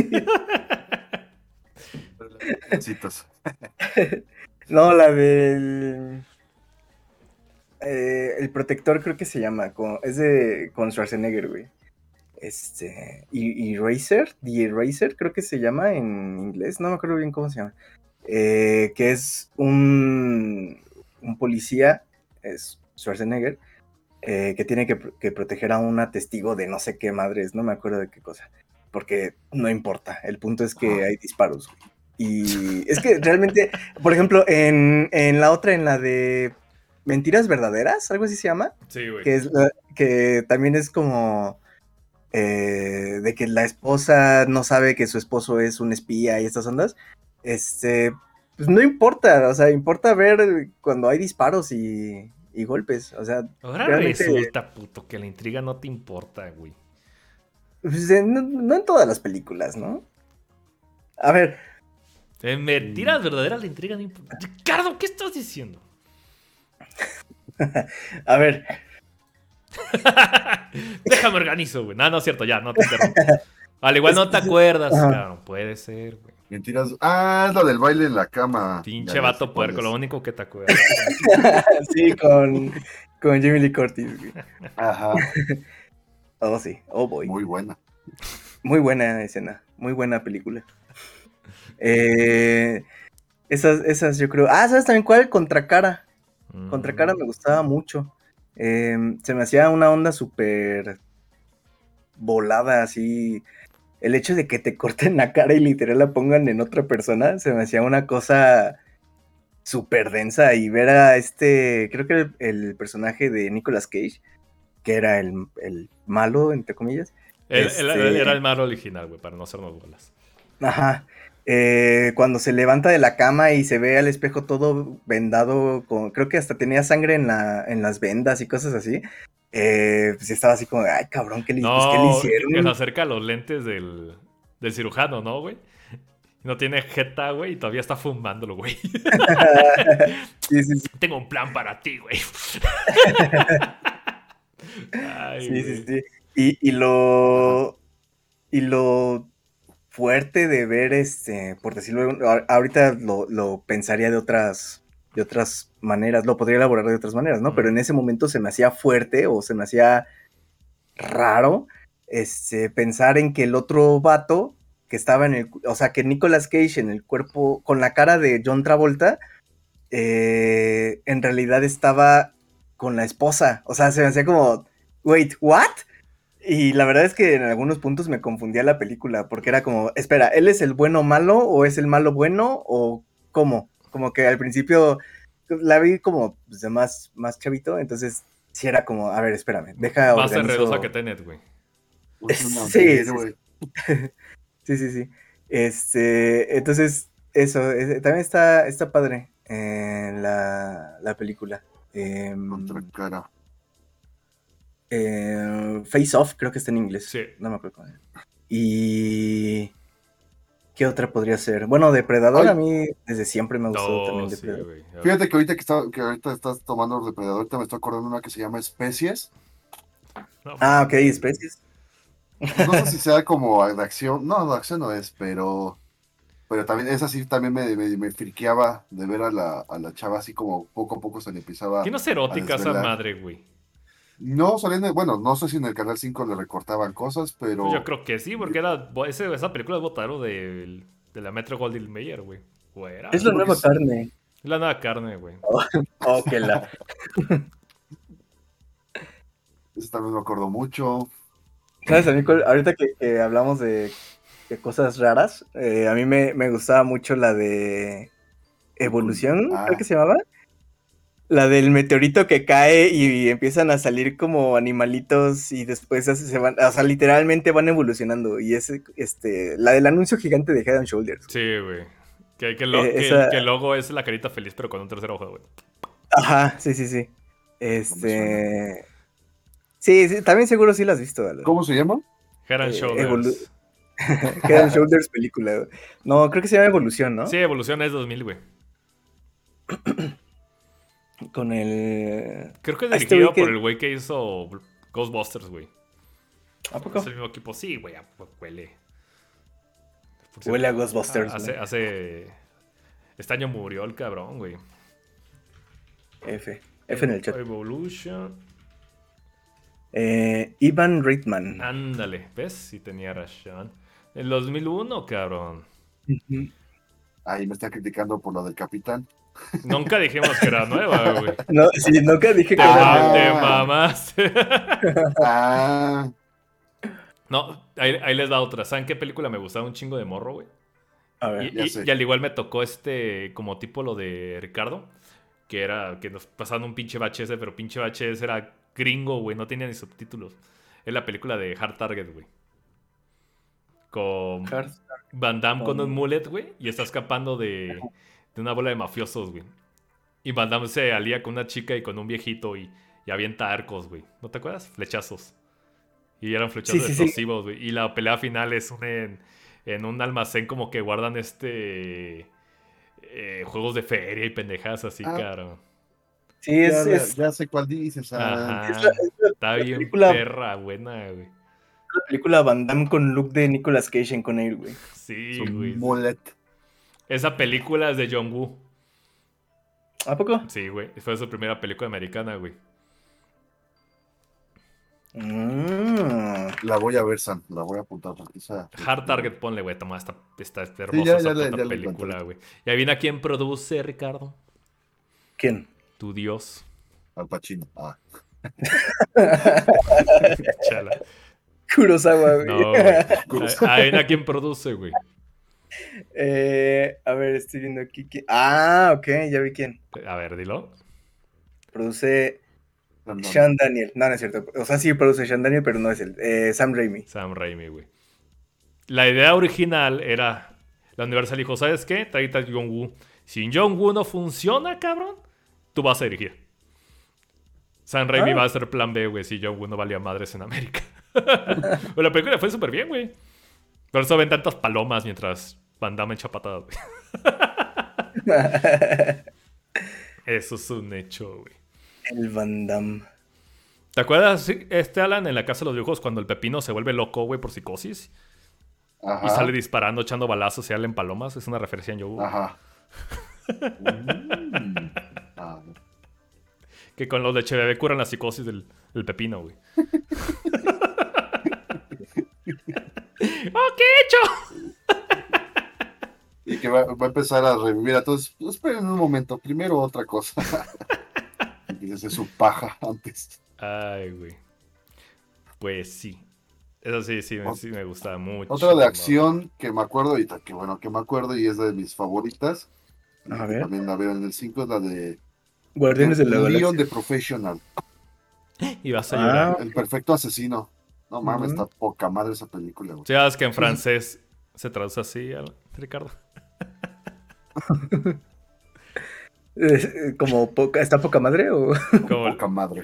Citas. No, la del... el protector creo que se llama, con Schwarzenegger, güey. Y Eraser, The Eraser creo que se llama en inglés, no me acuerdo bien cómo se llama. Que es un policía, es Schwarzenegger, que tiene que proteger a una testigo de no sé qué madres, no me acuerdo de qué cosa, porque no importa, el punto es que Ajá. hay disparos. Y es que realmente, por ejemplo, en la otra, en la de Mentiras Verdaderas, algo así se llama, Sí, güey. que también es como de que la esposa no sabe que su esposo es un espía y estas ondas, pues no importa, o sea, importa ver cuando hay disparos y golpes, o sea, Ahora realmente, resulta, puto, que la intriga no te importa, güey. pues, no en todas las películas, ¿no? A ver, En mentiras verdaderas la intriga no importa. Ricardo, ¿qué estás diciendo? a ver, Déjame organizo, güey. No, no es cierto, ya, no te interrumpo. Al igual no te acuerdas, ajá. cabrón. Puede ser, güey. Mentiras. Ah, es la del baile en la cama. Pinche Ya sé vato cuál puerco, es. lo único que te acuerdas. Sí, con Jamie Lee Curtis, güey. Ajá, Oh, sí, oh boy. muy buena. Muy buena escena, muy buena película. Eh, esas yo creo. Ah, ¿sabes también cuál? Contracara. Contracara me gustaba mucho. Se me hacía una onda súper volada, así. El hecho de que te corten la cara y literal la pongan en otra persona, se me hacía una cosa súper densa. Y ver a creo que el personaje de Nicolas Cage, que era el malo, entre comillas. Él era el malo original, güey, para no hacernos bolas. Ajá. Cuando se levanta de la cama y se ve al espejo todo vendado, creo que hasta tenía sangre en las vendas y cosas así. Pues estaba así como, ay, cabrón, pues, ¿qué le No, que se hicieron? acerca a los lentes del cirujano, ¿no, güey? No tiene jeta, güey, y todavía está fumándolo, güey. Sí, sí, sí. Tengo un plan para ti, güey. Ay, Sí, sí, güey. sí. Y Ajá. lo fuerte de ver, por decirlo, ahorita lo pensaría de otras maneras, lo podría elaborar de otras maneras, ¿no? Pero en ese momento se me hacía fuerte o se me hacía raro, pensar en que el otro vato que estaba o sea, que Nicolas Cage en el cuerpo, con la cara de John Travolta, en realidad estaba con la esposa, o sea, se me hacía como, wait, what? Y la verdad es que en algunos puntos me confundía la película, porque era como, espera, ¿él es el bueno malo o es el malo bueno o cómo? Como que al principio la vi como pues, de más chavito, entonces sí era como, a ver, espérame, deja Más organizo... enredosa que Tenet, güey. Sí, sí. Entonces, eso, también está padre la película. Contra cara. Face Off, creo que está en inglés. Sí. No me acuerdo cómo era. Y... ¿qué otra podría ser? Bueno, Depredador a mí desde siempre me gustó también Depredador. Sí, fíjate que ahorita estás tomando Depredador, ahorita me estoy acordando de una que se llama Especies. No, ok, Especies. No sé si sea como de acción, no, de acción no es, pero también esa sí también me friqueaba de ver a la chava así como poco a poco se le empezaba ¿Qué no es erótica a esa desvelar. madre, güey? No saliendo, bueno, no sé si en el Canal 5 le recortaban cosas, Pues yo pero creo que sí, porque esa película es botadero de la Metro Goldwyn Mayer, güey. Fuera. Es la nueva carne. Es la nueva carne, güey. Que la... eso también me acuerdo mucho. ¿Sabes? A mí, ahorita que hablamos de cosas raras, a mí me gustaba mucho la de Evolución, creo que se llamaba. La del meteorito que cae y empiezan a salir como animalitos y después se van, o sea, literalmente van evolucionando. Y es la del anuncio gigante de Head and Shoulders. Sí, güey. Que el logo es la carita feliz, pero con un tercer ojo, güey. Ajá, sí. Sí, también seguro sí la has visto, ¿verdad? ¿Cómo se llama? Head and Shoulders. Head and Shoulders película. No, creo que se llama Evolución, ¿no? Sí, Evolución es 2000, güey. Con el... Creo que es dirigido por el güey que hizo Ghostbusters, güey. ¿A poco? Es el mismo equipo. Sí, güey, huele. Huele a Ghostbusters. Hace... Este año murió el cabrón, güey. F en el chat. Evolution. Ivan Reitman. Ándale, ¿ves? Sí tenía razón. En 2001, cabrón. Ahí me está criticando por lo del Capitán. Nunca dijimos que era nueva, güey. No, sí, nunca dije que era nueva. Te mamaste. Ah. No, ahí les va otra. ¿Saben qué película me gustaba un chingo de morro, güey? A ver, y al igual me tocó como tipo lo de Ricardo, que era que nos pasaban un pinche VHS, pero pinche VHS era gringo, güey, no tenía ni subtítulos. Es la película de Hard Target, güey. Con Van Damme con un mullet, güey, y está escapando de una bola de mafiosos, güey. Y Van Damme se alía con una chica y con un viejito y avienta arcos, güey. ¿No te acuerdas? Flechazos. Y eran flechazos explosivos, güey. Y la pelea final es en un almacén como que guardan juegos de feria y pendejadas así, caro. Sí, ya sé cuál dices. Ajá. Está bien película, perra, buena, güey. La película Van Damme con look de Nicolas Cage en Con Air, güey. Sí, güey. Mullet. Esa película es de John Woo. ¿A poco? Sí, güey. Fue su primera película americana, güey. La voy a ver, Sam. La voy a apuntar. Hard Target, ponle, güey. Toma esta hermosa ya película, güey. Y adivina quién produce, Ricardo. ¿Quién? Tu Dios. Al Pacino. Chala. Kurosawa, güey. No, güey. Adivina quién produce, güey. A ver, estoy viendo aquí. Ok, ya vi quién. A ver, dilo. Produce Sean Daniel. No es cierto. O sea, sí produce Sean Daniel, pero no es él. Sam Raimi. Sam Raimi, güey. La idea original era... La Universal dijo, ¿sabes qué? Tráete a John Woo. Si John Woo no funciona, cabrón, tú vas a dirigir. Sam Raimi va a ser plan B, güey, si John Woo no valía madres en América. Pero la película fue súper bien, güey. Por eso ven tantas palomas mientras Van Damme echa patadas, güey. Eso es un hecho, güey. El Van Damme. ¿Te acuerdas, Alan, en la Casa de los Dibujos, cuando el Pepino se vuelve loco, güey, por psicosis? y sale Ajá, disparando, echando balazos y salen palomas. Es una referencia en Yogur. ajá. Mm. Ah, Que con los leche bebé curan la psicosis del pepino, güey. ¡Oh, qué he hecho! y que va a empezar a revivir a todos. Pues, esperen un momento, primero otra cosa. Y que se hace su paja antes. Ay, güey. Pues sí. Eso sí, Ot- sí me gustaba Otra de muchísimo, güey. acción que me acuerdo ahorita, que bueno, que me acuerdo y es de mis favoritas, y A que ver. también la veo en el 5 es la de Guardianes de la Leon Galaxia. the Professional, Y vas a Ah, llorar. el perfecto asesino. No mames, ujú. está poca madre esa película, güey. ¿Sabes que en francés se traduce así, Ricardo? Como poca, ¿está poca madre o? Como... Poca madre.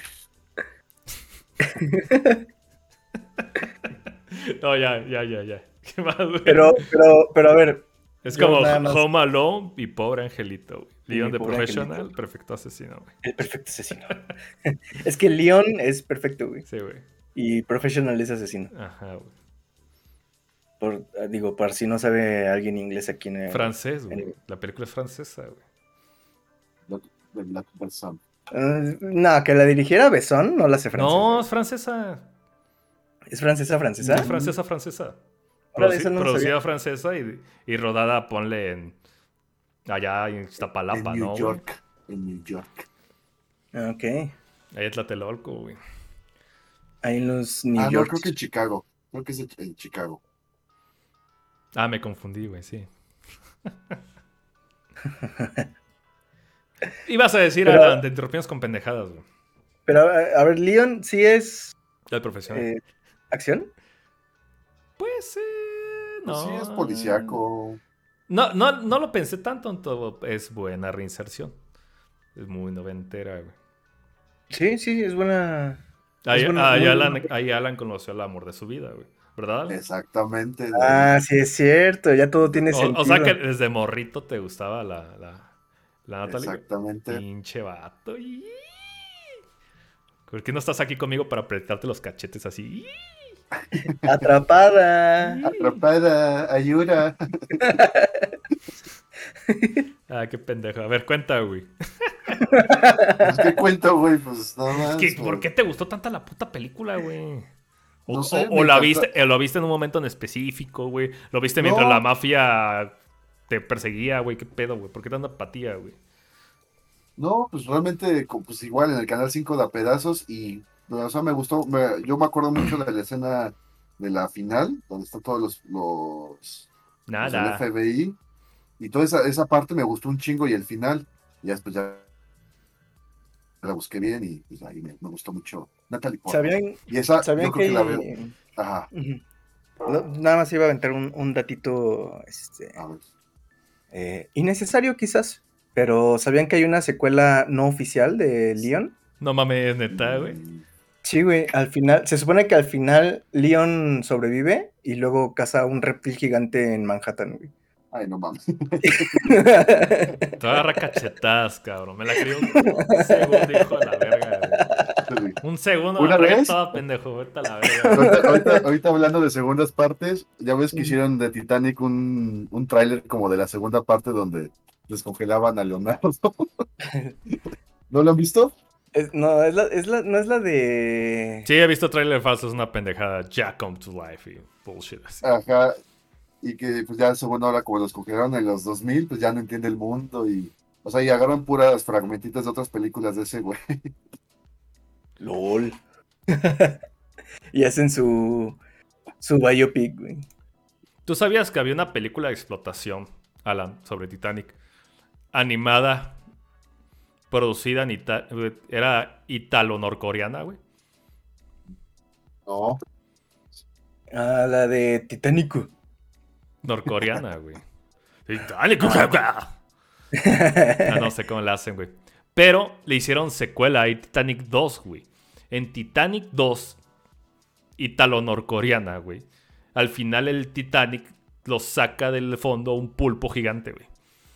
No, ya. ¿Qué más, güey? Pero a ver, Es yo como nada más. Home Alone y Pobre Angelito, güey. Y Leon mi the pobre Professional, angelito. perfecto asesino, güey. El perfecto asesino. Es que Leon es perfecto, güey. Sí, güey. Y Professional es asesino. Ajá, güey. Digo, por si no sabe alguien inglés aquí Francés, güey. en- La película es francesa, güey. De Black Sun. No, que la dirigiera Besson no la hace francesa. No, es francesa. ¿Es francesa, francesa? Es francesa. Órale, eso no lo Producida sabía. francesa y rodada, ponle en... Allá en En Iztapalapa, New ¿no, güey? York. En New York. Ok. Ahí es Tlatelolco, güey. Ahí en los New Ah, no, York. creo que en Chicago. Creo que es en Chicago. Ah, me confundí, güey, sí. Ibas a decir, Pero, Alan, te interrumpimos con pendejadas, güey. pero a ver, Leon sí es El profesional. acción. Pues, Pues sí, es no. policíaco. No lo pensé tanto en todo. Es buena reinserción. Es muy noventera, güey. Sí, es buena. Es buena, Ahí Alan conoció el amor de su vida, güey. ¿Verdad, Alan? Exactamente. De Ah, ahí. sí es cierto, ya todo tiene O sea sentido. que desde morrito te gustaba la Natalie, güey. Exactamente. Pinche vato. ¿Por qué no estás aquí conmigo para apretarte los cachetes así? Atrapada. Atrapada, ayuda. Ah, qué pendejo. A ver, cuenta, güey. Pues qué cuento, güey, pues nada Es más. que, ¿por qué te gustó tanta la puta película, güey? No sé, O me la encanta. lo viste en un momento en específico, güey. Lo viste mientras la No, mafia te perseguía, güey. ¿Qué pedo, güey? ¿Por qué tanta apatía, güey? no, pues realmente, pues igual en el Canal 5 da pedazos y, o sea, me gustó, yo me acuerdo mucho de la escena de la final, donde están todos los del Nada. FBI, y toda esa parte me gustó un chingo y el final, y después ya la busqué bien y pues ahí me gustó mucho Natalie Portman. ¿Sabían, Y esa yo sabían que creo que la veo, hay... ajá, Ujú. Nada más iba a aventar un datito a ver. innecesario quizás, pero ¿sabían que hay una secuela no oficial de Leon? No mames, neta, güey. Mm, Sí, güey, al final, se supone que al final Leon sobrevive y luego caza a un reptil gigante en Manhattan, güey. Ay, no mames. Te voy a agarrar cachetadas, cabrón. Me la creo un segundo, hijo de la verga, güey. Un segundo, Una tragué vez, toda pendejo. Vete a la verga, güey. ahorita hablando de segundas partes, ya ves que hicieron de Titanic un tráiler como de la segunda parte donde descongelaban a Leonardo. ¿No lo han visto? No, no es la de... Sí, he visto trailer falso, es una pendejada. Jack come to life y bullshit así. Ajá, y que pues ya según ahora como los congelaron en los 2000 pues ya no entiende el mundo y, o sea, y agarran puras fragmentitas de otras películas de ese güey. LOL. Y hacen su biopic, güey. ¿Tú sabías que había una película de explotación, Alan, sobre Titanic? Animada, producida en era italo-norcoreana, güey. No, Ah, la de Titanic. Norcoreana, güey. Titanic. No sé cómo la hacen, güey. Pero le hicieron secuela a Titanic 2, güey. En Titanic 2, italo-norcoreana, güey. Al final el Titanic lo saca del fondo un pulpo gigante, güey.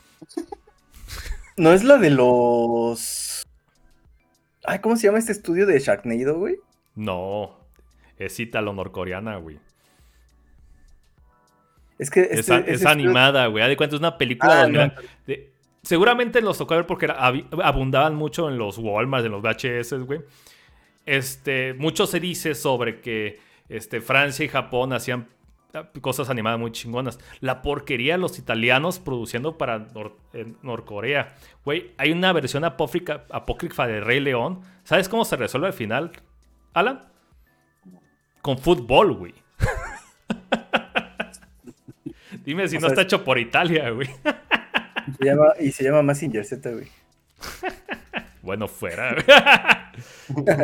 No es la de los... Ay, ¿cómo se llama este estudio de Sharknado, güey? No, es italo-norcoreana, güey. Es que Es animada, güey. Haz de cuenta, es una película donde... no. Seguramente los tocó ver porque abundaban mucho en los Walmart, en los VHS, güey. Mucho se dice sobre que Francia y Japón hacían cosas animadas muy chingonas. La porquería de los italianos produciendo para Norcorea. Güey, hay una versión apócrifa de Rey León. ¿Sabes cómo se resuelve al final, Alan? Con fútbol, güey. Dime si no está hecho por Italia, güey. Se llama Mazinger Z, güey. Bueno, fuera, güey.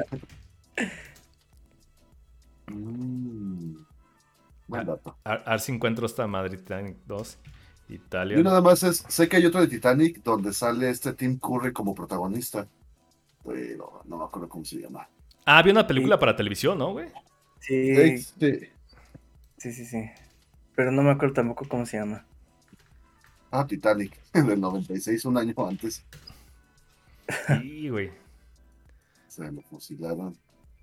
Buen dato. A ver si encuentro esta madre Titanic 2. Italia. Yo nada más sé que hay otro de Titanic donde sale Tim Curry como protagonista. Pero no me acuerdo cómo se llama. Ah, había una película para televisión, ¿no, güey? Sí. Sí. Pero no me acuerdo tampoco cómo se llama. Titanic, del 96, un año antes. Sí, güey. Se lo fusilaron.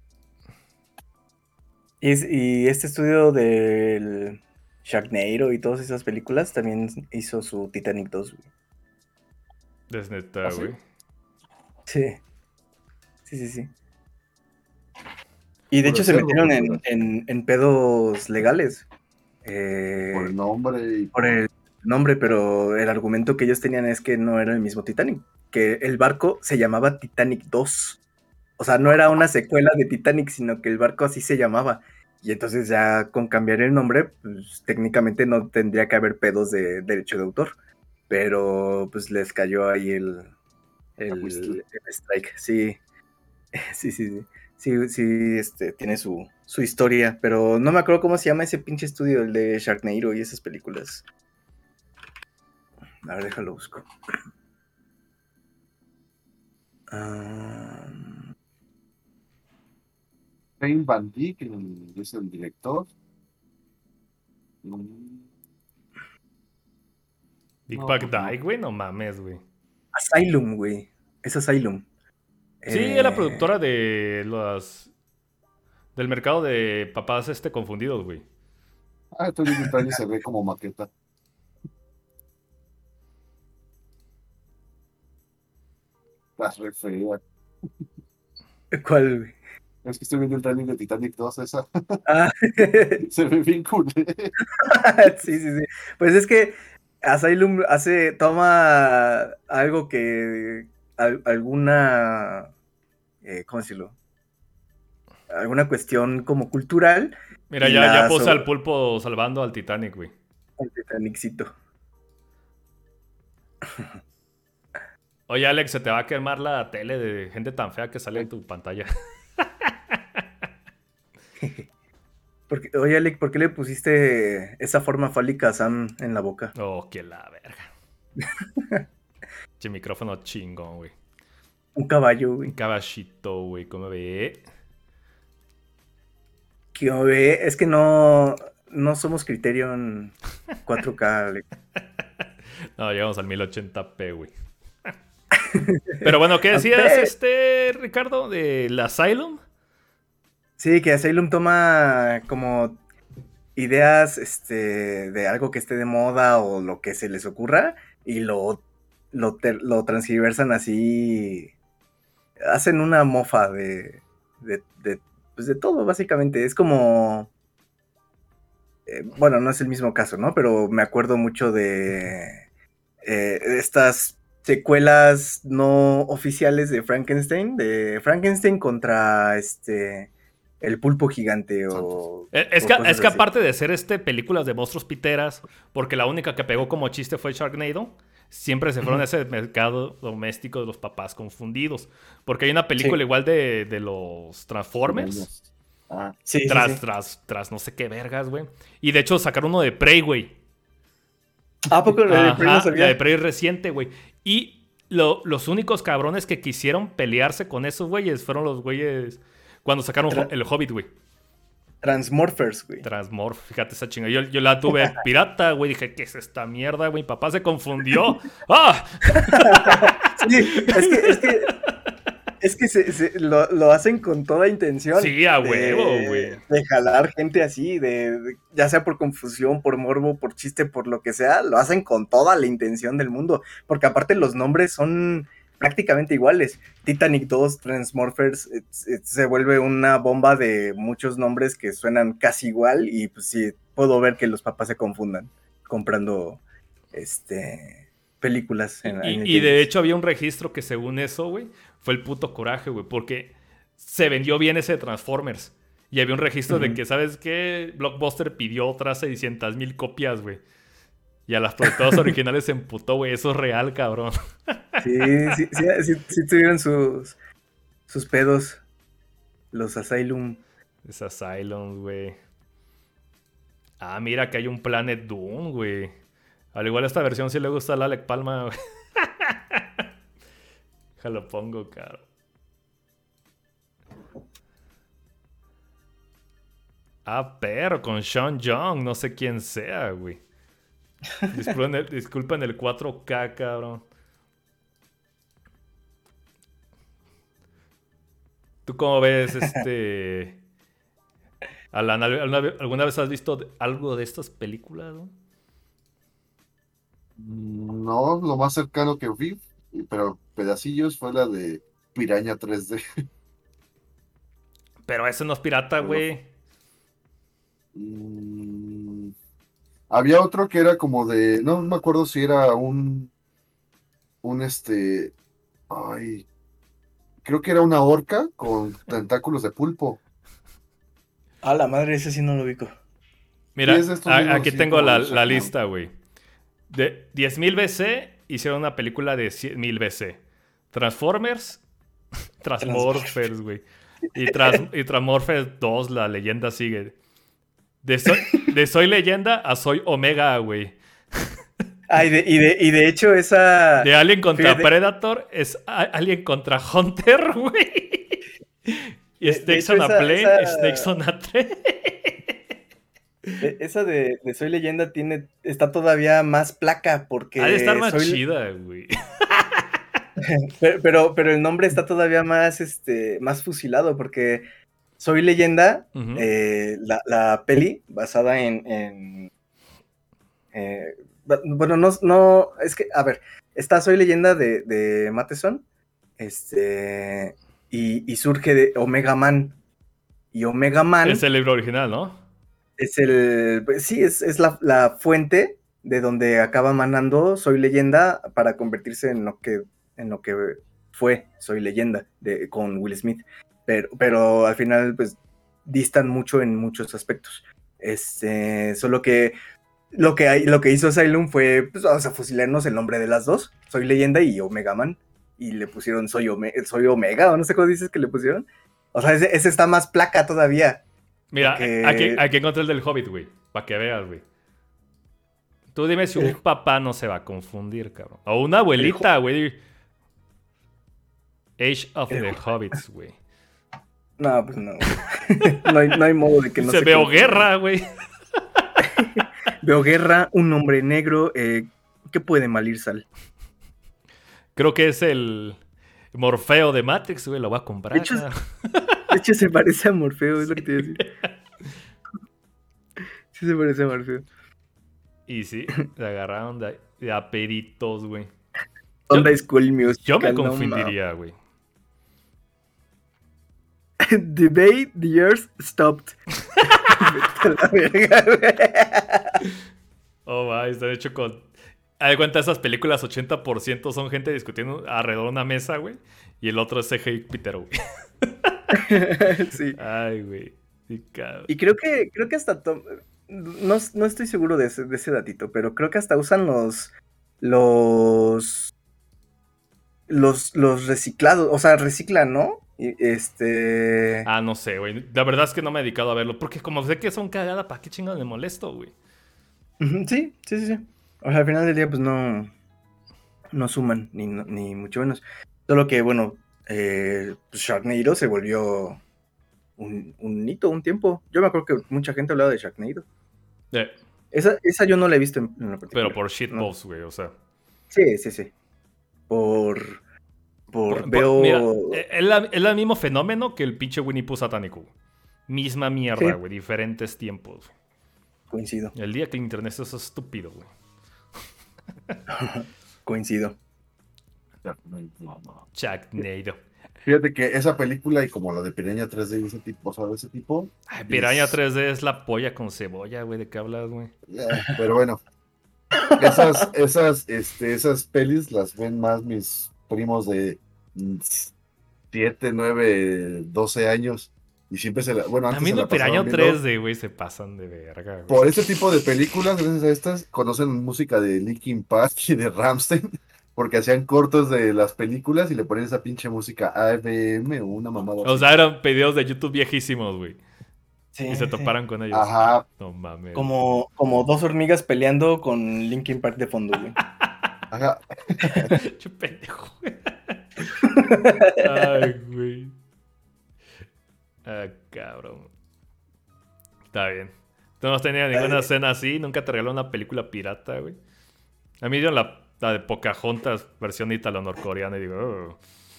Y este estudio del Sharknado y todas esas películas también hizo su Titanic 2, güey. Es neta, güey. Sí. Y de hecho se metieron en pedos legales. Por el nombre. Por el nombre, pero el argumento que ellos tenían es que no era el mismo Titanic. Que el barco se llamaba Titanic 2. O sea, no era una secuela de Titanic, sino que el barco así se llamaba. Y entonces ya con cambiar el nombre, pues técnicamente no tendría que haber pedos de derecho de autor. Pero pues les cayó ahí el strike. Sí. Sí, tiene su historia, pero no me acuerdo cómo se llama ese pinche estudio, el de Sharknado y esas películas. A ver, déjalo busco. Payne Van Dyck es el director. Big Bang Die, güey, no mames, güey. Asylum, güey. Es Asylum. Sí, es la productora de del mercado de papás confundidos, güey. Estoy viendo el trailer, se ve como maqueta. Estás re fea. ¿Cuál, güey? Es que estoy viendo el trailer de Titanic 2, esa. Ah. Se ve bien cool. Sí. Pues es que Asylum toma algo que alguna, ¿cómo decirlo? Alguna cuestión como cultural. Mira, ya puse al pulpo salvando al Titanic, güey. El Titanicito. Oye, Alex, se te va a quemar la tele de gente tan fea que sale en tu pantalla. Oye, Alex, ¿por qué le pusiste esa forma fálica a Sam en la boca? Oh, que la verga. Che, micrófono chingón, güey. Un caballo, güey. Un caballito, güey, ¿cómo ve? ¿Qué ve? Es que no somos Criterion 4K, Alex. No, llegamos al 1080p, güey. Pero bueno, ¿qué decías, Ricardo, del Asylum? Sí, que Asylum toma como ideas de algo que esté de moda o lo que se les ocurra y lo transgiversan así. Hacen una mofa pues de todo, básicamente. Es como... bueno, no es el mismo caso, ¿no? Pero me acuerdo mucho de estas secuelas no oficiales de Frankenstein contra el pulpo gigante o... Es que aparte de ser películas de monstruos piteras, porque la única que pegó como chiste fue Sharknado, siempre se fueron a ese mercado doméstico de los papás confundidos. Porque hay una película igual de los Transformers. Sí, tras no sé qué vergas, güey. Y de hecho sacaron uno de Prey, güey. ¿A poco la de Prey no sabía? La de Prey reciente, güey. Y los únicos cabrones que quisieron pelearse con esos güeyes fueron los güeyes cuando sacaron el Hobbit, güey. Transmorphers, güey. Fíjate esa chinga. Yo la tuve pirata, güey. Dije, ¿qué es esta mierda, güey? Mi papá se confundió. ¡Ah! Sí, es que Es que lo hacen con toda intención. Sí, a huevo, güey. De jalar gente así, ya sea por confusión, por morbo, por chiste, por lo que sea, lo hacen con toda la intención del mundo. Porque aparte los nombres son prácticamente iguales. Titanic 2, Transmorphers, se vuelve una bomba de muchos nombres que suenan casi igual. Y pues sí, puedo ver que los papás se confundan comprando películas y de hecho había un registro que según eso, güey, fue el puto coraje, güey, porque se vendió bien ese de Transformers. Y había un registro de que, ¿sabes qué? Blockbuster pidió otras 600,000 copias, güey. Y a las productoras originales se emputó, güey. Eso es real, cabrón. Sí tuvieron sus pedos. Los Asylum. Es Asylum, güey. Ah, mira que hay un Planet Doom, güey. Al igual esta versión sí le gusta a Alec Palma, güey. Ya lo pongo, caro. Ah, pero con Sean Young, no sé quién sea, güey. Disculpen el 4K, cabrón. ¿Tú cómo ves Alan, ¿alguna vez has visto algo de estas películas, no? No, lo más cercano que vi, pero pedacillos, fue la de Piraña 3D. Pero ese no es pirata, güey. Había otro que era como de, no me acuerdo si era ay, creo que era una orca con tentáculos de pulpo. A la madre, ese sí no lo ubico. Mira, Sí, aquí sí, tengo la lista, güey. De 10,000 BC hicieron una película de 100,000 BC. Transformers, güey. Y Transmorphers 2, la leyenda sigue. De Soy Leyenda a Soy Omega, güey. Ah, y de hecho esa... De Alien contra Predator es Alien contra Hunter, güey. Y Snakes on a Plane, Snakes on a Train. Esa de Soy Leyenda está todavía más placa porque... Ha de estar más chida, güey. Pero el nombre está todavía más, más fusilado porque Soy Leyenda, la peli basada en bueno, no, es que, a ver, está Soy Leyenda de Matheson, y surge de Omega Man, y Omega Man... Es el libro original, ¿no? Es la fuente de donde acaba manando Soy Leyenda para convertirse en lo que fue Soy Leyenda con Will Smith, pero al final pues distan mucho en muchos aspectos. Solo que lo que hizo Asylum fue pues, vamos a fusilarnos el nombre de las dos, Soy Leyenda y Omega Man, y le pusieron Soy Omega, o no sé cómo dices que le pusieron. O sea, ese está más placa todavía. Mira, aquí encontré el del Hobbit, güey. Para que veas, güey. Tú dime si un papá no se va a confundir, cabrón. O una abuelita, güey. Age of the Hobbits, güey. No, pues no. No hay modo de que no se veo guerra, güey. Veo guerra, un hombre negro. ¿Qué puede malir sal? Creo que es el Morfeo de Matrix, güey. Lo va a comprar. De hecho, se parece a Morfeo, es lo que te iba a decir. Sí, se parece a Morfeo. Y sí, se agarraron de aperitos, güey. Onda School Musical. Yo me confundiría, güey. The day the earth stopped. La verga, güey. Oh, va, está hecho con... Haz de cuenta, esas películas 80% son gente discutiendo alrededor de una mesa, güey. Y el otro es CGI Pitero, güey. Sí. Ay, güey. Sí, y creo que hasta... No estoy seguro de ese datito, pero creo que hasta usan los reciclados. O sea, reciclan, ¿no? Ah, no sé, güey. La verdad es que no me he dedicado a verlo. Porque como sé que son cagadas, ¿para qué chingados me molesto, güey? Sí. O sea, al final del día, pues no suman, ni mucho menos. Solo que, bueno, pues Sharknado se volvió un hito, un tiempo. Yo me acuerdo que mucha gente hablaba de Sharknado. Esa yo no la he visto en la particular. Pero por shitposts, güey, o sea. Sí. Veo... Mira, es el mismo fenómeno que el pinche Winnie Pooh satánico. Misma mierda, Sí. güey. Diferentes tiempos. Coincido. El día que el internet es estúpido, güey. Coincido. Sharknado. Fíjate que esa película y como la de Piraña 3D y ese tipo, o sea, de ese tipo. Ay, Piraña es- 3D es la polla con cebolla, güey. ¿De qué hablas, güey? Pero bueno, esas pelis las ven más mis primos de 7, 9, 12 años. Y siempre bueno, antes se También la el Piraña pasaban viendo. 3D, güey. Se pasan de verga, güey. Por ese tipo de películas, gracias a estas, conocen música de Linkin Park y de Rammstein, porque hacían cortos de las películas y le ponían esa pinche música ABM o una mamada O así. sea, eran videos de YouTube viejísimos, güey. Sí, Y se sí. toparan con ellos. Ajá, No mames. Como dos hormigas peleando con Linkin Park de fondo, güey. ajá. Che pendejo, güey. Ay, güey. Ah, cabrón. Está bien. Tú no has tenido ninguna escena así. Nunca te regaló una película pirata, güey. A mí dieron la de Pocahontas, versión italo-norcoreana, y digo, "Oh".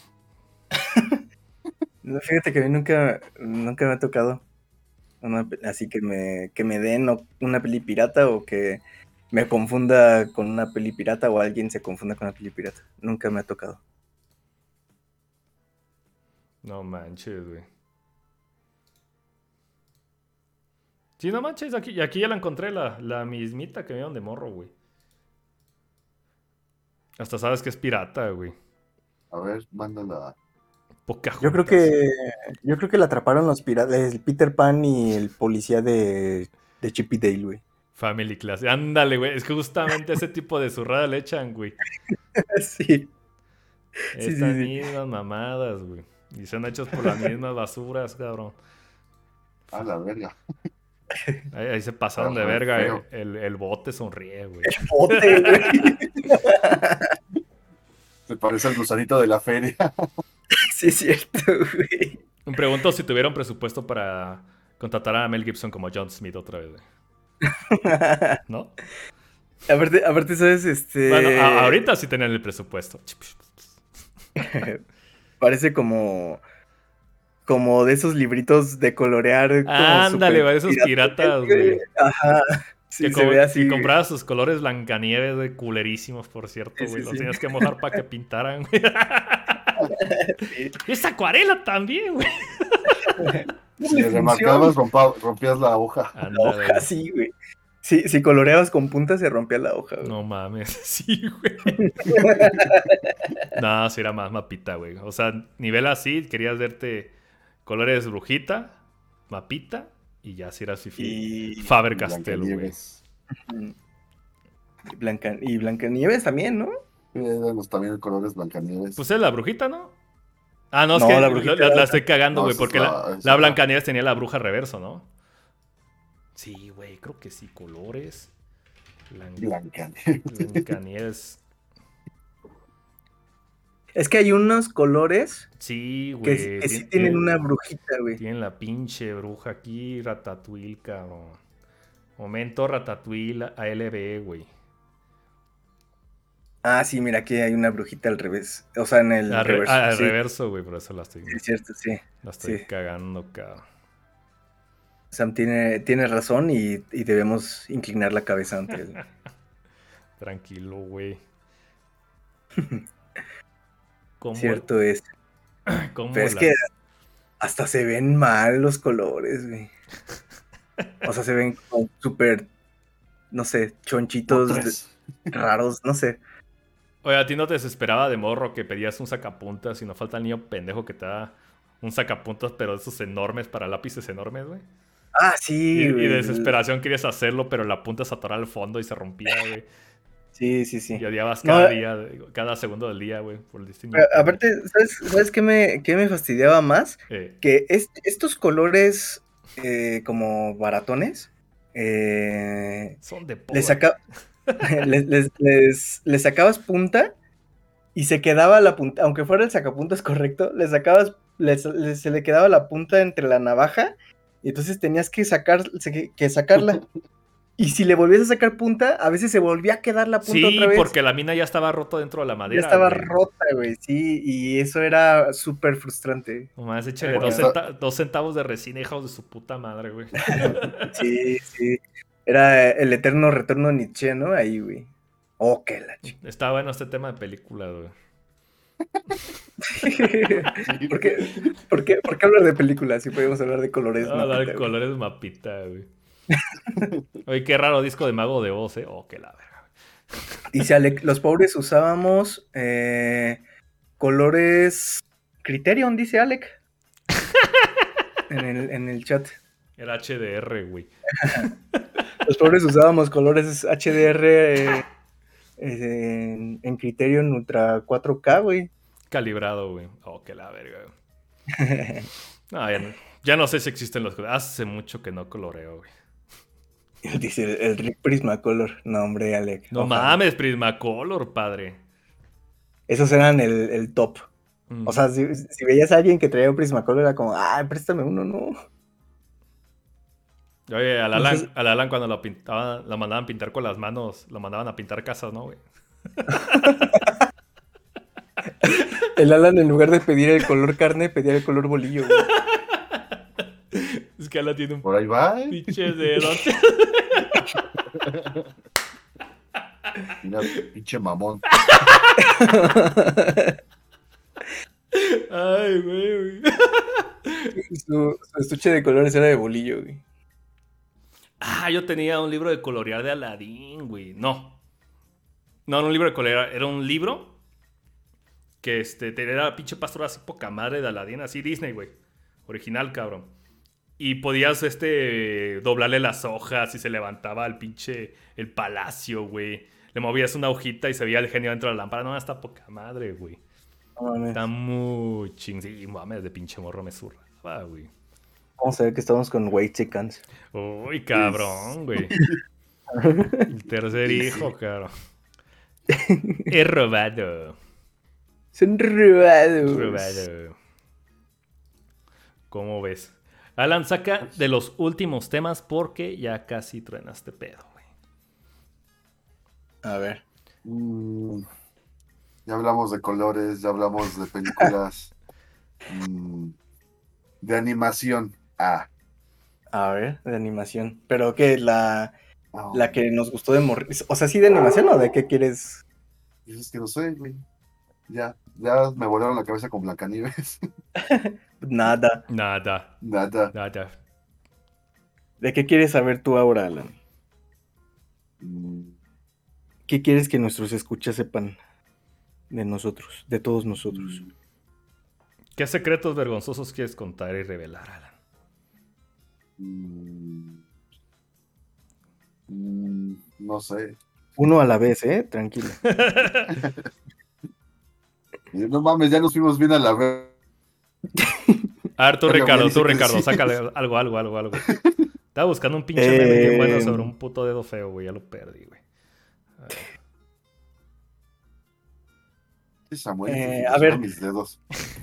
No, fíjate que a mí nunca me ha tocado así que me den una peli pirata o que me confunda con una peli pirata o alguien se confunda con una peli pirata. Nunca me ha tocado. No manches, güey. Sí, no manches, aquí ya la encontré, la mismita que me dieron de morro, güey. Hasta sabes que es pirata, güey. A ver, mándala. Pocahontas. Yo creo que la atraparon los piratas, el Peter Pan y el policía de Chip y Dale, güey. Family Class. Ándale, güey. Es que justamente ese tipo de zurrada le echan, güey. Sí. Estas sí. mismas mamadas, güey. Y son hechos por las mismas basuras, cabrón. A la verga. Ahí se pasaron de Ajá, verga. feo. El bote sonríe, güey. Bote, güey. Se parece al gusanito de la feria. Sí, es cierto, güey. Me pregunto si tuvieron presupuesto para contratar a Mel Gibson como John Smith otra vez, güey. ¿No? Aparte, ¿sabes? Bueno, ahorita sí tenían el presupuesto. Parece como de esos libritos de colorear. Como Ándale, súper güey, esos piratas, güey. Ajá. Sí, Que, se ve así. que comprabas sus colores Blancanieves, güey, culerísimos, por cierto, Sí, güey. sí, Los sí. tenías que mojar para que pintaran, güey. Sí. Y esa acuarela también, güey. Si le remarcabas, rompías la hoja. La Ándale. hoja, sí, güey. Sí, si coloreabas con punta se rompía la hoja, güey. No mames, sí, güey. No, sí era más mapita, güey. O sea, nivel así, querías verte colores brujita, mapita, y ya si eras fifi. Y Faber-Castell, güey. Blancanieves. y Blancanieves también, ¿no? Sí, eran también colores Blancanieves. Pues es la brujita, ¿no? Ah, no, es No, que la brujita la era- estoy cagando, No, güey, esa es porque esa la es Blancanieves tenía la bruja reverso, ¿no? Sí, güey, creo que sí, colores. Blancanieves. Blancanieves. Es que hay unos colores Sí, que, güey. que sí tienen una brujita, güey. Tienen la pinche bruja aquí, Ratatouille, cabrón. Momento Ratatouille ALB, güey. Ah, sí, mira, aquí hay una brujita al revés. O sea, en el reverso. Al Sí, reverso, güey, por eso la estoy sí, es cierto, sí. Sí. cagando, cabrón. Sam tiene razón y debemos inclinar la cabeza ante él. Tranquilo, güey. ¿Cómo, Cierto es. cómo Pero es que hasta se ven mal los colores, güey. O sea, se ven como súper, no sé, chonchitos Putres. raros, no sé. Oye, ¿a ti no te desesperaba de morro que pedías un sacapuntas y no falta el niño pendejo que te da un sacapuntas, pero esos enormes para lápices enormes, güey? Ah, sí, Y güey. de desesperación querías hacerlo, pero la punta se atoraba al fondo y se rompía, güey. Sí. Y odiabas No, cada día, cada segundo del día, güey, por el destino. pero aparte, ¿sabes qué me fastidiaba más? Que estos colores como baratones Son de les, pobre. saca- les sacabas punta y se quedaba la punta, aunque fuera el sacapuntas correcto, se le quedaba la punta entre la navaja y entonces tenías que sacarla. Y si le volvías a sacar punta, a veces se volvía a quedar la punta Sí, otra vez. porque la mina ya estaba rota dentro de la Ya madera. estaba güey. rota, güey, sí, y eso era súper frustrante. Nomás échale Porque 2 centavos de resina, hijos de su puta madre, güey. Sí, sí. Era el eterno retorno de Nietzsche, ¿no? Ahí, güey. Oh, qué la chica. Está bueno este tema de película, güey. ¿Por qué hablar de películas si podemos hablar de colores? Ah, mapita, dar güey? colores mapita, güey. Oye, qué raro disco de Mago de Oz, ¿eh? Oh, qué la verga. Dice Alec, los pobres usábamos colores Criterion, dice Alec. En el chat. Era HDR, güey. Los pobres usábamos colores HDR en Criterion Ultra 4K, güey. Calibrado, güey. Oh, qué la verga, güey. No, ya no sé si existen los colores. Hace mucho que no coloreo, güey. Dice el Rick Prismacolor. No, hombre, Alec. No ojalá. mames, Prismacolor, padre. Esos eran el top. O sea, si veías a alguien que traía un Prismacolor, era como, préstame uno, ¿no? Oye, al Entonces- Alan cuando lo mandaban pintar con las manos, lo mandaban a pintar casas, ¿no, güey? El Alan, en lugar de pedir el color carne, pedía el color bolillo, güey. Es que Alan tiene un Por ahí va. pinche dedo. Mira, pinche mamón. Ay, güey. Su estuche de colores era de bolillo, güey. Yo tenía un libro de colorear de Aladín, güey. No, un libro de colorear. Era un libro que tenía la pinche pastora así poca madre de Aladín, así Disney, güey. Original, cabrón. Y podías, doblarle las hojas y se levantaba el palacio, güey. Le movías una hojita y se veía el genio dentro de la lámpara. No, está poca madre, güey. No mames. Está muy ching. Sí, mames, de pinche morro me zurraba, güey. Vamos a ver que estamos con White Chickens. Uy, cabrón, güey. El tercer hijo, cabrón. He robado. Son robados. Robado. ¿Cómo ves? Alan, saca de los últimos temas porque ya casi truenaste pedo, güey. A ver. Ya hablamos de colores, ya hablamos de películas. De animación. A ver, de animación. ¿Pero qué? La que nos gustó de morir. O sea, ¿sí de animación o de qué quieres? Es que no sé, güey. Ya me volaron la cabeza con Blancanieves. Nada. Nada. ¿De qué quieres saber tú ahora, Alan? Mm, ¿Qué quieres que nuestros escuchas sepan de nosotros, de todos nosotros? ¿Qué secretos vergonzosos quieres contar y revelar, Alan? no sé. Uno a la vez, tranquilo. No mames, ya nos fuimos bien a la vez. A ver, tú, Pero Ricardo, me dice que sí. sácale algo. Estaba buscando un pinche meme bien bueno sobre un puto dedo feo, güey. Ya lo perdí, güey. Samuel, a ver. mis dedos.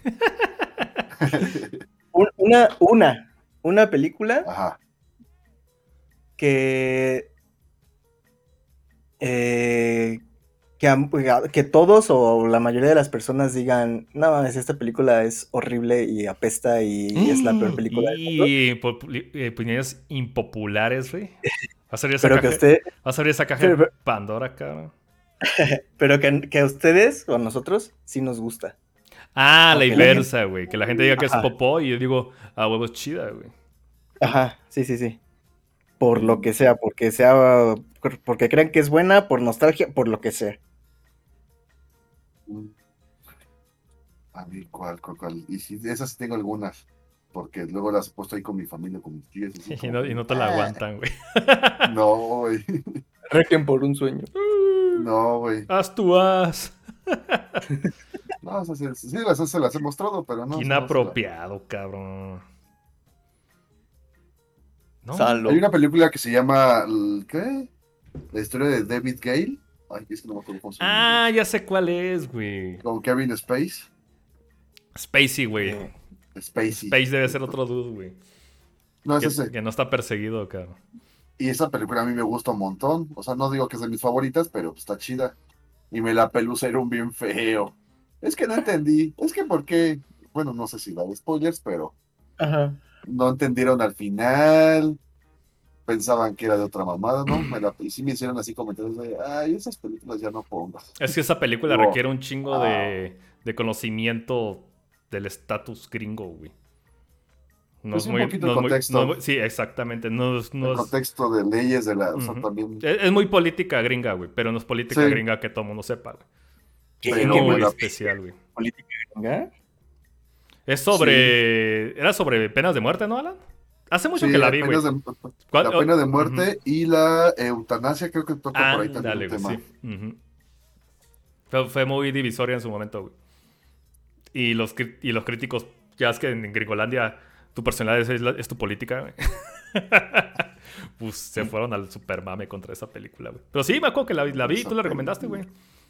Una película Ajá. que todos o la mayoría de las personas digan, no mames, esta película es horrible y apesta y es la peor película del mundo. Y opiniones impopulares, güey. Va a salir esa caja Pero- de Pandora, cabrón. Pero que a ustedes o a nosotros sí nos gusta. La Ok. inversa, güey. Que la gente diga que es Ajá. popó y yo digo, huevo es chida, güey. Ajá, sí. Por lo que sea, porque crean que es buena, por nostalgia, por lo que sea. A mí, ¿cuál? Y si de esas sí tengo algunas, porque luego las he puesto ahí con mi familia, con mis tíos. Y no te la aguantan, güey. No, güey. Requiem por un sueño. No, güey. Haz tú haz. No, sí se las he mostrado, pero no. Inapropiado, cabrón. No. Salud. Hay una película que se llama, ¿qué? La historia de David Gale. Ay, es que no me acuerdo cómo se llama. Ya sé cuál es, güey. Con Kevin Space. Spacey, güey. Spacey. Space debe ser otro dude, güey. No, es ese. Que no está perseguido, cabrón. Y esa película a mí me gusta un montón. O sea, no digo que es de mis favoritas, pero está chida. Y me la peluceron bien feo. Es que no entendí. Es que por qué. Bueno, no sé si dar spoilers, pero Ajá. no entendieron al final. Pensaban que era de otra mamada, ¿no? Y sí me hicieron así comentarios de, ay, esas películas ya no pongas. Es que esa película Digo, requiere un chingo ah, de conocimiento del estatus gringo, güey. No pues es sí, un muy, poquito no el es muy, no es contexto. muy- sí, exactamente. No es, El no es, contexto de leyes de la. O sea, ujú. también. Es muy política gringa, güey, pero no es política Sí, gringa que todo mundo sepa, güey. Es ¿Qué pero me muy la. especial, güey. política gringa? Es Sí, sobre... Era sobre penas de muerte, ¿no, Alan? Hace mucho que sí, la vi, güey. la pena de Ujú. muerte y la eutanasia, creo que toca por ahí también Ándale, un güey, sí. tema. Ujú. Fue muy divisoria en su momento, güey. Y los críticos, ya es que en Gringolandia tu personalidad es tu política, güey. Pues se fueron al super mame contra esa película, güey. Pero sí, me acuerdo que la vi y Esa tú la recomendaste, película. güey.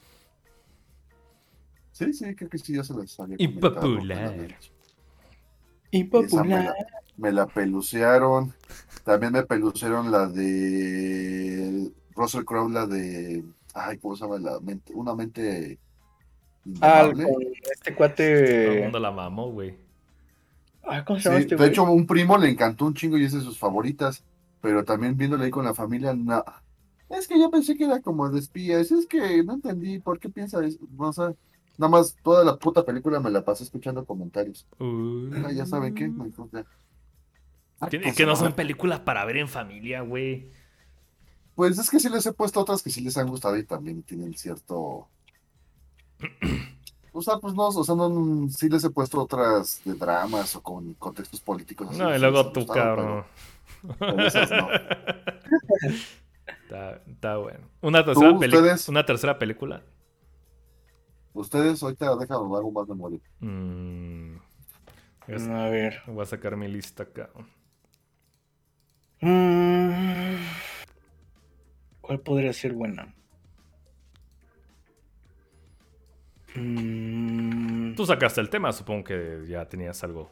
Sí, sí, creo que sí, ya se les había comentado que la vi. Impopular. Y esa Impopular. me la pelucearon. También me pelucearon la de Russell Crowe, la de. Ay, ¿cómo se llama? Una mente Con indomable. este Todo el mundo cuate. la mamó, güey. Ay, ¿cómo se llama Sí, este de güey? hecho, un primo le encantó un chingo y es de sus favoritas. Pero también viéndole ahí con la familia, no. Es que yo pensé que era como de espías. Es que no entendí por qué piensa eso. No sé. Nada más toda la puta película me la pasé escuchando comentarios. Ah, ya saben qué. Mejor ya. Que no Sáquenselo. son películas para ver en familia, güey. Pues es que sí les he puesto otras que sí les han gustado y también tienen cierto. O sea, pues no, o sea, no, sí les he puesto otras de dramas o con contextos políticos así, No, y sí les luego han tú, gustado, cabrón. pero esas no. Está bueno. ¿Tú, ustedes? Una tercera película. Ustedes, ahorita déjame algo más memoria. Mm, es- A ver. voy a sacar mi lista acá. Mm, ¿Cuál podría ser buena? Tú sacaste el tema, supongo que ya tenías algo.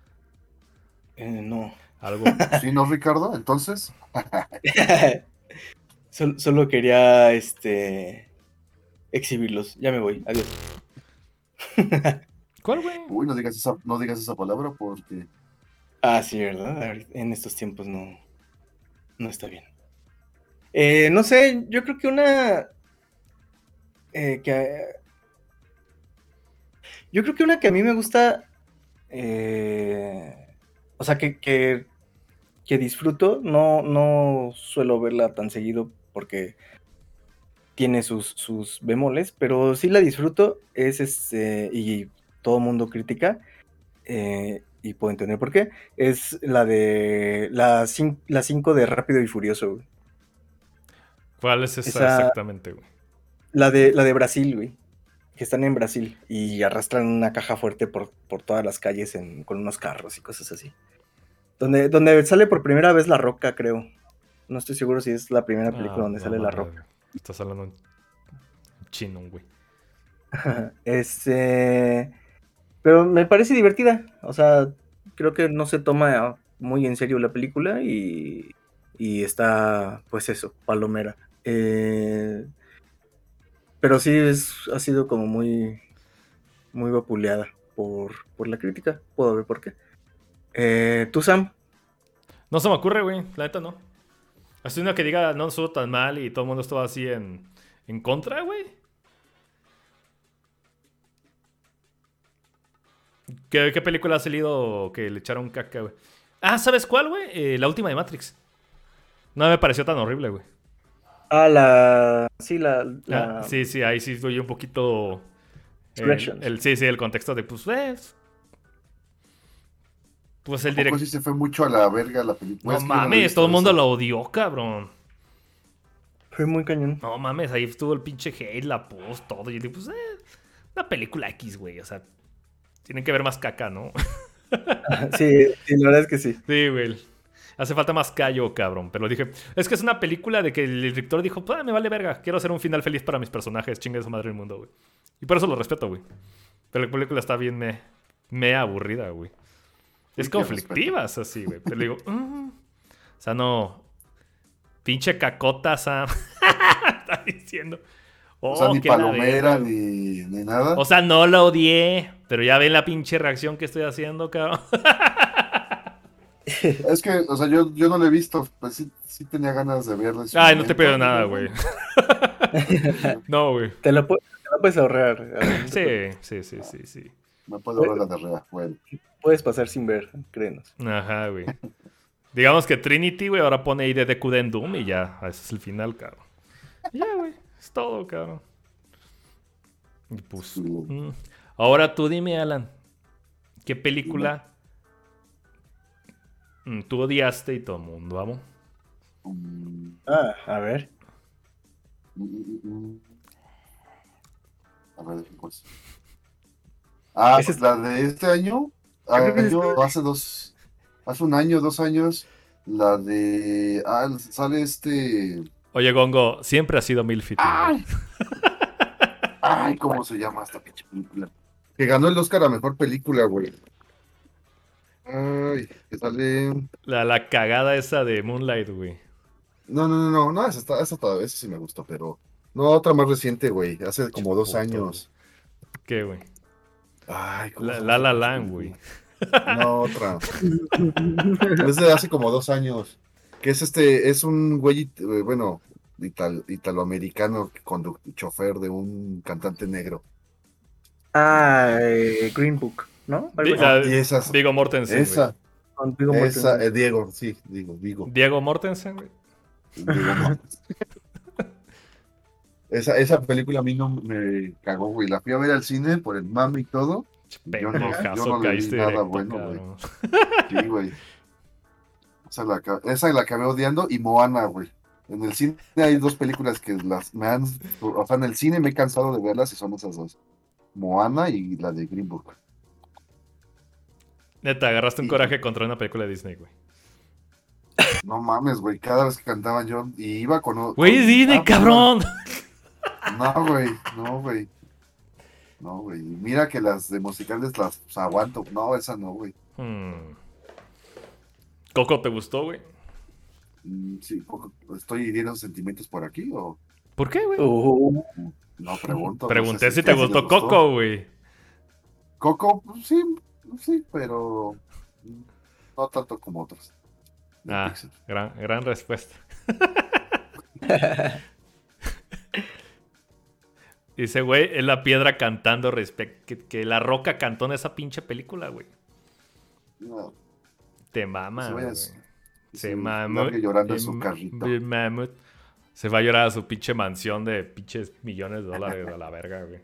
No. Algo. ¿Sí, no, Ricardo? Entonces, Solo quería exhibirlos. Ya me voy. Adiós. ¿Cuál, güey? uy, no digas esa palabra porque. Ah, sí, ¿verdad? En estos tiempos no está bien. No sé, yo creo que eh, que, yo creo que una que a mí me gusta, o sea, que disfruto, no suelo verla tan seguido porque tiene sus bemoles, pero sí la disfruto, y todo el mundo critica, y puedo entender por qué, es la de la 5 de Rápido y Furioso, güey. ¿Cuál es esa Esa, exactamente, güey? la de Brasil, güey. Que están en Brasil y arrastran una caja fuerte por todas las calles con unos carros y cosas así. Donde sale por primera vez La Roca, creo. No estoy seguro si es la primera película Ah, donde sale La mamada, güey. Roca. Estás hablando en chino, güey. Pero me parece divertida. O sea, creo que no se toma muy en serio la película y está, pues eso, palomera. Pero sí ha sido como muy, muy vapuleada por la crítica. Puedo ver por qué. ¿Tú, Sam? No se me ocurre, güey. La neta no. Así una que diga no estuvo tan mal y todo el mundo estuvo así en contra, güey. ¿Qué película ha salido que le echaron caca, güey? Ah, ¿sabes cuál, güey? La última de Matrix. No me pareció tan horrible, güey. Ah, sí, Ah, sí, sí, ahí sí doy un poquito. Resurrections. Sí, el contexto de, pues ¿A el poco sí director. se fue mucho a la verga la película? No Es que yo no la he mames, todo visto el mundo esa. lo odió, cabrón. Fue muy cañón. No mames, ahí estuvo el pinche hate, la post, todo. Y yo digo, una película X, güey. O sea, tienen que ver más caca, ¿no? Sí, sí, la verdad es que sí. Sí, güey. Hace falta más callo, cabrón. Pero dije, es que es una película de que el director dijo, me vale verga. Quiero hacer un final feliz para mis personajes. Chingue su madre el mundo, güey. Y por eso lo respeto, güey. Pero la película está bien me aburrida, güey. Es Uy, qué respeto. conflictiva, es así, güey. Pero le digo, o sea, no. Pinche cacota, Sam. Está diciendo. O sea, ni qué la palomera, verga, güey. ni nada. O sea, no la odié, pero ya ven la pinche reacción que estoy haciendo, cabrón. Es que, o sea, yo no lo he visto. Pues sí tenía ganas de verlo en su Ay, no te momento, pido y nada, luego, güey. No, güey. Te la puedes ahorrar. No te Sí. Me puedo ver la carrera. Bueno, puedes pasar sin ver, créenos. Ajá, güey. Digamos que Trinity, güey, ahora pone ahí de Decuden Doom y ya. Ese es el final, cabrón. Y ya, güey. Es todo, cabrón. Y pues. sí. Ahora tú dime, Alan. ¿Qué película tú odiaste y todo el mundo amo? A ver. A ver, pues. Ah, Ese es- la de este año. creo que es Hace un año, 2 años. La de. Sale Oye, Gongo, siempre ha sido Milfit. ¡Ay! Ay, ¿cómo se llama esta pinche película? Que ganó el Oscar a mejor película, güey. Ay, que sale. La cagada esa de Moonlight, güey. No, esa sí me gustó, pero. No, otra más reciente, güey. Hace como 2 años. ¿Qué, güey? Ay, ¿cómo se La llama La esta Land, güey. película? No, otra. Es de hace como 2 años. Que es un güey, bueno, italoamericano, chofer de un cantante negro. Green Book, ¿no? Algo Di- así. la- Y esas, Viggo Mortensen, esa, Con Viggo Mortensen. Diego, sí, Vigo. güey. Diego Mortensen, güey. Diego. Esa película a mí no me cagó, güey. La fui a ver al cine por el mame y todo. Yo Pendejazo, no le vi caíste nada directo, bueno, güey. cabrón. Sí, güey. Esa la acabé odiando y Moana, güey. En el cine hay dos películas que o sea, en el cine me he cansado de verlas y son esas dos. Moana y la de Green Book. Neta, agarraste un Y- coraje contra una película de Disney, güey. No mames, güey. Cada vez que cantaban yo y iba Güey, es Disney, cabrón. No, güey. No, güey. No, güey. Mira que las de musicales las aguanto. No, esa no, güey. ¿Coco te gustó, güey? Sí, ¿estoy hiriendo sentimientos por aquí o ¿Por qué, güey? no pregunto? Pregunté No sé si te les gustó Coco, güey. Coco, pues, sí, pero no tanto como otros. de Ah, Pixar. gran respuesta. Dice, güey, es la piedra cantando que La Roca cantó en esa pinche película, güey. No, Te mama, se güey. vaya- Se sí, mama. largue llorando en su carrito. Se va a llorar a su pinche mansión de pinches millones de dólares a la verga, güey.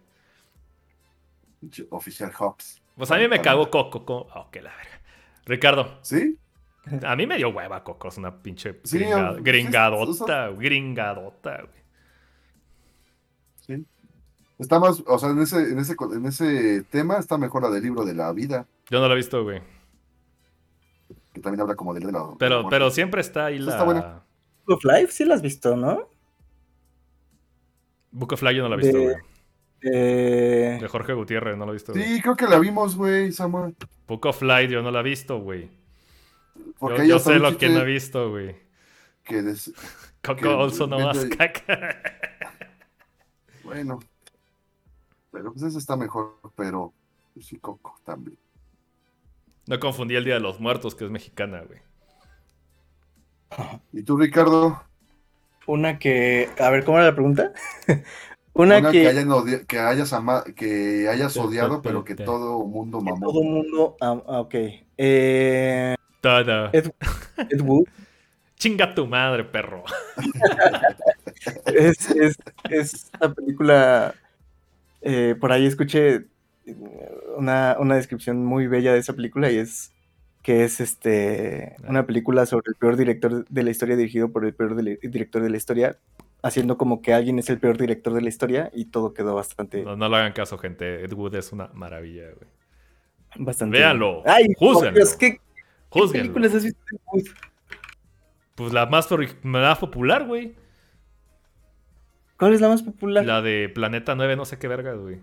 Oficial Hobbs. Pues a mí me cagó Coco. Oh, que la verga. Ricardo, ¿Sí? a mí me dio hueva Coco. Es una pinche Sí, gringadota, gringadota, güey. Sí. Está más, o sea, en ese tema está mejor la del libro de la vida, Yo no lo he visto, güey. que también habla como de la muerte. Pero siempre está ahí Está buena. Book of Life, sí la has visto, ¿no? Book of Fly yo no lo he visto, De- güey. Eh, De Jorge Gutiérrez, no lo he visto, güey. Sí, creo que la vimos, güey, Samuel. Book of Flight yo no la he visto, güey. Porque Yo ella sé lo también que no he visto, güey. que Coco que also no vende- más caca. bueno, pero pues ese está mejor, pero pues, sí, Coco también. No confundí el Día de los Muertos, que es mexicana, güey. ¿Y tú, Ricardo? una que. A ver, ¿cómo era la pregunta? Una que que hayas odiado, pero que todo mundo mamó. todo mundo. Ok. Tada. Ed Wood. Chinga tu madre, perro. Es una película. Por ahí escuché una descripción muy bella de esa película y es que es una película sobre el peor director de la historia dirigido por el peor director de la historia, haciendo como que alguien es el peor director de la historia y todo quedó bastante No le hagan caso, gente. Ed Wood es una maravilla, güey. bastante. Véanlo. Ay, Júzguenlo. Dios, ¿qué Júzguenlo. películas has visto de Ed Wood? Pues la más popular, güey. ¿Cuál es la más popular? La de Planeta 9, no sé qué verga, güey.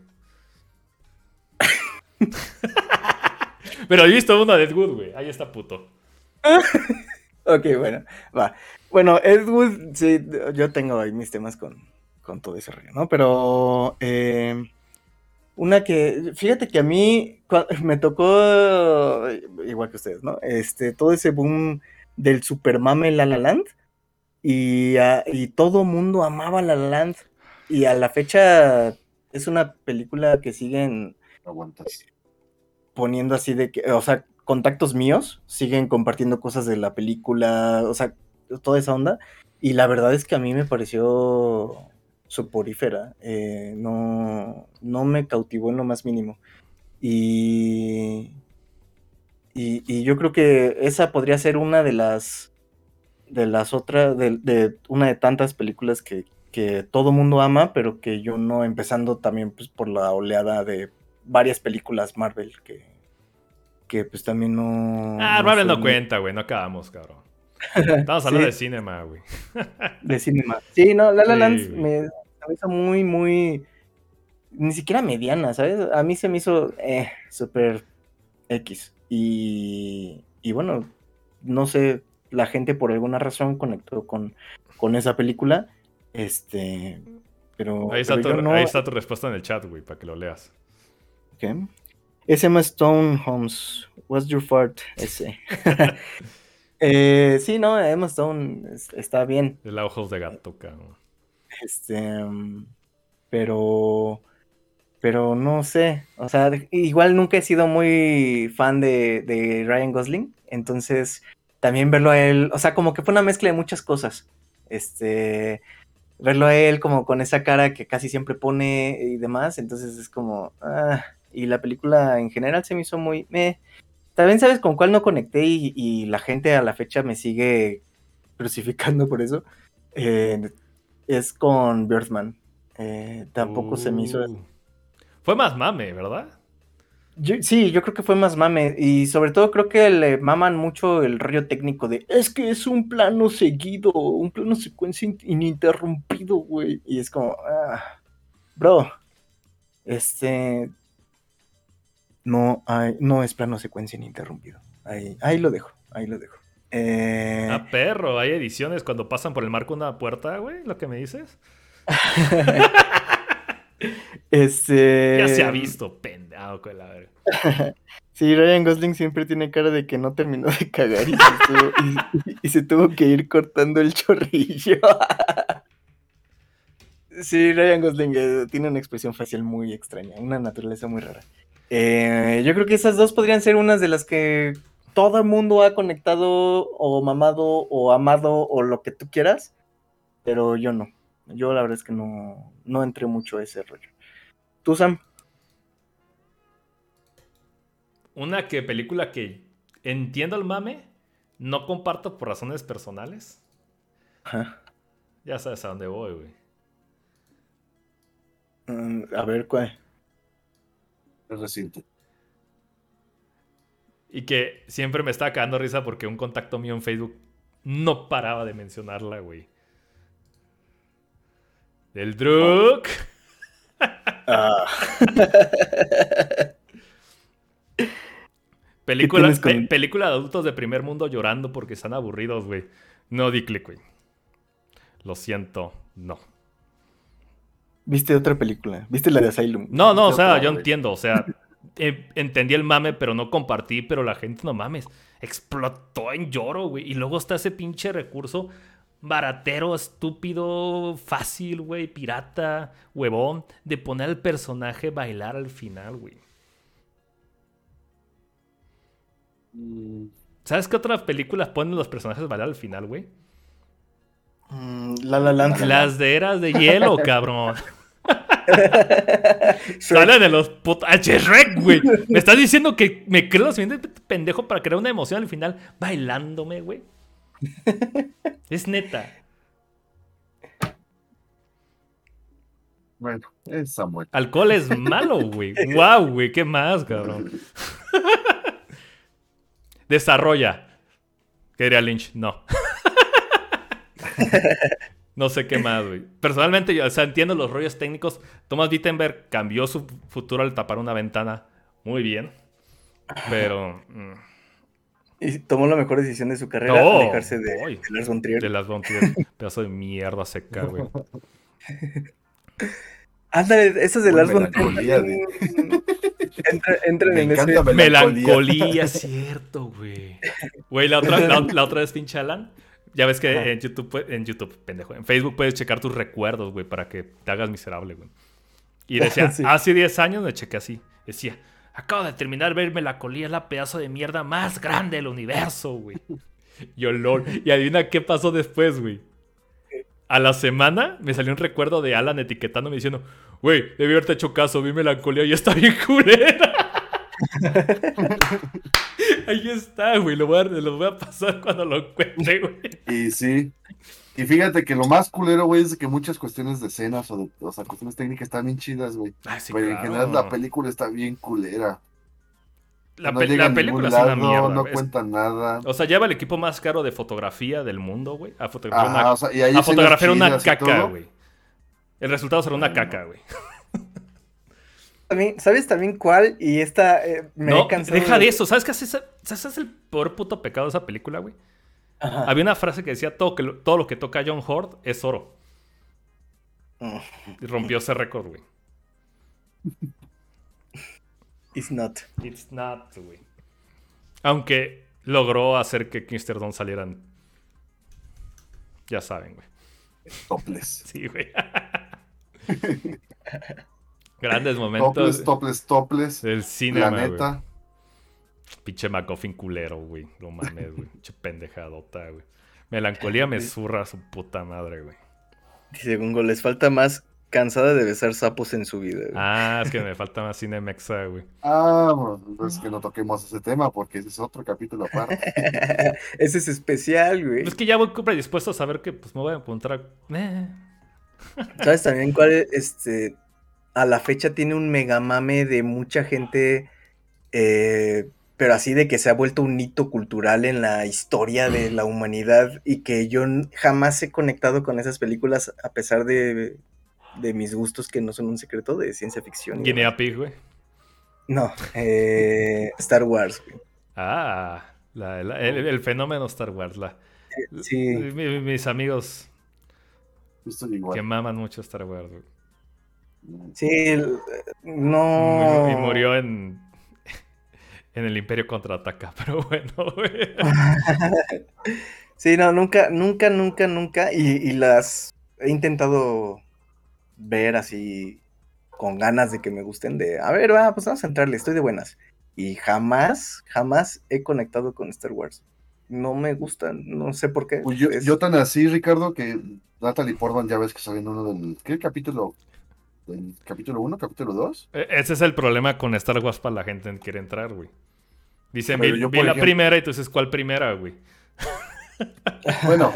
Pero he visto una de Ed Wood, güey. Ahí está puto. Ok, bueno, va. Bueno, Ed Wood, sí, yo tengo ahí mis temas con todo ese rollo, ¿no? Pero una que, fíjate que a mí me tocó, igual que ustedes, ¿no? Todo ese boom del supermame La La Land y todo mundo amaba La La Land y a la fecha es una película que siguen Aguantas. poniendo así de que, o sea, contactos míos siguen compartiendo cosas de la película, o sea, toda esa onda. Y la verdad es que a mí me pareció soporífera, no me cautivó en lo más mínimo. Y, y yo creo que esa podría ser una de las otras, de una de tantas películas que todo mundo ama, pero que yo no, empezando también pues por la oleada de varias películas Marvel que pues también no Marvel soy no muy cuenta, güey. No acabamos, cabrón. Estamos hablando de sí, cinema, güey. de cinema. Sí, no, La La Land Sí, güey. me hizo muy, muy, ni siquiera mediana, ¿sabes? A mí se me hizo súper X. Y bueno, no sé, la gente por alguna razón conectó con esa película, este, Ahí pero está tu, yo ahí no. está tu respuesta en el chat, güey, para que lo leas. ¿Qué? S.M. Stone Holmes, What's Your Fart? Ese. Sí, no, Emma Stone está bien. El ojos de gato, cabrón. Este, pero, pero no sé. O sea, igual nunca he sido muy fan de Ryan Gosling. Entonces, también verlo a él, o sea, como que fue una mezcla de muchas cosas. Verlo a él como con esa cara que casi siempre pone y demás. Entonces es como. Y la película en general se me hizo muy. También sabes con cuál no conecté y la gente a la fecha me sigue crucificando por eso. Eh, es con Birdman. Tampoco se me hizo. Fue más mame, ¿verdad? Sí, yo creo que fue más mame. Y sobre todo creo que le maman mucho el rollo técnico de es que es un plano seguido, un plano secuencia ininterrumpido, güey. Y es como, bro, este no es plano secuencia ininterrumpido. Ahí lo dejo, ahí lo dejo. Perro, hay ediciones cuando pasan por el marco de una puerta, güey, lo que me dices. Ya se ha visto, pendejo, con la verga. Sí, Ryan Gosling siempre tiene cara de que no terminó de cagar y se tuvo que ir cortando el chorrillo. Sí, Ryan Gosling tiene una expresión facial muy extraña, una naturaleza muy rara. Yo creo que esas dos podrían ser unas de las que todo el mundo ha conectado o mamado o amado o lo que tú quieras, pero yo no. Yo la verdad es que no entré mucho a ese rollo. ¿Tú, Sam? Una película que entiendo el mame, no comparto por razones personales. Ajá. Ya sabes a dónde voy, güey. A ver, ¿cuál? Es reciente. Y que siempre me estaba cagando risa porque un contacto mío en Facebook no paraba de mencionarla, güey. Del Druk. Ah. ¿Qué Película, tienes con...? película de adultos de primer mundo llorando porque están aburridos, güey. No di click, güey. Lo siento, no. ¿Viste otra película? ¿Viste la de Asylum? No, o ¿Viste sea, otra, yo güey? entiendo, o sea, entendí el mame, pero no compartí, pero la gente, no mames, explotó en lloro, güey. Y luego está ese pinche recurso baratero, estúpido, fácil, güey, pirata, huevón, de poner al personaje a bailar al final, güey. ¿Sabes qué otras películas ponen los personajes a bailar al final, güey? La La Land. Las de Eras de Hielo, cabrón. Shrek. Salen de los putos. Shrek, güey. Me estás diciendo que me creo lo suficiente pendejo para crear una emoción al final bailándome, güey. Es neta. Bueno, es Samuel. Alcohol es malo, güey. Wow, güey. ¿Qué más, cabrón? Desarrolla. ¿Qué diría Lynch? No. No sé qué más, güey. Personalmente, yo, o sea, entiendo los rollos técnicos. Thomas Wittenberg cambió su futuro al tapar una ventana muy bien. Pero Y tomó la mejor decisión de su carrera, No, alejarse de uy, Lars von Trier. de las von Trier. Pedazo de mierda seca, güey. Ándale, esas de Uy, Lars von Trier melancolía también entran Me en encanta ese... Melancolía, cierto, güey. Güey, la otra vez, pinche Alan. Ya ves que Ajá. en YouTube, pendejo, en Facebook puedes checar tus recuerdos, güey, para que te hagas miserable, güey. Y decía, Sí. hace 10 años me chequé así. Decía, acabo de terminar de ver Melancolía, es la pedazo de mierda más grande del universo, güey. Yo, lol. Y adivina qué pasó después, güey. A la semana me salió un recuerdo de Alan etiquetándome diciendo, güey, debí haberte hecho caso, vi Melancolía y está bien culera. Ahí está, güey. Lo voy a pasar cuando lo encuentre, güey. Y sí. Y fíjate que lo más culero, güey, es que muchas cuestiones de escenas o sea, cuestiones técnicas están bien chidas, güey. Ay, sí, Pero en claro. general la película está bien culera. La, No pe- llega a la película ningún es una lado, mierda, no güey. cuenta nada. O sea, lleva el equipo más caro de fotografía del mundo, güey. A fotografiar Ajá, o sea, y hay a escenas fotografiar una chidas y caca, todo. güey. El resultado será una Bueno. caca, güey. También, ¿sabes también cuál? Y esta me No, he cansado deja de eso. ¿Sabes qué es el peor puto pecado de esa película, güey? Ajá. Había una frase que decía, todo lo que toca John Hurt es oro. Mm, Y rompió ese récord, güey. It's not. It's not, güey. Aunque logró hacer que Kingston Dawn salieran. Ya saben, güey. Topless. Sí, güey. Grandes momentos Topless. del cine, güey. Planeta. Pinche McGuffin culero, güey. No mames, güey. Pinche pendejadota, güey. Melancolía me zurra a su puta madre, güey. Dice Gungo, les falta más cansada de besar sapos en su vida. Güey. Ah, es que me falta más cine mexa, güey. Bueno, es que no toquemos ese tema porque ese es otro capítulo aparte. Ese es especial, güey. Es que ya voy predispuesto a saber que pues me voy a encontrar. ¿Sabes también cuál? A la fecha tiene un mega mame de mucha gente, pero así de que se ha vuelto un hito cultural en la historia de la humanidad y que yo jamás he conectado con esas películas a pesar de mis gustos que no son un secreto de ciencia ficción. Guinea Pig, güey. No, Star Wars, güey. Ah, el fenómeno Star Wars. Sí. Mis amigos Estoy igual. que maman mucho Star Wars, güey. Sí, no. Y murió en el Imperio Contraataca, pero bueno, güey. Sí, no, nunca. Y las he intentado ver así con ganas de que me gusten a ver, pues vamos a entrarle, estoy de buenas. Y jamás he conectado con Star Wars. No me gustan, no sé por qué. Pues yo tan así, Ricardo, que Natalie Portman ya ves que salió en uno del... ¿Qué capítulo? ¿Del capítulo 1, capítulo 2? Ese es el problema con Star Wars para la gente que quiere entrar, güey. Dicen, Pero vi yo, por la ejemplo- primera y tú dices, ¿cuál primera, güey? Bueno,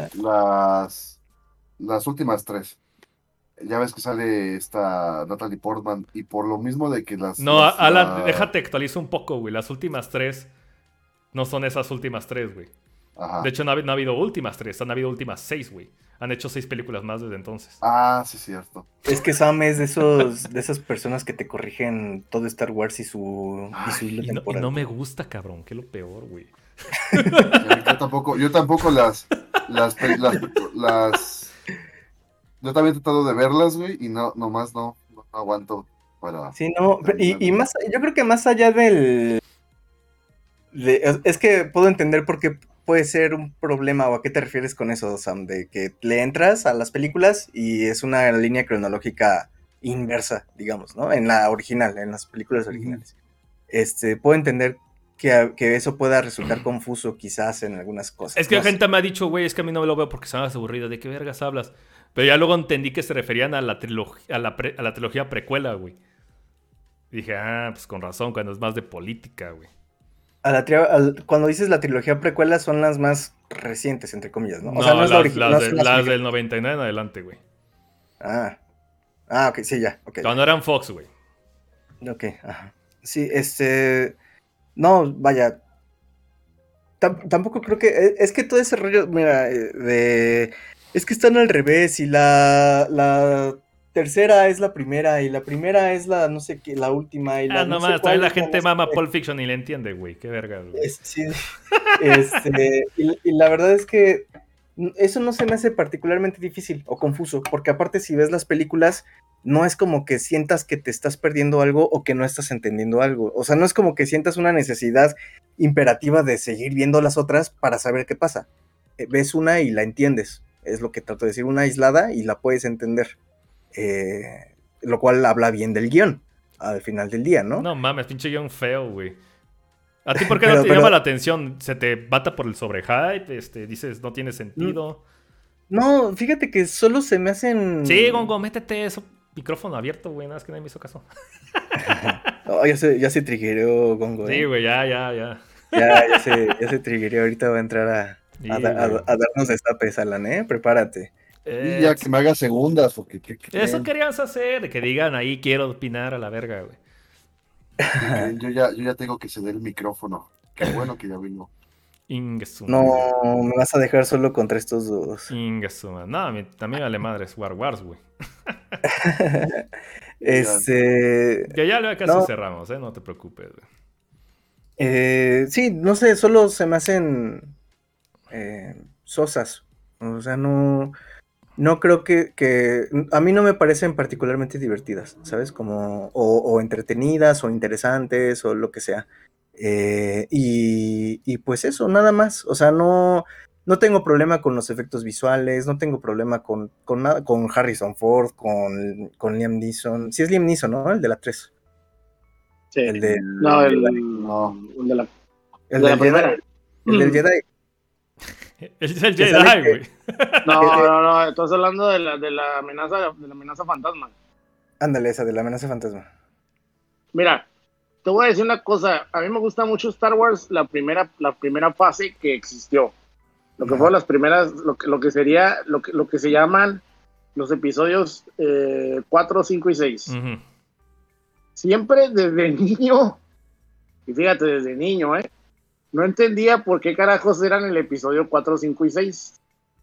las últimas 3. Ya ves que sale esta Natalie Portman y por lo mismo de que No, Alan, déjate actualizo un poco, güey. Las últimas 3 no son esas últimas 3, güey. Ajá. De hecho, no ha habido últimas 3, han habido últimas 6, güey. Han hecho 6 películas más desde entonces. Ah, sí, cierto. Es que Sam es de esas personas que te corrigen todo Star Wars y su Y no temporada. me gusta, cabrón, que es lo peor, güey. Yo tampoco las yo también he tratado de verlas, güey, y nomás no aguanto para... Sí, no, y más, yo creo que más allá es que puedo entender por qué puede ser un problema, o a qué te refieres con eso, Sam, de que le entras a las películas y es una línea cronológica inversa, digamos, ¿no? En la original, en las películas originales. Puedo entender que eso pueda resultar confuso quizás en algunas cosas. Es que no la gente me ha dicho, güey, es que a mí no me lo veo porque se me hace aburrido. ¿De qué vergas hablas? Pero ya luego entendí que se referían a la trilogía precuela, güey. Dije, pues con razón, cuando es más de política, güey. Cuando dices la trilogía precuela son las más recientes, entre comillas, ¿no? O sea, no es la original. las del 99 en adelante, güey. Ok, sí, ya, ok. Cuando eran Fox, güey. Ok, ajá. Sí, no, vaya. Tampoco creo que... Es que todo ese rollo, mira, es que están al revés y la tercera es la primera y la primera es la no sé la última y la No no sé más, cuál también la es gente no sé mama qué. Pulp Fiction y le entiende, güey. Qué verga, güey. Sí. Y la verdad es que eso no se me hace particularmente difícil o confuso, porque aparte si ves las películas, no es como que sientas que te estás perdiendo algo o que no estás entendiendo algo. O sea, no es como que sientas una necesidad imperativa de seguir viendo las otras para saber qué pasa. Ves una y la entiendes. Es lo que trato de decir, una aislada y la puedes entender. Lo cual habla bien del guión al final del día, ¿no? No mames, pinche guión feo, güey. ¿A ti por qué no te llama la atención? ¿Se te bata por el sobrehype? Dices, no tiene sentido. No, fíjate que solo se me hacen... Sí, Gongo, métete eso. Micrófono abierto, güey. Nada más que nadie me hizo caso. Oh, ya se triggereó, Gongo. Sí, güey, ya. Ya se triggereó. Ahorita va a entrar a darnos destapes, Alan, ¿eh? Prepárate. Y ya que me haga segundas, porque eso querías hacer, que digan ahí quiero opinar a la verga, güey. Yo ya tengo que ceder el micrófono. Qué bueno que ya vino. Ingesuma. No, me vas a dejar solo contra estos dos. Ingesuma. No, también vale madres Wars, güey. Que ya casi cerramos, no te preocupes, güey. Sí, no sé, solo se me hacen sosas. O sea, no creo que a mí no me parecen particularmente divertidas, ¿sabes? Como o entretenidas o interesantes o lo que sea. Y pues eso, nada más. O sea, no tengo problema con los efectos visuales, no tengo problema con nada, con Harrison Ford, con Liam Neeson. Sí es Liam Neeson, ¿no? El de la 3. Sí. El de la primera. El del Jedi. Es el Jedi, güey. No, estás hablando de la amenaza fantasma. Ándale, esa de la amenaza fantasma. Mira, te voy a decir una cosa. A mí me gusta mucho Star Wars, la primera fase que existió. Lo que fueron las primeras, lo que se llaman los episodios 4, 5 y 6. Uh-huh. Siempre desde niño, y fíjate, desde niño, no entendía por qué carajos eran el episodio 4, 5 y 6.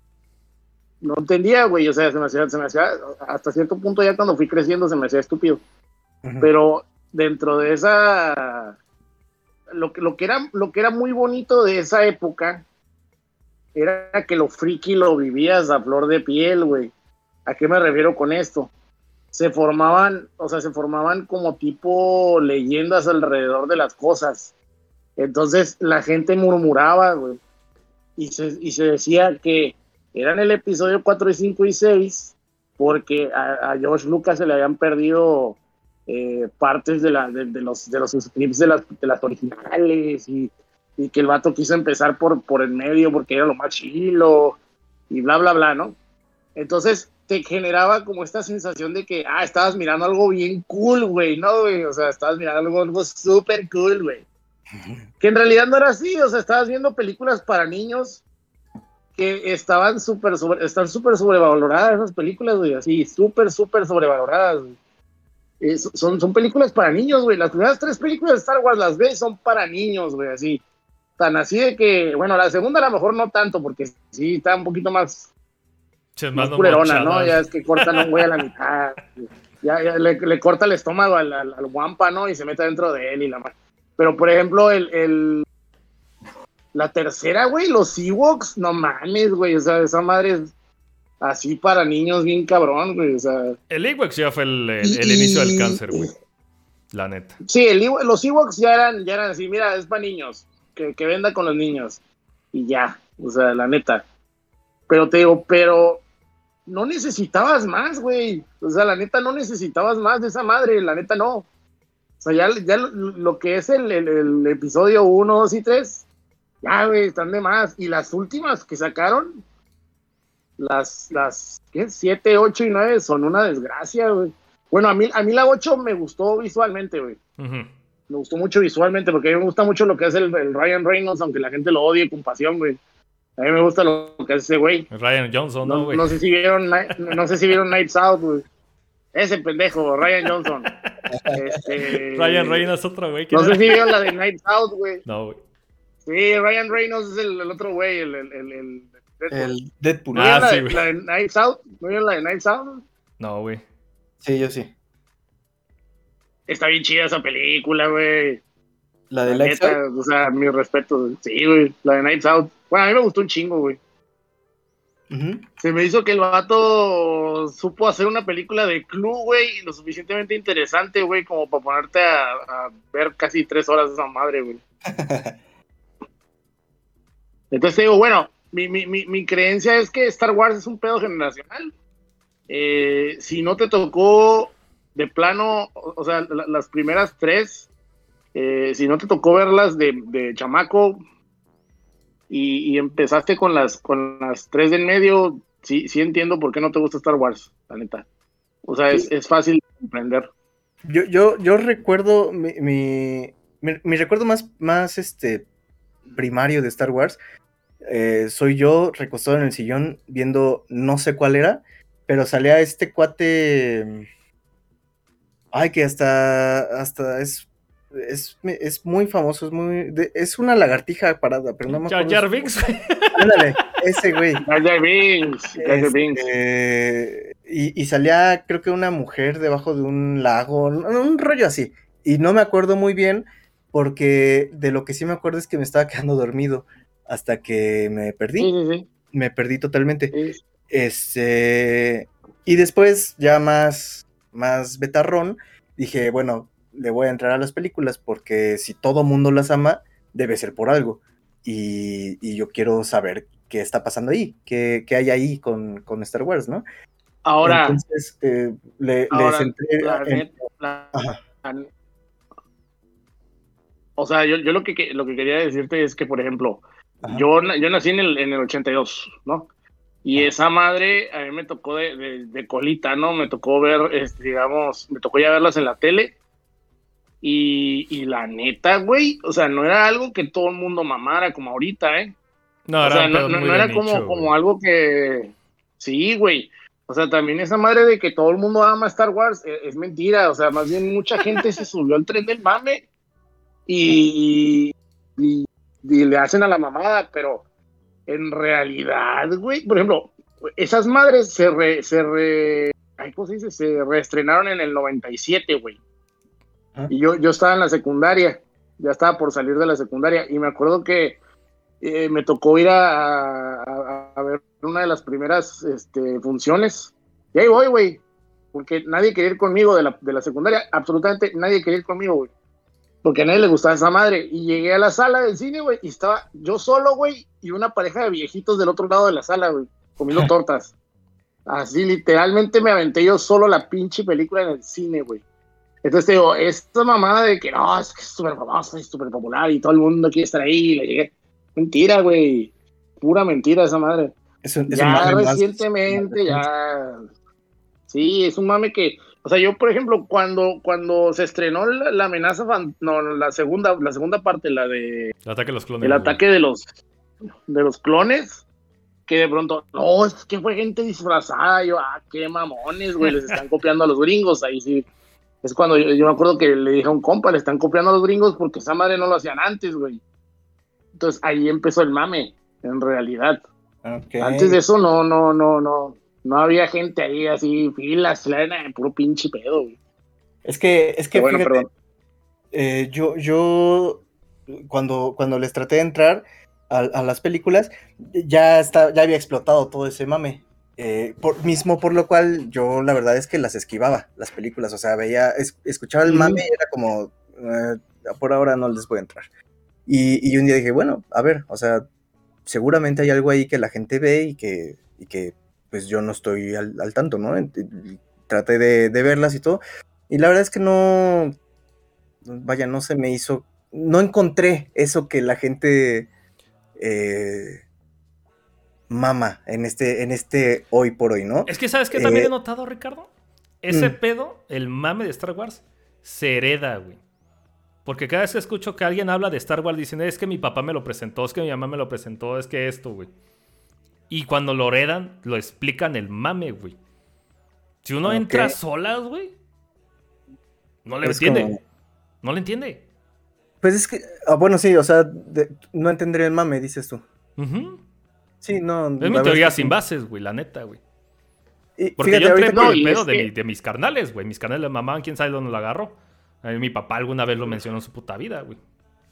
No entendía, güey. O sea, se me hacía, hasta cierto punto ya cuando fui creciendo se me hacía estúpido. Uh-huh. Pero dentro de esa... Lo que era muy bonito de esa época era que lo friki lo vivías a flor de piel, güey. ¿A qué me refiero con esto? Se formaban como tipo leyendas alrededor de las cosas. Entonces la gente murmuraba, güey, y se decía que eran el episodio 4 y 5 y 6 porque a George Lucas se le habían perdido partes de los scripts de las originales y que el vato quiso empezar por el medio porque era lo más chilo y bla, bla, bla, ¿no? Entonces te generaba como esta sensación de que, estabas mirando algo bien cool, güey, ¿no, güey? O sea, estabas mirando algo súper cool, güey. Que en realidad no era así, o sea, estabas viendo películas para niños que están súper sobrevaloradas esas películas, güey, así, súper sobrevaloradas, güey. Son películas para niños, güey. Las primeras 3 películas de Star Wars las ves, son para niños, güey, así. Tan así de que, bueno, la segunda a lo mejor no tanto, porque sí está un poquito más culerona, ¿no? Ya es que cortan a un güey a la mitad, ya le corta el estómago al Wampa, ¿no? Y se mete dentro de él y la madre. Pero, por ejemplo, la tercera, güey, los Ewoks, no mames, güey, o sea, esa madre es así para niños bien cabrón, güey, o sea... El Ewoks ya fue el inicio del cáncer, güey, la neta. Sí, los Ewoks ya eran así, mira, es para niños, que venda con los niños, y ya, o sea, la neta. Pero te digo, no necesitabas más, güey, o sea, la neta no necesitabas más de esa madre, la neta no. O sea, ya lo que es el episodio 1, 2 y 3, ya, güey, están de más. Y las últimas que sacaron, las 7, 8 y 9 son una desgracia, güey. Bueno, a mí la 8 me gustó visualmente, güey. Uh-huh. Me gustó mucho visualmente, porque a mí me gusta mucho lo que es el Ryan Reynolds, aunque la gente lo odie con pasión, güey. A mí me gusta lo que es ese güey. Ryan Johnson, ¿no, güey? No sé si vieron Knives Out, güey. Ese pendejo, Ryan Johnson. Ryan Reynolds, otro güey. No sé si vieron la de Knives Out, güey. No, güey. Sí, Ryan Reynolds es el otro güey, el Deadpool. ¿No vieron la de Knives Out? ¿No vieron la de Knives Out? No, güey. Sí, yo sí. Está bien chida esa película, güey. La de La Lights neta, Out. o sea, mi respeto, güey. Sí, güey, la de Nights Out. Bueno, a mí me gustó un chingo, güey. Ujú. Se me hizo que el vato supo hacer una película de club, güey, lo suficientemente interesante, güey, como para ponerte a ver casi 3 horas de esa madre, güey. Entonces te digo, bueno, mi creencia es que Star Wars es un pedo generacional. Si no te tocó de plano, o sea, las primeras tres, si no te tocó verlas de chamaco y empezaste con las tres de en medio, sí entiendo por qué no te gusta Star Wars, la neta. O sea, Sí. es fácil de comprender. Yo recuerdo mi recuerdo más primario de Star Wars. Soy yo recostado en el sillón viendo no sé cuál era, pero salía este cuate. Ay, que hasta es muy famoso, es una lagartija parada, pero no me Jar acuerdo. Jar Binks, güey. Ándale, ese güey. Jar Jar Binks, Jar Jar Binks. Y salía, creo que una mujer debajo de un lago, un rollo así. Y no me acuerdo muy bien, porque de lo que sí me acuerdo es que me estaba quedando dormido hasta que me Sí, perdí. sí, sí. Me perdí totalmente. Sí. Y después, ya más betarrón, dije, bueno, le voy a entrar a las películas porque si todo mundo las ama, debe ser por algo. Y yo quiero saber qué está pasando ahí, qué hay ahí con Star Wars, ¿no? Ahora, Entonces, les entré la en... neta, Ajá, o sea, yo lo que quería decirte es que, por ejemplo, ajá, yo nací en el 82, ¿no? Y ajá. esa madre a mí me tocó de colita, ¿no? Me tocó ver, digamos, me tocó ya verlas en la tele. Y la neta, güey, o sea, no era algo que todo el mundo mamara como ahorita, ¿eh? No, O era sea, un pedo muy no de era nicho, como güey. algo que... Sí, güey. O sea, también esa madre de que todo el mundo ama Star Wars es mentira. O sea, más bien mucha gente se subió al tren del mame y, y, y le hacen a la mamada, pero en realidad, güey, por ejemplo, esas madres ay, ¿cómo se dice? Se reestrenaron en el 97, güey. Ajá. Y yo estaba en la secundaria, ya estaba por salir de la secundaria, y me acuerdo que me tocó ir a ver una de las primeras funciones. Y ahí voy, güey, porque nadie quería ir conmigo de la secundaria, absolutamente nadie quería ir conmigo, güey, porque a nadie le gustaba esa madre. Y llegué a la sala del cine, güey, y estaba yo solo, güey, y una pareja de viejitos del otro lado de la sala, güey, comiendo tortas. Así, literalmente me aventé yo solo la pinche película en el cine, güey. Entonces te digo, esta mamada de que no, es que es súper famosa y súper popular y todo el mundo quiere estar ahí, le llegué. Mentira, güey. Pura mentira esa madre. Es un Ya mame más recientemente, reciente. ya. Sí, es un mame que. O sea, yo, por ejemplo, cuando se estrenó la amenaza, no, la segunda parte, la de El ataque de los clones, el güey. ataque de los clones, que de pronto, no, es que fue gente disfrazada. Yo, qué mamones, güey, les están copiando a los gringos. Ahí sí. Es cuando yo me acuerdo que le dije a un compa, le están copiando a los gringos porque esa madre no lo hacían antes, güey. Entonces ahí empezó el mame, en realidad. Okay. Antes de eso no había gente ahí así, filas, puro pinche pedo, güey. Es que Pero bueno, fíjate, perdón. yo cuando les traté de entrar a las películas, ya había explotado todo ese mame. Por lo cual yo la verdad es que las esquivaba, las películas, o sea, escuchaba el mame y era como, por ahora no les voy a entrar. Y un día dije, bueno, a ver, o sea, seguramente hay algo ahí que la gente ve y que pues yo no estoy al tanto, ¿no? Traté de verlas y todo, y la verdad es que no, vaya, no se me hizo, no encontré eso que la gente mama en este hoy por hoy, ¿no? Es que, ¿sabes qué también he notado, Ricardo? Ese pedo, el mame de Star Wars, se hereda, güey. Porque cada vez que escucho que alguien habla de Star Wars diciendo, es que mi papá me lo presentó, es que mi mamá me lo presentó, es que esto, güey. Y cuando lo heredan, lo explican el mame, güey. Si uno entra a solas, güey, no le entiende. Como... No le entiende. Pues es que, bueno, sí, o sea, no entenderé el mame, dices tú. Sí, no. Es mi teoría sin bases, güey, la neta, güey. Porque fíjate, yo entré por el pedo que... de mis carnales, güey. Mis carnales de mamá, quién sabe dónde lo agarró. A mí, mi papá alguna vez lo mencionó en su puta vida, güey.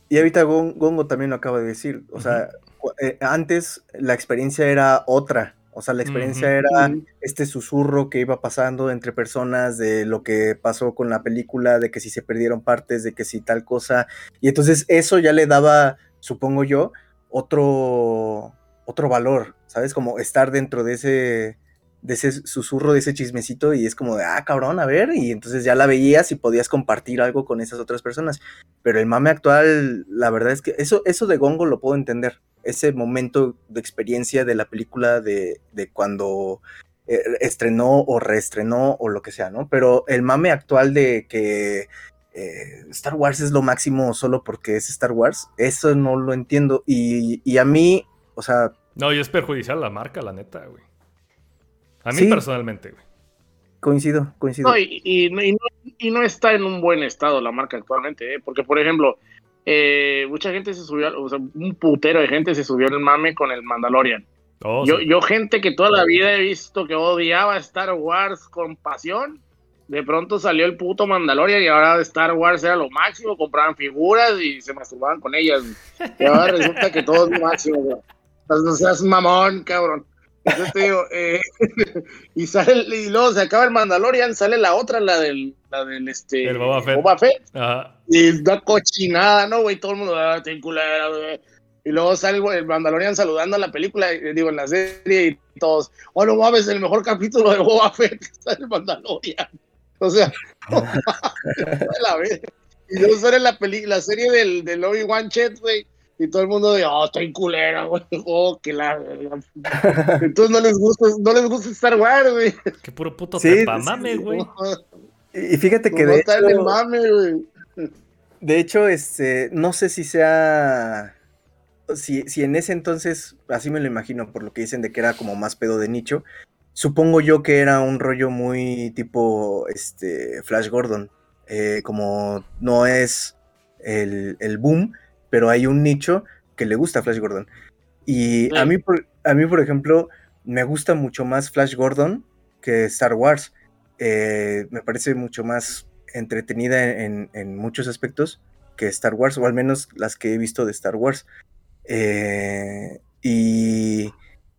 Y ahorita Gongo también lo acaba de decir. O sea, antes la experiencia era otra. O sea, la experiencia era este susurro que iba pasando entre personas de lo que pasó con la película, de que si se perdieron partes, de que si tal cosa. Y entonces eso ya le daba, supongo yo, otro valor, ¿sabes? Como estar dentro de ese susurro, de ese chismecito, y es como de, cabrón, a ver, y entonces ya la veías y podías compartir algo con esas otras personas. Pero el mame actual, la verdad es que eso de Gongo lo puedo entender, ese momento de experiencia de la película de cuando estrenó o reestrenó o lo que sea, ¿no? Pero el mame actual de que Star Wars es lo máximo solo porque es Star Wars, eso no lo entiendo, y a mí, o sea... No, y es perjudicial la marca, la neta, güey. A mí sí, personalmente, güey. Coincido. No, y no está en un buen estado la marca actualmente, ¿eh? Porque, por ejemplo, mucha gente se subió, o sea, un putero de gente se subió el mame con el Mandalorian. Oh, yo gente que toda la vida he visto que odiaba Star Wars con pasión, de pronto salió el puto Mandalorian y ahora Star Wars era lo máximo, compraban figuras y se masturbaban con ellas. Y ahora resulta que todo es lo máximo, güey. No seas mamón, cabrón. Entonces te digo, y luego se acaba el Mandalorian, sale la otra, la del el Boba Fett. Ajá. Y es una cochinada, ¿no, güey? Todo el mundo, ten culera, güey. Y luego sale el Mandalorian saludando a la película, en la serie, y todos, no mames, el mejor capítulo de Boba Fett está el Mandalorian. O sea, la vez. Y luego sale la serie del Obi-Wan Chet, güey. Y todo el mundo de, está en culera, güey. Que la... Entonces no les gusta Star Wars, güey. Qué puro puto trepamame, güey. Y fíjate que de hecho... el mame, güey. De hecho, no sé si sea... Si en ese entonces, así me lo imagino, por lo que dicen de que era como más pedo de nicho, supongo yo que era un rollo muy tipo, Flash Gordon. Como no es el boom, pero hay un nicho que le gusta a Flash Gordon. Y a mí, por ejemplo, me gusta mucho más Flash Gordon que Star Wars. Me parece mucho más entretenida en muchos aspectos que Star Wars, o al menos las que he visto de Star Wars. Y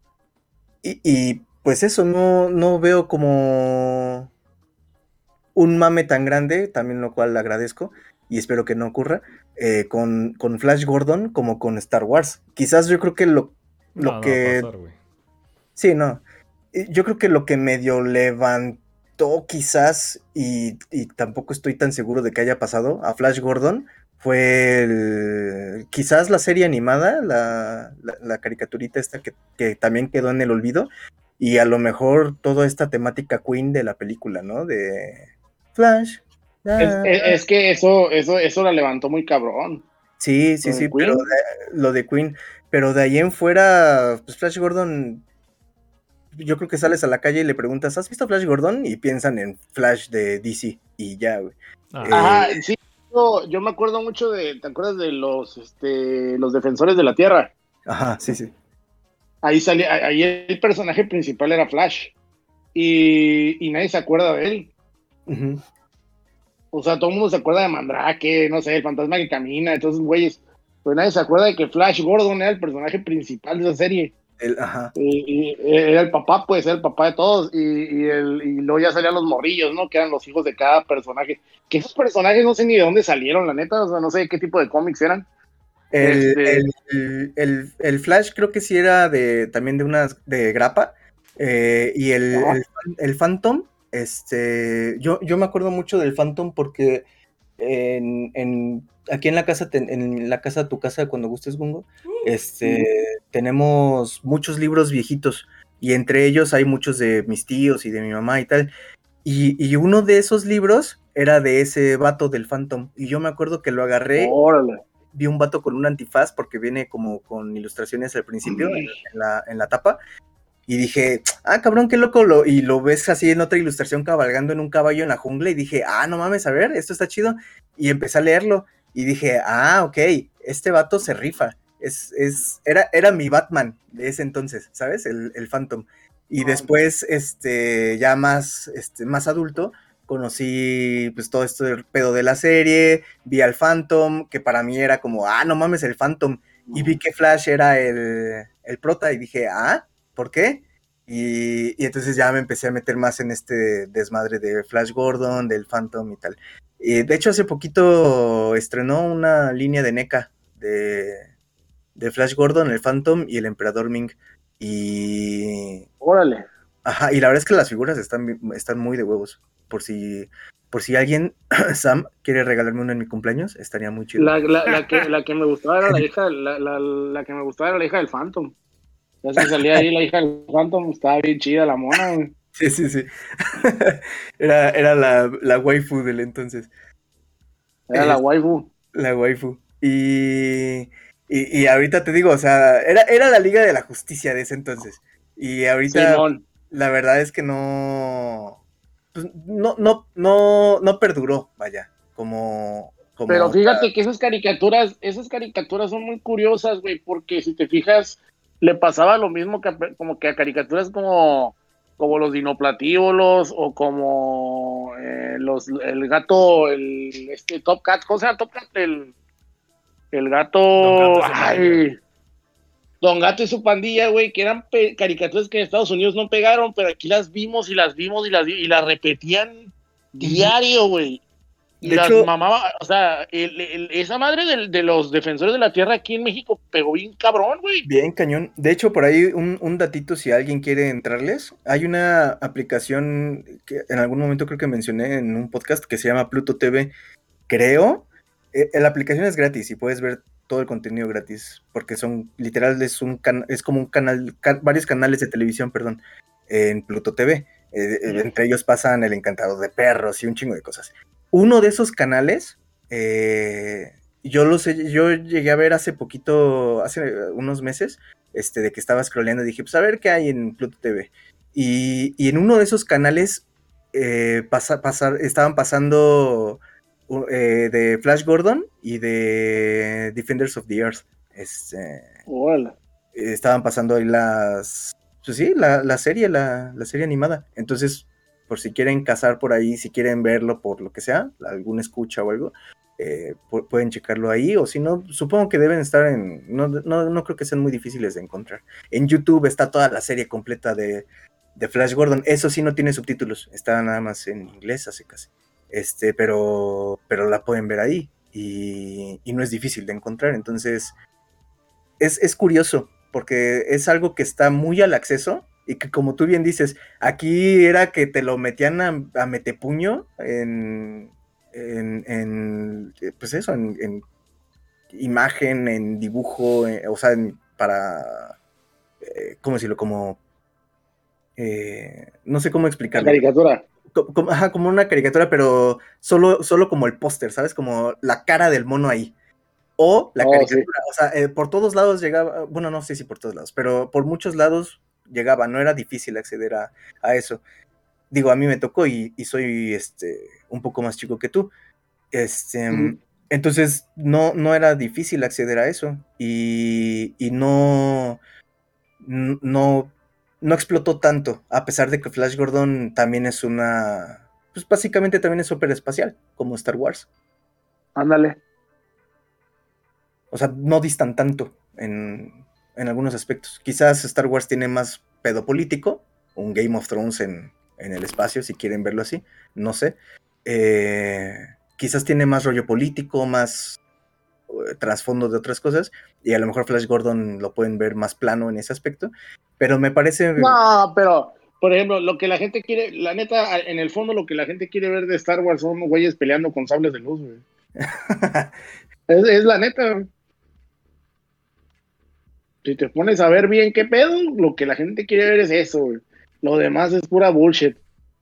pues eso, no veo como un mame tan grande, también lo cual agradezco y espero que no ocurra, con Flash Gordon como con Star Wars. Quizás yo creo que lo que... No va a pasar, güey. Sí, no. Yo creo que lo que medio levantó quizás, y tampoco estoy tan seguro de que haya pasado, a Flash Gordon fue quizás la serie animada, la caricaturita esta que también quedó en el olvido, y a lo mejor toda esta temática Queen de la película, ¿no? De Flash. Es que eso la levantó muy cabrón. Sí, pero lo de Queen, pero de ahí en fuera, pues Flash Gordon, yo creo que sales a la calle y le preguntas, ¿has visto Flash Gordon? Y piensan en Flash de DC y ya, güey. Ajá, sí. Yo me acuerdo mucho ¿te acuerdas de los Defensores de la Tierra? Ajá, sí. Ahí el personaje principal era Flash. Y nadie se acuerda de él. Uh-huh. O sea, todo el mundo se acuerda de Mandrake, no sé, el fantasma que camina, entonces, güeyes. Pues nadie se acuerda de que Flash Gordon era el personaje principal de esa serie. Ajá. Y era el papá, pues, era el papá de todos. Y luego ya salían los morrillos, ¿no? Que eran los hijos de cada personaje. Que esos personajes no sé ni de dónde salieron, la neta. O sea, no sé qué tipo de cómics eran. El Flash creo que sí era también de grapa. Y el Phantom, yo me acuerdo mucho del Phantom porque aquí en la casa, tu casa, cuando gustes, Gungo, tenemos muchos libros viejitos, y entre ellos hay muchos de mis tíos y de mi mamá y tal, y uno de esos libros era de ese vato del Phantom, y yo me acuerdo que lo agarré. Órale. Vi un vato con un antifaz, porque viene como con ilustraciones al principio, en la tapa, y dije, cabrón, qué loco, y lo ves así en otra ilustración cabalgando en un caballo en la jungla, y dije, no mames, a ver, esto está chido, y empecé a leerlo, y dije, ok, este vato se rifa, era mi Batman de ese entonces, ¿sabes? El Phantom, y después, ya más adulto, conocí pues todo esto del pedo de la serie, vi al Phantom, que para mí era como, no mames, el Phantom, y vi que Flash era el prota, y dije, ¿por qué? Y entonces ya me empecé a meter más en este desmadre de Flash Gordon, del Phantom y tal. Y de hecho hace poquito estrenó una línea de NECA de Flash Gordon, el Phantom y el Emperador Ming. Y Órale. ajá, y la verdad es que las figuras están muy de huevos. Por si alguien, Sam, quiere regalarme uno en mi cumpleaños, estaría muy chido. La que me gustaba era la hija, la que me gustaba era la hija del Phantom. Ya se salía ahí la hija del Phantom, estaba bien chida la mona, güey. Sí. Era la waifu del entonces. Era la waifu. La waifu. Y ahorita te digo, o sea, era la Liga de la Justicia de ese entonces. Y ahorita, Simón. la verdad es que pues, no perduró, vaya, como Pero fíjate que esas caricaturas son muy curiosas, güey, porque si te fijas, le pasaba lo mismo como que a caricaturas como los dinoplatívolos o como el gato, Top Cat, ¿cómo se llama Top Cat? El gato, Don Gato y su pandilla, güey, que eran caricaturas que en Estados Unidos no pegaron, pero aquí las vimos y las repetían diario, güey. Y las mamaba, o sea, esa madre de los defensores de la tierra aquí en México pegó bien cabrón, güey. Bien cañón. De hecho, por ahí un datito, si alguien quiere entrarles, hay una aplicación que en algún momento creo que mencioné en un podcast que se llama Pluto TV, creo. La aplicación es gratis y puedes ver todo el contenido gratis, porque son, literal, es como un canal, varios canales de televisión, perdón, en Pluto TV. Entre ellos pasan El Encantador de Perros y un chingo de cosas. Uno de esos canales, yo llegué a ver hace poquito, hace unos meses, de que estaba scrolleando, dije, pues a ver qué hay en Pluto TV. Y en uno de esos canales estaban pasando de Flash Gordon y de Defenders of the Earth. Estaban pasando ahí la serie animada. Entonces, por si quieren cazar por ahí, si quieren verlo por lo que sea, alguna escucha o algo, pueden checarlo ahí, o si no, supongo que deben estar no creo que sean muy difíciles de encontrar. En YouTube está toda la serie completa de Flash Gordon. Eso sí no tiene subtítulos, está nada más en inglés, así casi. Pero la pueden ver ahí y no es difícil de encontrar. Entonces es curioso porque es algo que está muy al acceso y que, como tú bien dices, aquí era que te lo metían a metepuño en pues eso, en imagen, en dibujo, o sea, para ¿cómo decirlo? Como no sé cómo explicarlo. La caricatura. Como una caricatura, pero solo como el póster, ¿sabes? Como la cara del mono ahí. O la caricatura, sí. O sea, por todos lados llegaba, bueno, no sé si por todos lados, pero por muchos lados llegaba, no era difícil acceder a eso. Digo, a mí me tocó y soy un poco más chico que tú. Entonces no era difícil acceder a eso y no explotó tanto, a pesar de que Flash Gordon también es pues básicamente también es súper espacial, como Star Wars. Ándale. O sea, no distan tanto en algunos aspectos. Quizás Star Wars tiene más pedo político, un Game of Thrones en el espacio, si quieren verlo así, no sé. Quizás tiene más rollo político, más trasfondo de otras cosas, y a lo mejor Flash Gordon lo pueden ver más plano en ese aspecto, pero me parece... No, pero, por ejemplo, lo que la gente quiere, la neta, en el fondo lo que la gente quiere ver de Star Wars son güeyes peleando con sables de luz, güey. es la neta, güey. Si te pones a ver bien qué pedo, lo que la gente quiere ver es eso, güey. Lo demás es pura bullshit.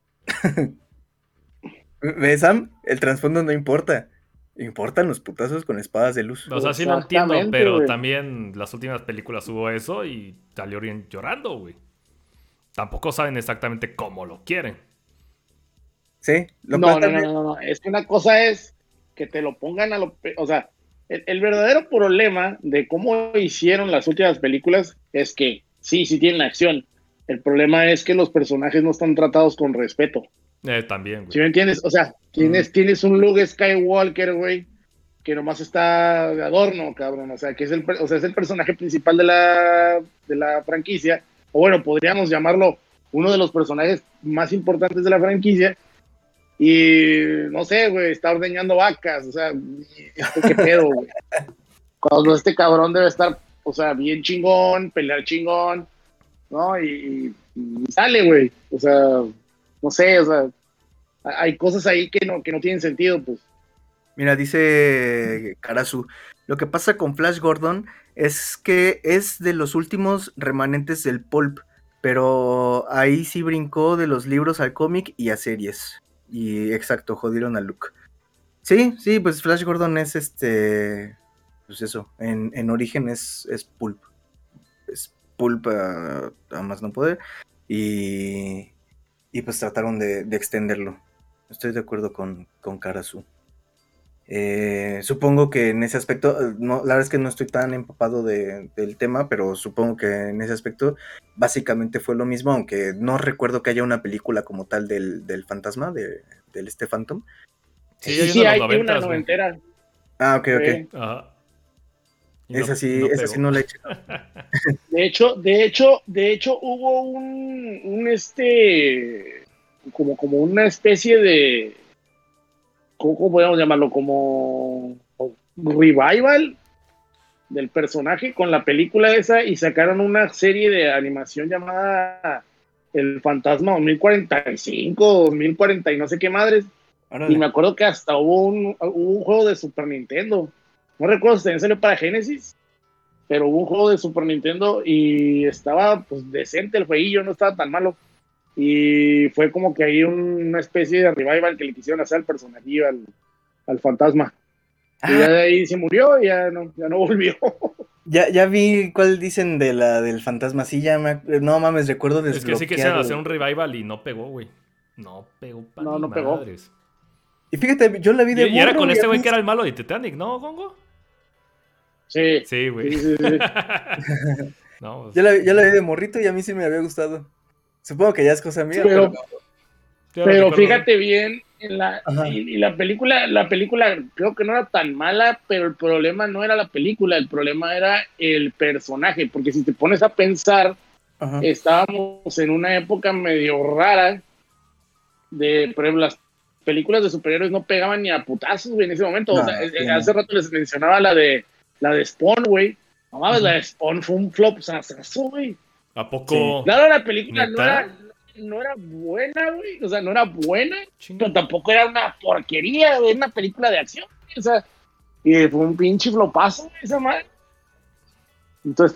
¿Ves, Sam? El trasfondo no importa. Importan los putazos con espadas de luz. O sea, sí lo entiendo, pero güey, también las últimas películas hubo eso y salió llorando, güey. Tampoco saben exactamente cómo lo quieren. Sí. No. Es que una cosa es que te lo pongan o sea, el verdadero problema de cómo hicieron las últimas películas es que sí tienen acción. El problema es que los personajes no están tratados con respeto. También, ¿Sí güey. me entiendes? O sea, tienes un Luke Skywalker, güey, que nomás está de adorno, cabrón. O sea, es el personaje principal de la franquicia. O bueno, podríamos llamarlo uno de los personajes más importantes de la franquicia. Y no sé, güey, está ordeñando vacas. O sea, ¿qué pedo, güey? Cuando este cabrón debe estar, o sea, bien chingón, pelear chingón, ¿no? Y sale, güey. O sea, no sé, o sea, hay cosas ahí que no tienen sentido, pues. Mira, dice Karasu, lo que pasa con Flash Gordon es que es de los últimos remanentes del pulp, pero ahí sí brincó de los libros al cómic y a series. Y exacto, jodieron a Luke. Sí, sí, pues Flash Gordon es pues eso, en origen es pulp. Es pulp a más no poder. Y, y pues trataron de extenderlo. Estoy de acuerdo con Karasu. Supongo que en ese aspecto, no, la verdad es que no estoy tan empapado del tema, pero supongo que en ese aspecto básicamente fue lo mismo, aunque no recuerdo que haya una película como tal del fantasma, del Phantom. Sí, Sí, hay uno sí, en los hay una 90, güey. noventera. Ah, ok, ok. Ajá. Y Esa y sí, no esa sí pegó. no la he hecho. De hecho, hubo como una especie de, ¿cómo podríamos llamarlo? Como revival del personaje con la película esa y sacaron una serie de animación llamada El Fantasma 2045, 2040 y no sé qué madres. Y me Órale. acuerdo que hasta hubo un juego de Super Nintendo. No recuerdo si también salió para Genesis, pero hubo un juego de Super Nintendo y estaba pues decente el jueguillo, no estaba tan malo. Y fue como que hay una especie de revival que le quisieron hacer al personaje, al fantasma. Y Ah, ya de ahí se murió y ya no volvió. ya vi cuál dicen de la del fantasma. Sí, no mames, recuerdo Es que sí quisieron hacer desbloqueado. un revival y no pegó, güey. No pegó pa' No, ni no pegó. madres. Y fíjate, yo la vi de Y era con morro y a este güey mí que era el malo de Titanic, ¿no, Gongo? Sí, Sí, güey. sí, sí, sí. No, pues, yo la vi de morrito y a mí sí me había gustado. Supongo que ya es cosa sí, mía, pero... Pero, yo lo pero recuerdo bien. fíjate bien, Ajá. y la película creo que no era tan mala, pero el problema no era la película, el problema era el personaje, porque si te pones a pensar, Ajá. estábamos en una época medio rara por ejemplo, las películas de superhéroes no pegaban ni a putazos, güey, en ese momento. O No, sea, sí, hace no. rato les mencionaba la de Spawn, güey. No mames, la Ujú. de Spawn fue un flop sasazo, güey. ¿A Sí. poco? Claro, la película no era, ¿Neta? no era buena, güey. O sea, no era buena, Chinga. pero tampoco era una porquería, güey. Una película de acción, güey. O sea, y fue un pinche flopazo, güey, esa madre. Entonces,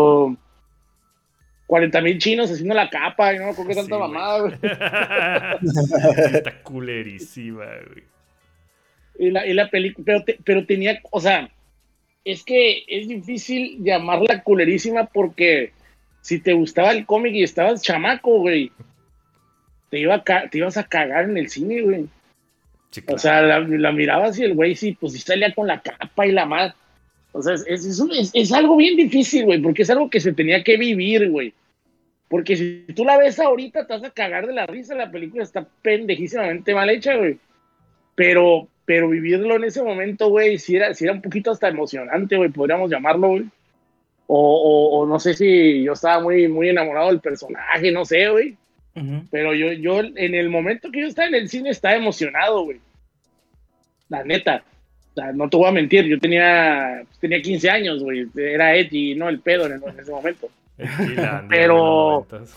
40,000 chinos haciendo la capa y no me acuerdo qué tanta Sí, güey. mamada, güey. Sí, está culerísima, güey. Y la película, pero tenía, o sea, es que es difícil llamarla culerísima porque si te gustaba el cómic y estabas chamaco, güey, te ibas a cagar en el cine, güey. Sí, O sea, claro. la mirabas y el güey sí, pues sí salía con la capa y la madre. O sea, es algo bien difícil, güey, porque es algo que se tenía que vivir, güey. Porque si tú la ves ahorita, te vas a cagar de la risa. La película está pendejísimamente mal hecha, güey. Pero vivirlo en ese momento, güey, sí era un poquito hasta emocionante, güey, podríamos llamarlo, güey. O no sé si yo estaba muy, muy enamorado del personaje, no sé, güey. Ujú. Pero yo en el momento que yo estaba en el cine estaba emocionado, güey. La neta. O sea, no te voy a mentir, yo tenía 15 años, güey. Era Edgy, no el pedo en ese momento. Edgylandia, güey, los Pero, 90s.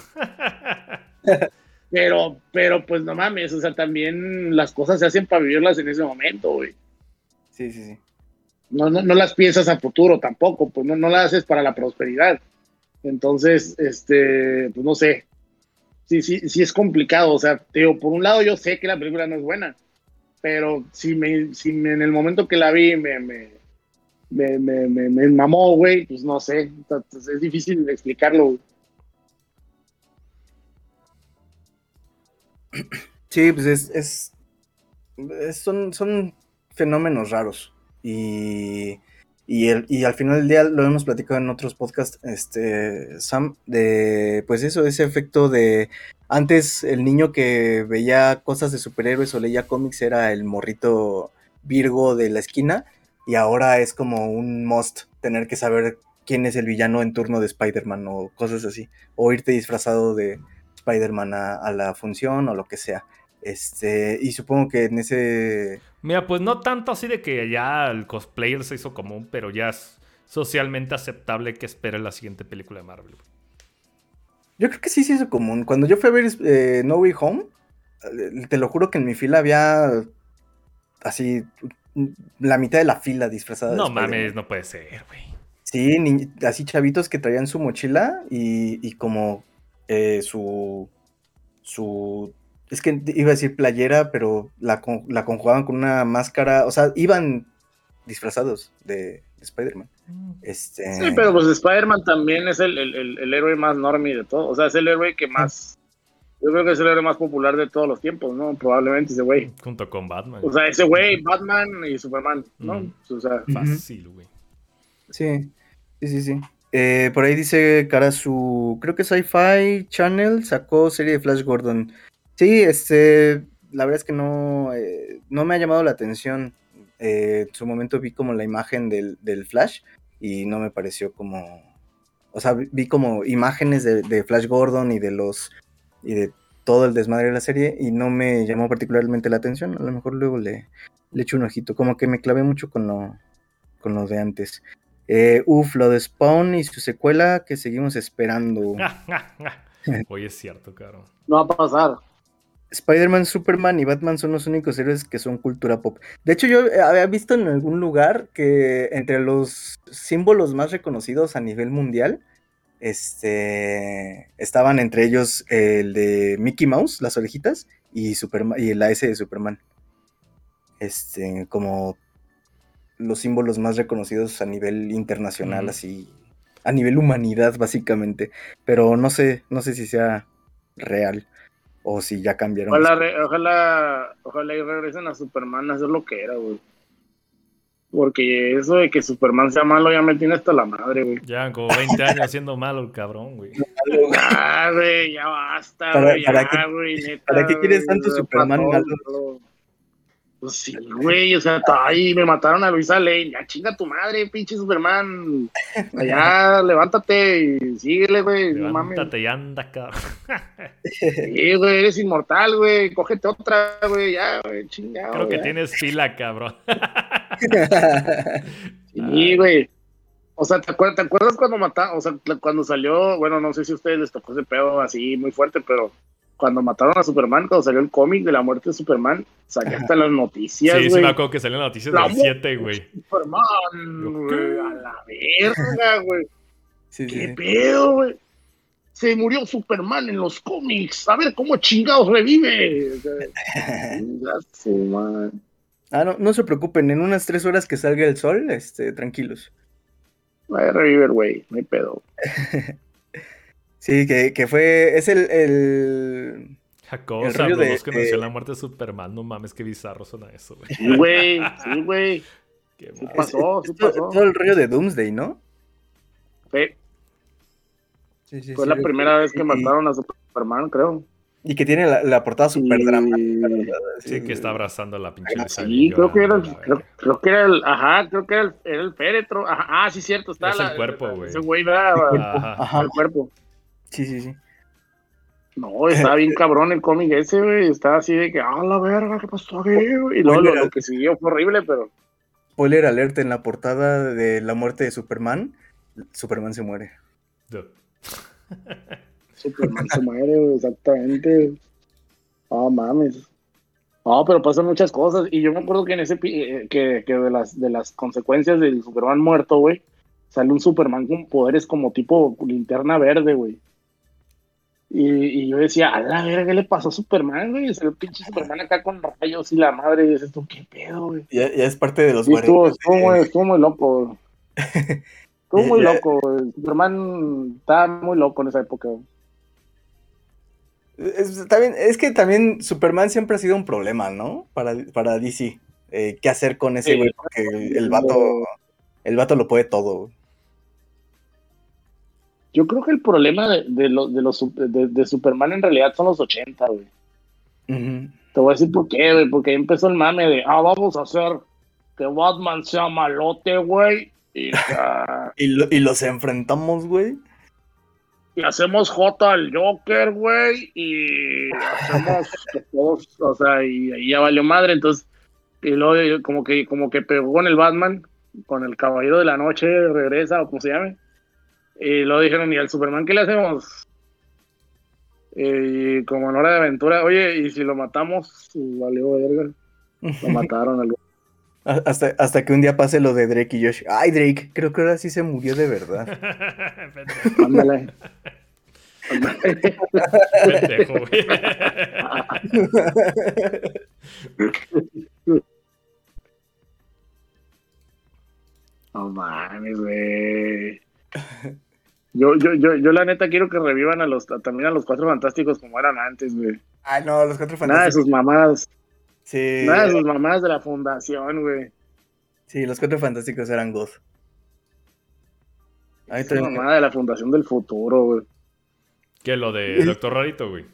pues no mames, o sea, también las cosas se hacen para vivirlas en ese momento, güey. Sí, sí, sí. No las piensas a futuro tampoco, pues no las haces para la prosperidad. Entonces, pues no sé. Sí es complicado. O sea, te digo, por un lado yo sé que la película no es buena, pero en el momento que la vi me mamó, güey, pues no sé. Entonces, es difícil de explicarlo, güey. Sí, pues son fenómenos raros. Y al final del día lo hemos platicado en otros podcasts, Sam, de pues eso, ese efecto de antes el niño que veía cosas de superhéroes o leía cómics era el morrito Virgo de la esquina, y ahora es como un must tener que saber quién es el villano en turno de Spider-Man o cosas así, o irte disfrazado de Spider-Man a la función o lo que sea. Y supongo que en ese... Mira, pues no tanto así de que ya el cosplayer se hizo común, pero ya es socialmente aceptable que espere la siguiente película de Marvel. Yo creo que sí se hizo común. Cuando yo fui a ver No Way Home, te lo juro que en mi fila había así la mitad de la fila disfrazada No de Spider-Man. mames, no puede ser, güey. Sí, así chavitos que traían su mochila y como su... Es que iba a decir playera, pero la conjugaban con una máscara. O sea, iban disfrazados de Spider-Man. Sí, pero pues Spider-Man también es el héroe más normie de todo. O sea, es el héroe que más... Yo creo que es el héroe más popular de todos los tiempos, ¿no? Probablemente ese güey. Junto con Batman. O sea, ese güey, Batman y Superman, ¿no? O sea, fácil, güey. Sí. Por ahí dice Karasu, creo que Sci-Fi Channel sacó serie de Flash Gordon. Sí, la verdad es que no me ha llamado la atención. En su momento vi como la imagen del Flash y no me pareció como... O sea, vi como imágenes de Flash Gordon y de todo el desmadre de la serie y no me llamó particularmente la atención. A lo mejor luego le echo un ojito. Como que me clavé mucho con lo de antes. Lo de Spawn y su secuela que seguimos esperando. Oye, es cierto, cabrón. No va a pasar. Spider-Man, Superman y Batman son los únicos héroes que son cultura pop. De hecho, yo había visto en algún lugar que entre los símbolos más reconocidos a nivel mundial, estaban entre ellos el de Mickey Mouse, las orejitas, y Superman, y la S de Superman. Como los símbolos más reconocidos a nivel internacional, así, a nivel humanidad, básicamente. Pero no sé si sea real o si ya cambiaron. Ojalá y regresen a Superman a hacer lo que era, güey. Porque eso de que Superman sea malo ya me tiene hasta la madre, güey. Llevan como 20 años siendo malo el cabrón, güey. Ya, güey, ya basta, güey. ¿Para qué quieres tanto Superman malo? Pues sí, güey, o sea, ahí me mataron a Luisa Lane. Ya chinga tu madre, pinche Superman. Allá, levántate y síguele, güey. Levántate y anda, cabrón. Sí, güey, eres inmortal, güey. Cógete otra, güey. Ya, güey, chingado. Creo que tienes fila, cabrón. Sí, güey. O sea, ¿te acuerdas cuando mataron? O sea, cuando salió, bueno, no sé si a ustedes les tocó ese pedo así muy fuerte, pero cuando mataron a Superman, cuando salió el cómic de la muerte de Superman, salió hasta en las noticias, güey. Sí, me acuerdo que salió en las noticias del 7, güey. Superman, güey, a la verga, güey. Sí, ¿Qué pedo, güey? Se murió Superman en los cómics. A ver cómo chingados revive. No se preocupen, en unas 3 horas que salga el sol, tranquilos. Va a revivir, güey, no hay pedo. Sí, que fue, es el Jacob Saludos que anunció la muerte de Superman. No mames, qué bizarro suena eso, güey. Sí, güey. Sí pasó. Todo el rollo de Doomsday, ¿no? Sí. Fue la primera vez que mataron a Superman, creo. Y que tiene la portada súper dramática, ¿verdad? Sí, que está abrazando a la pinche Sí, creo que era el féretro. Ajá, sí, cierto. Está es el cuerpo, güey. Ese güey va el cuerpo. Sí. No, estaba bien cabrón el cómic ese, güey. Estaba así de que, la verga, ¿qué pasó aquí, güey? Y luego lo que siguió fue horrible, pero... Spoiler alert, en la portada de la muerte de Superman se muere. Superman se muere, exactamente. Mames. No, pero pasan muchas cosas. Y yo me acuerdo que en ese que de las consecuencias del Superman muerto, güey, sale un Superman con poderes como tipo linterna verde, güey. Y yo decía, a la verga, ¿qué le pasó a Superman, güey? Es el pinche Superman acá con rayos y la madre. Y dices tú, ¿qué pedo, güey? Ya es parte de los estuvo muy loco. Estuvo muy loco. Superman estaba muy loco en esa época. Es que también Superman siempre ha sido un problema, ¿no? Para DC. ¿Qué hacer con ese güey? Porque el vato El vato lo puede todo, güey. Yo creo que el problema de Superman en realidad son los 80, güey. Ujú. Te voy a decir por qué, güey. Porque ahí empezó el mame de, vamos a hacer que Batman sea malote, güey. Y los enfrentamos, güey. Y hacemos J al Joker, güey. Y hacemos que todos, o sea, y ya valió madre. Entonces, y luego como que pegó con el Batman, con el Caballero de la Noche, regresa, o como se llame. Y luego dijeron, ¿y al Superman qué le hacemos? Y como en Hora de Aventura, oye, ¿y si lo matamos? Y valió verga. Lo mataron al Hasta que un día pase lo de Drake y Josh. Ay, Drake, creo que ahora sí se murió de verdad. Ándale. Pendejo, güey. No mames, güey. Yo la neta quiero que revivan también a los Cuatro Fantásticos como eran antes, güey. Ay, no, los Cuatro Nada de Fantásticos. sus mamadas. Sí, Nada de sus mamadas de la fundación, güey. sí, los Cuatro Fantásticos eran God. A mí Esa también mamada de la fundación del futuro, güey. ¿Qué? Lo de Doctor Rarito, güey.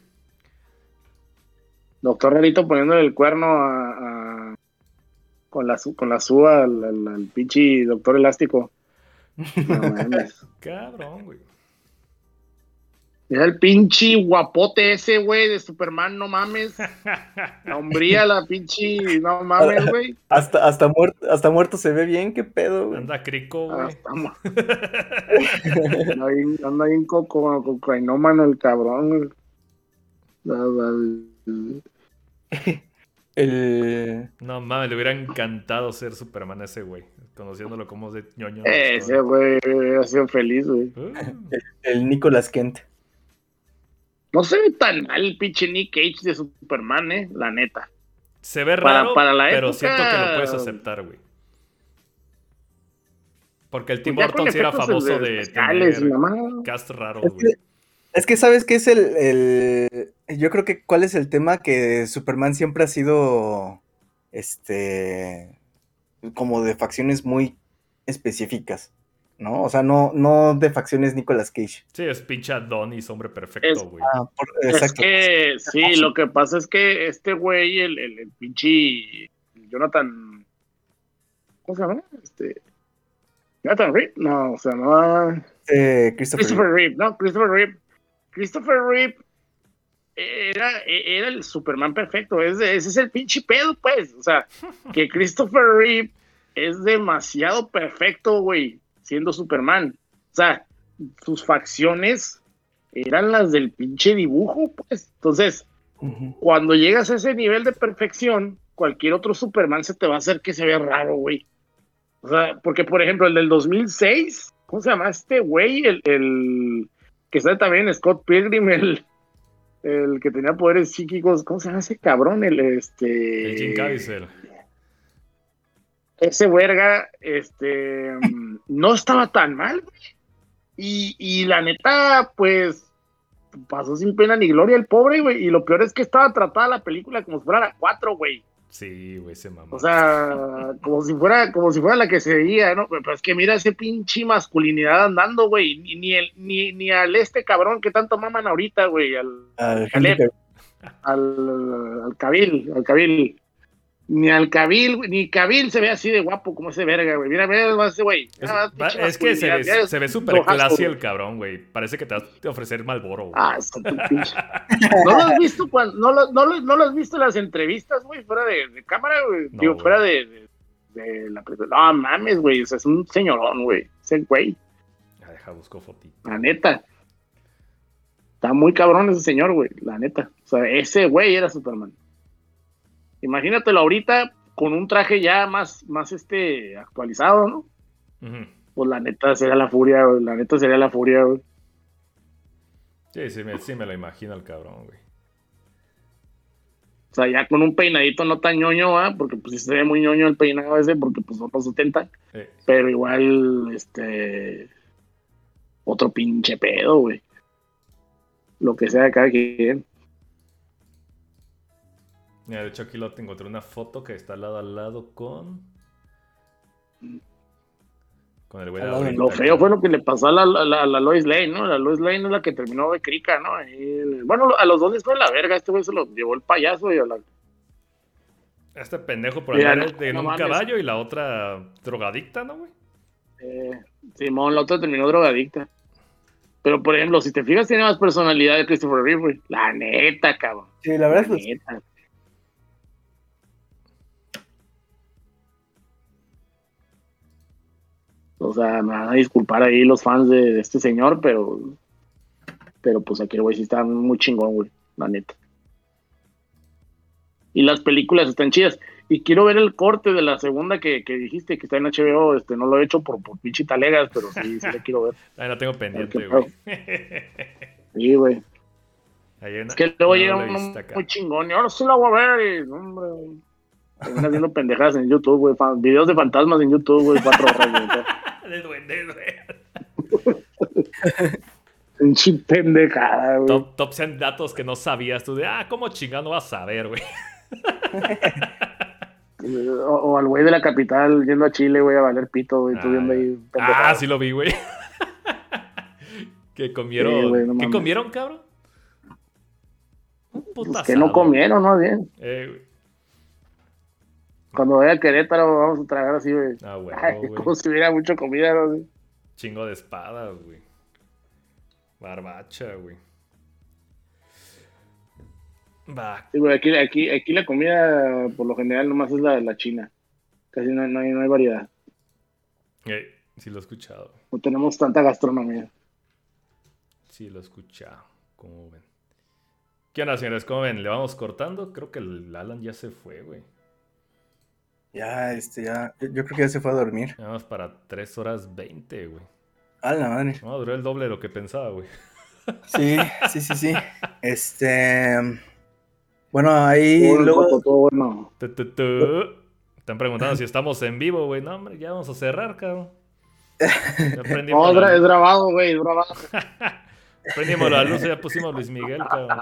Doctor Rarito poniéndole el cuerno con la suba al pinche Doctor Elástico. No mames. Cabrón, güey. Era el pinche guapote ese, güey, de Superman, no mames. La hombría, la pinche, no mames, güey. hasta muerto se ve bien, qué pedo, güey. Anda crico, güey. Estamos. Anda bien cocainómano el cabrón, güey. No mames, le hubiera encantado ser Superman a ese güey. Conociéndolo como de ñoño. Ese güey ha sido feliz, güey. El Nicolas Kent. No se ve tan mal el pinche Nick Cage de Superman, la neta. Se ve raro, para la pero época, siento que lo puedes aceptar, güey. Porque el Tim pues ya con Burton sí era efectos famoso de especiales y tener mamá. cast raros, Es güey. Es que sabes que es yo creo que cuál es el tema, que Superman siempre ha sido como de facciones muy específicas, ¿no? O sea, no de facciones Nicolas Cage. Sí, es pinche Adonis, hombre perfecto, güey. Es Exacto. que sí, lo que pasa es que este güey, el pinche Jonathan, ¿cómo se llama? Jonathan Reeve, no, o sea, no. Christopher Reeve, no, Christopher Reeve era el Superman perfecto. Ese es el pinche pedo, pues. O sea, que Christopher Reeve es demasiado perfecto, güey, siendo Superman. O sea, sus facciones eran las del pinche dibujo, pues. Entonces, cuando llegas a ese nivel de perfección, cualquier otro Superman se te va a hacer que se vea raro, güey. O sea, porque, por ejemplo, el del 2006, ¿cómo se llama este güey? El que sale también Scott Pilgrim, el que tenía poderes psíquicos. ¿Cómo se llama ese cabrón? El Jim Caviezel. Ese verga, no estaba tan mal, güey. Y la neta, pues, pasó sin pena ni gloria el pobre, güey. Y lo peor es que estaba tratada la película como si fuera la 4, güey. Sí, güey, se mamó. O sea, como si fuera la que se veía, ¿no? Pero es que mira ese pinche masculinidad andando, güey. Ni al cabrón que tanto maman ahorita, güey. Al Cabil. Ni al Cabil, ni Cabil se ve así de guapo como ese verga, güey. Mira ese güey. Es que se ve súper classy el cabrón, güey. Parece que te vas a ofrecer Malboro, güey. Está tu pinche. ¿No lo has visto no lo has visto en las entrevistas, güey? Fuera de cámara, güey. No, Digo, güey. fuera de la película. No mames, güey. O sea, es un señorón, güey. Ese güey. Deja, busco fotito. La neta. Está muy cabrón ese señor, güey. La neta. O sea, ese güey era Superman. Imagínatelo ahorita con un traje ya más actualizado, ¿no? Uh-huh. Pues la neta sería la furia, güey. La neta sería la furia, güey. Sí me lo imagino al cabrón, güey. O sea, ya con un peinadito no tan ñoño, ¿ah? Porque pues sí se ve muy ñoño el peinado ese, porque pues son los 70. Pero igual, otro pinche pedo, güey. Lo que sea de cada quien. Mira, de hecho aquí encontré una foto que está lado a lado con Con el güey de Al lado de ahorita. Lo feo fue lo que le pasó a la Lois Lane, ¿no? La Lois Lane es la que terminó de crica, ¿no? Bueno, a los dos les fue la verga. Este güey se lo llevó el payaso y a la... Este pendejo por Mira, andar no, en no un mames. caballo y la otra drogadicta, ¿no, güey? Simón, la otra terminó drogadicta. Pero, por ejemplo, si te fijas, tiene más personalidad de Christopher Reeve, güey. La neta, cabrón. Sí, la verdad, La pues, neta. O sea, me van a disculpar ahí los fans de este señor, pero pues aquí el güey sí está muy chingón, güey, la neta. Y las películas están chidas. Y quiero ver el corte de la segunda que dijiste que está en HBO. No lo he hecho por pinche talegas, pero sí le quiero ver. Ahí la tengo pendiente, qué güey. Sí, güey. Ahí hay Es que luego llega no la he uno visto acá. muy chingón y ahora sí la voy a ver. Y, hombre, terminas viendo pendejadas en YouTube, güey. Videos de fantasmas en YouTube, güey. 4 horas, güey. De duendes, güey. Pinche pendejada, güey. Top 100 datos que no sabías tú de, ¿cómo chingado vas a saber, güey? O al güey de la capital yendo a Chile, güey, a valer pito, güey. Tú viendo ahí pendejadas. Sí lo vi, güey. Que comieron. Sí, güey, no ¿Qué mames. comieron, cabrón? Un puto Pues que no asado. comieron, ¿no? Bien. Güey. Cuando vaya a Querétaro vamos a tragar así, güey. Güey, Ay, güey. como si hubiera mucha comida, ¿no? Güey? Chingo de espadas, güey. Barbacha, güey. Va. Sí, güey, aquí la comida por lo general nomás es la china. Casi no hay variedad. Sí lo he escuchado. No tenemos tanta gastronomía. Sí lo he escuchado. ¿Cómo ven? ¿Qué onda, señores? ¿Cómo ven? ¿Le vamos cortando? Creo que el Alan ya se fue, güey. ya, yo creo que ya se fue a dormir. Vamos para 3 horas 20, güey. A la madre. No, duró el doble de lo que pensaba, güey. Sí. Bueno, ahí luego... Todo bueno. Están preguntando si estamos en vivo, güey. No, hombre, ya vamos a cerrar, cabrón. Ya prendimos No, la es grabado, güey, es grabado. prendimos la luz y ya pusimos Luis Miguel, cabrón.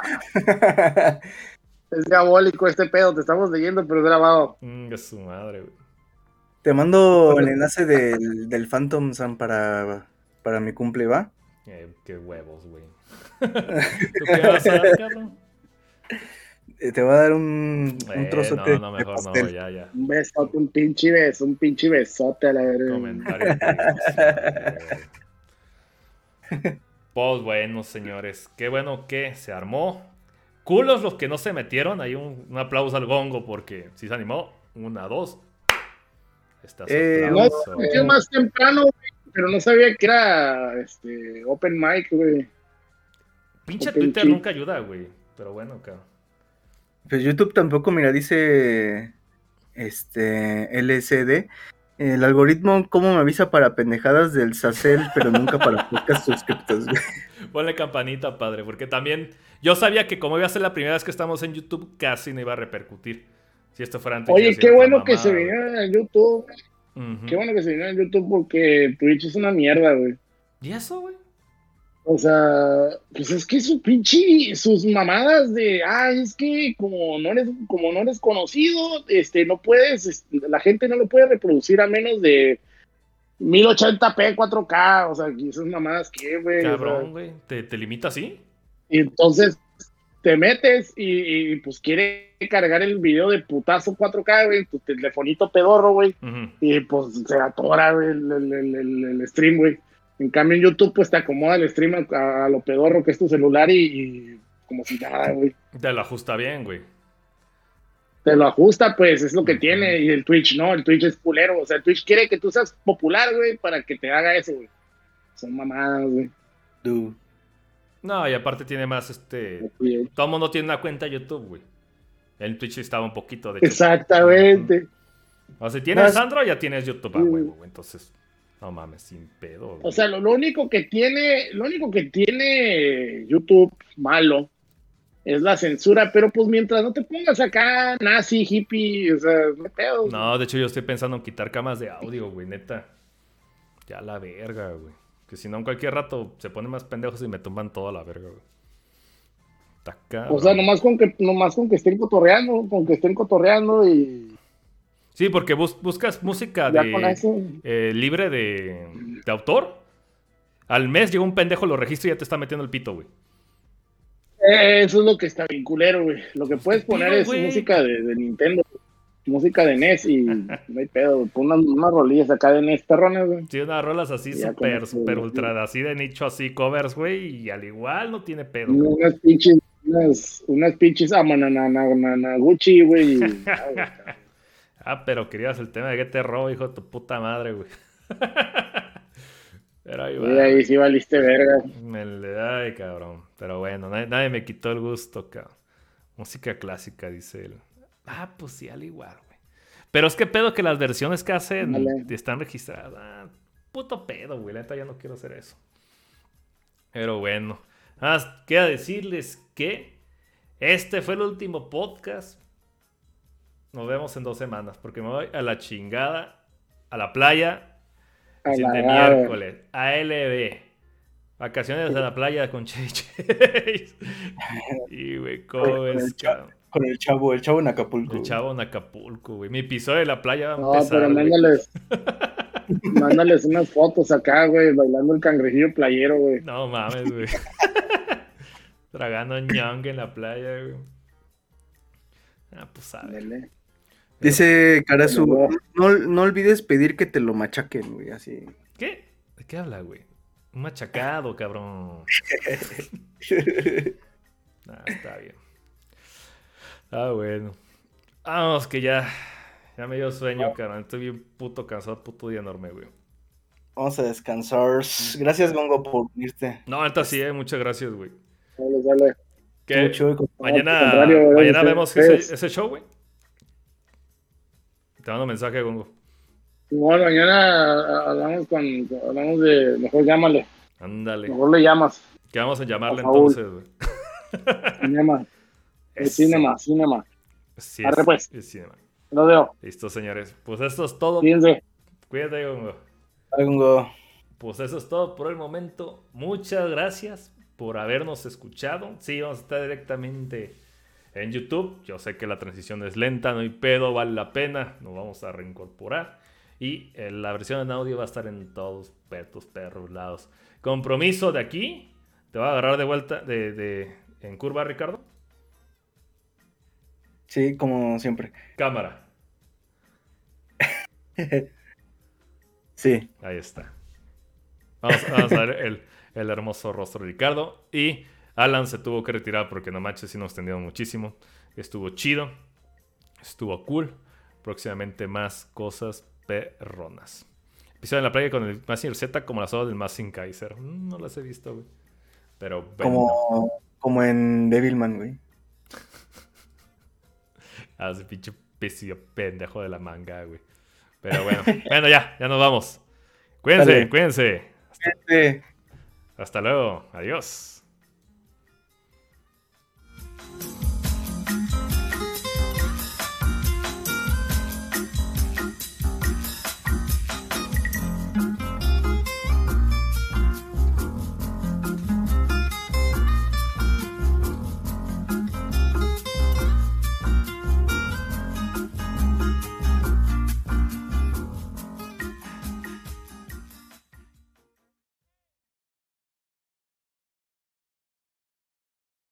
Es diabólico este pedo, te estamos leyendo, pero es grabado. Es su madre, güey. Te mando el enlace del Phantom Sam para mi cumple, ¿va? Qué huevos, güey. ¿Tú qué vas a dar, cabrón? Te voy a dar un trozote No, de mejor no, pastel. ya. Un besote, un pinche besote a la verga. Comentario. Pues bueno, señores. Qué bueno que se armó. Culos los que no se metieron. Hay un aplauso al gongo porque sí se animó. 1, 2. Estás No, aplauso. es más temprano, güey, pero no sabía que era open mic, güey. Pinche Open Twitter chip. nunca ayuda, güey. Pero bueno, cabrón. Pues YouTube tampoco, mira, dice LCD. El algoritmo, ¿cómo me avisa para pendejadas del Sacel, pero nunca para podcast suscriptos, güey? Ponle campanita, padre, porque también yo sabía que como iba a ser la primera vez que estamos en YouTube, casi no iba a repercutir. Si esto fuera antes. Oye, ya qué sería bueno otra que se mamada, vinieron en YouTube. güey. Ujú. Qué bueno que se vinieron en YouTube porque Twitch es una mierda, güey. ¿Y eso, güey? O sea, pues es que sus mamadas de, es que como no eres conocido, no puedes, la gente no lo puede reproducir a menos de 1080p 4K, o sea, y esas mamadas que, güey. Cabrón, güey. ¿Te limita así? Y entonces te metes y pues quiere cargar el video de putazo 4K, güey, tu telefonito pedorro, güey, Ujú. y pues se atora, güey, el stream, güey. En cambio en YouTube pues te acomoda el stream a lo pedorro que es tu celular y como si nada, güey. Te lo ajusta bien, güey. Te lo ajusta, pues, es lo que Ujú. tiene. Y el Twitch no, el Twitch es culero. O sea, el Twitch quiere que tú seas popular, güey, para que te haga eso, güey. Son mamadas, güey. Du. No, y aparte tiene más todo el mundo tiene una cuenta de YouTube, güey. En Twitch estaba un poquito, de hecho. Exactamente. O sea, si tienes Más- Android, ya tienes YouTube a huevo, güey. Entonces, no mames, sin pedo, güey. O sea, lo único que tiene YouTube malo es la censura, pero pues mientras no te pongas acá nazi, hippie, o sea, no hay pedo. No, de hecho yo estoy pensando en quitar camas de audio, güey, neta. Ya la verga, güey. Que si no, en cualquier rato se ponen más pendejos y me tumban toda la verga, güey. Está cabrón. O sea, nomás con que estén cotorreando y Sí, porque buscas música Ya con eso. libre de autor. Al mes llega un pendejo, lo registra y ya te está metiendo el pito, güey. Eso es lo que está bien culero, güey. Lo que Pues, puedes ¿qué poner pido, es güey? música de Nintendo, música de NES y no hay pedo, güey. Pon unas rolillas acá de NES perrones, güey. Sí, unas rolas así Ya con súper, eso, súper güey. ultra, así de nicho, así covers, güey. Y al igual no tiene pedo, güey. Unas pinches Gucci, güey. Y ya, güey. Ah, pero querías el tema de Get Robo, hijo de tu puta madre, güey. Pero ahí va, Y ahí güey. sí valiste verga. Me le da, ay, cabrón. Pero bueno, nadie me quitó el gusto, cabrón. Música clásica, dice él. Ah, pues sí, al igual, güey. Pero es que pedo que las versiones que hacen Vale. están registradas. Ah, puto pedo, güey. La neta ya no quiero hacer eso. Pero bueno. Queda decirles que este fue el último podcast. Nos vemos en 2 semanas. Porque me voy a la chingada. A la playa. El siguiente Alagado. miércoles. ALB. Vacaciones en la playa con Chase. Y, güey, ¿cómo es, cabrón? Con el chavo en Acapulco. El chavo en Acapulco, güey. Mi episodio de la playa va a No, empezar, pero güey. mándales unas fotos acá, güey, bailando el cangrejillo playero, güey. No mames, güey. Tragando ñong en la playa, güey. Ah, pues a ver. Ándale. Dice Karasu, No. no olvides pedir que te lo machaquen, güey, así. ¿Qué? ¿De qué habla, güey? Un machacado, cabrón. Está bien. Ah, bueno. Vamos, que ya me dio sueño, cabrón. Estoy bien puto cansado, puto día enorme, güey. Vamos a descansar. Gracias, Gongo, por unirte. No, ahorita sí, muchas gracias, güey. Dale. ¿Qué? Mucho, güey. Mañana, al contrario, mañana gracias. vemos ese show, güey. Te mando mensaje, Gongo. Bueno, mañana hablamos de, mejor llámale, Ándale. mejor le llamas, ¿Qué vamos a llamarle A Saúl. entonces, güey? cinema, Eso. cinema, Sí, Arre, pues. es cinema. lo veo, Listo, señores. Pues esto es todo. fíjense. Cuídate, Gongo. Bye, Gongo. Pues eso es todo por el momento. Muchas gracias por habernos escuchado. Sí, vamos a estar directamente en YouTube. Yo sé que la transición es lenta, no hay pedo, vale la pena. Nos vamos a reincorporar. Y la versión en audio va a estar en todos tus perros lados. Compromiso de aquí. Te va a agarrar de vuelta en curva, Ricardo. Sí, como siempre. Cámara. Sí. Ahí está. Vamos a ver el hermoso rostro de Ricardo. Y Alan se tuvo que retirar porque no manches, sí nos tendieron muchísimo. Estuvo chido. Estuvo cool. Próximamente más cosas perronas. Episodio en la playa con el Mazinger Z como las horas del Mazing Kaiser. No las he visto, güey. Pero bueno. Como en Devilman, güey. Ese pinche pisillo pendejo de la manga, güey. Pero bueno. Bueno, ya nos vamos. Cuídense, Dale. cuídense. Sí. Hasta luego. Adiós.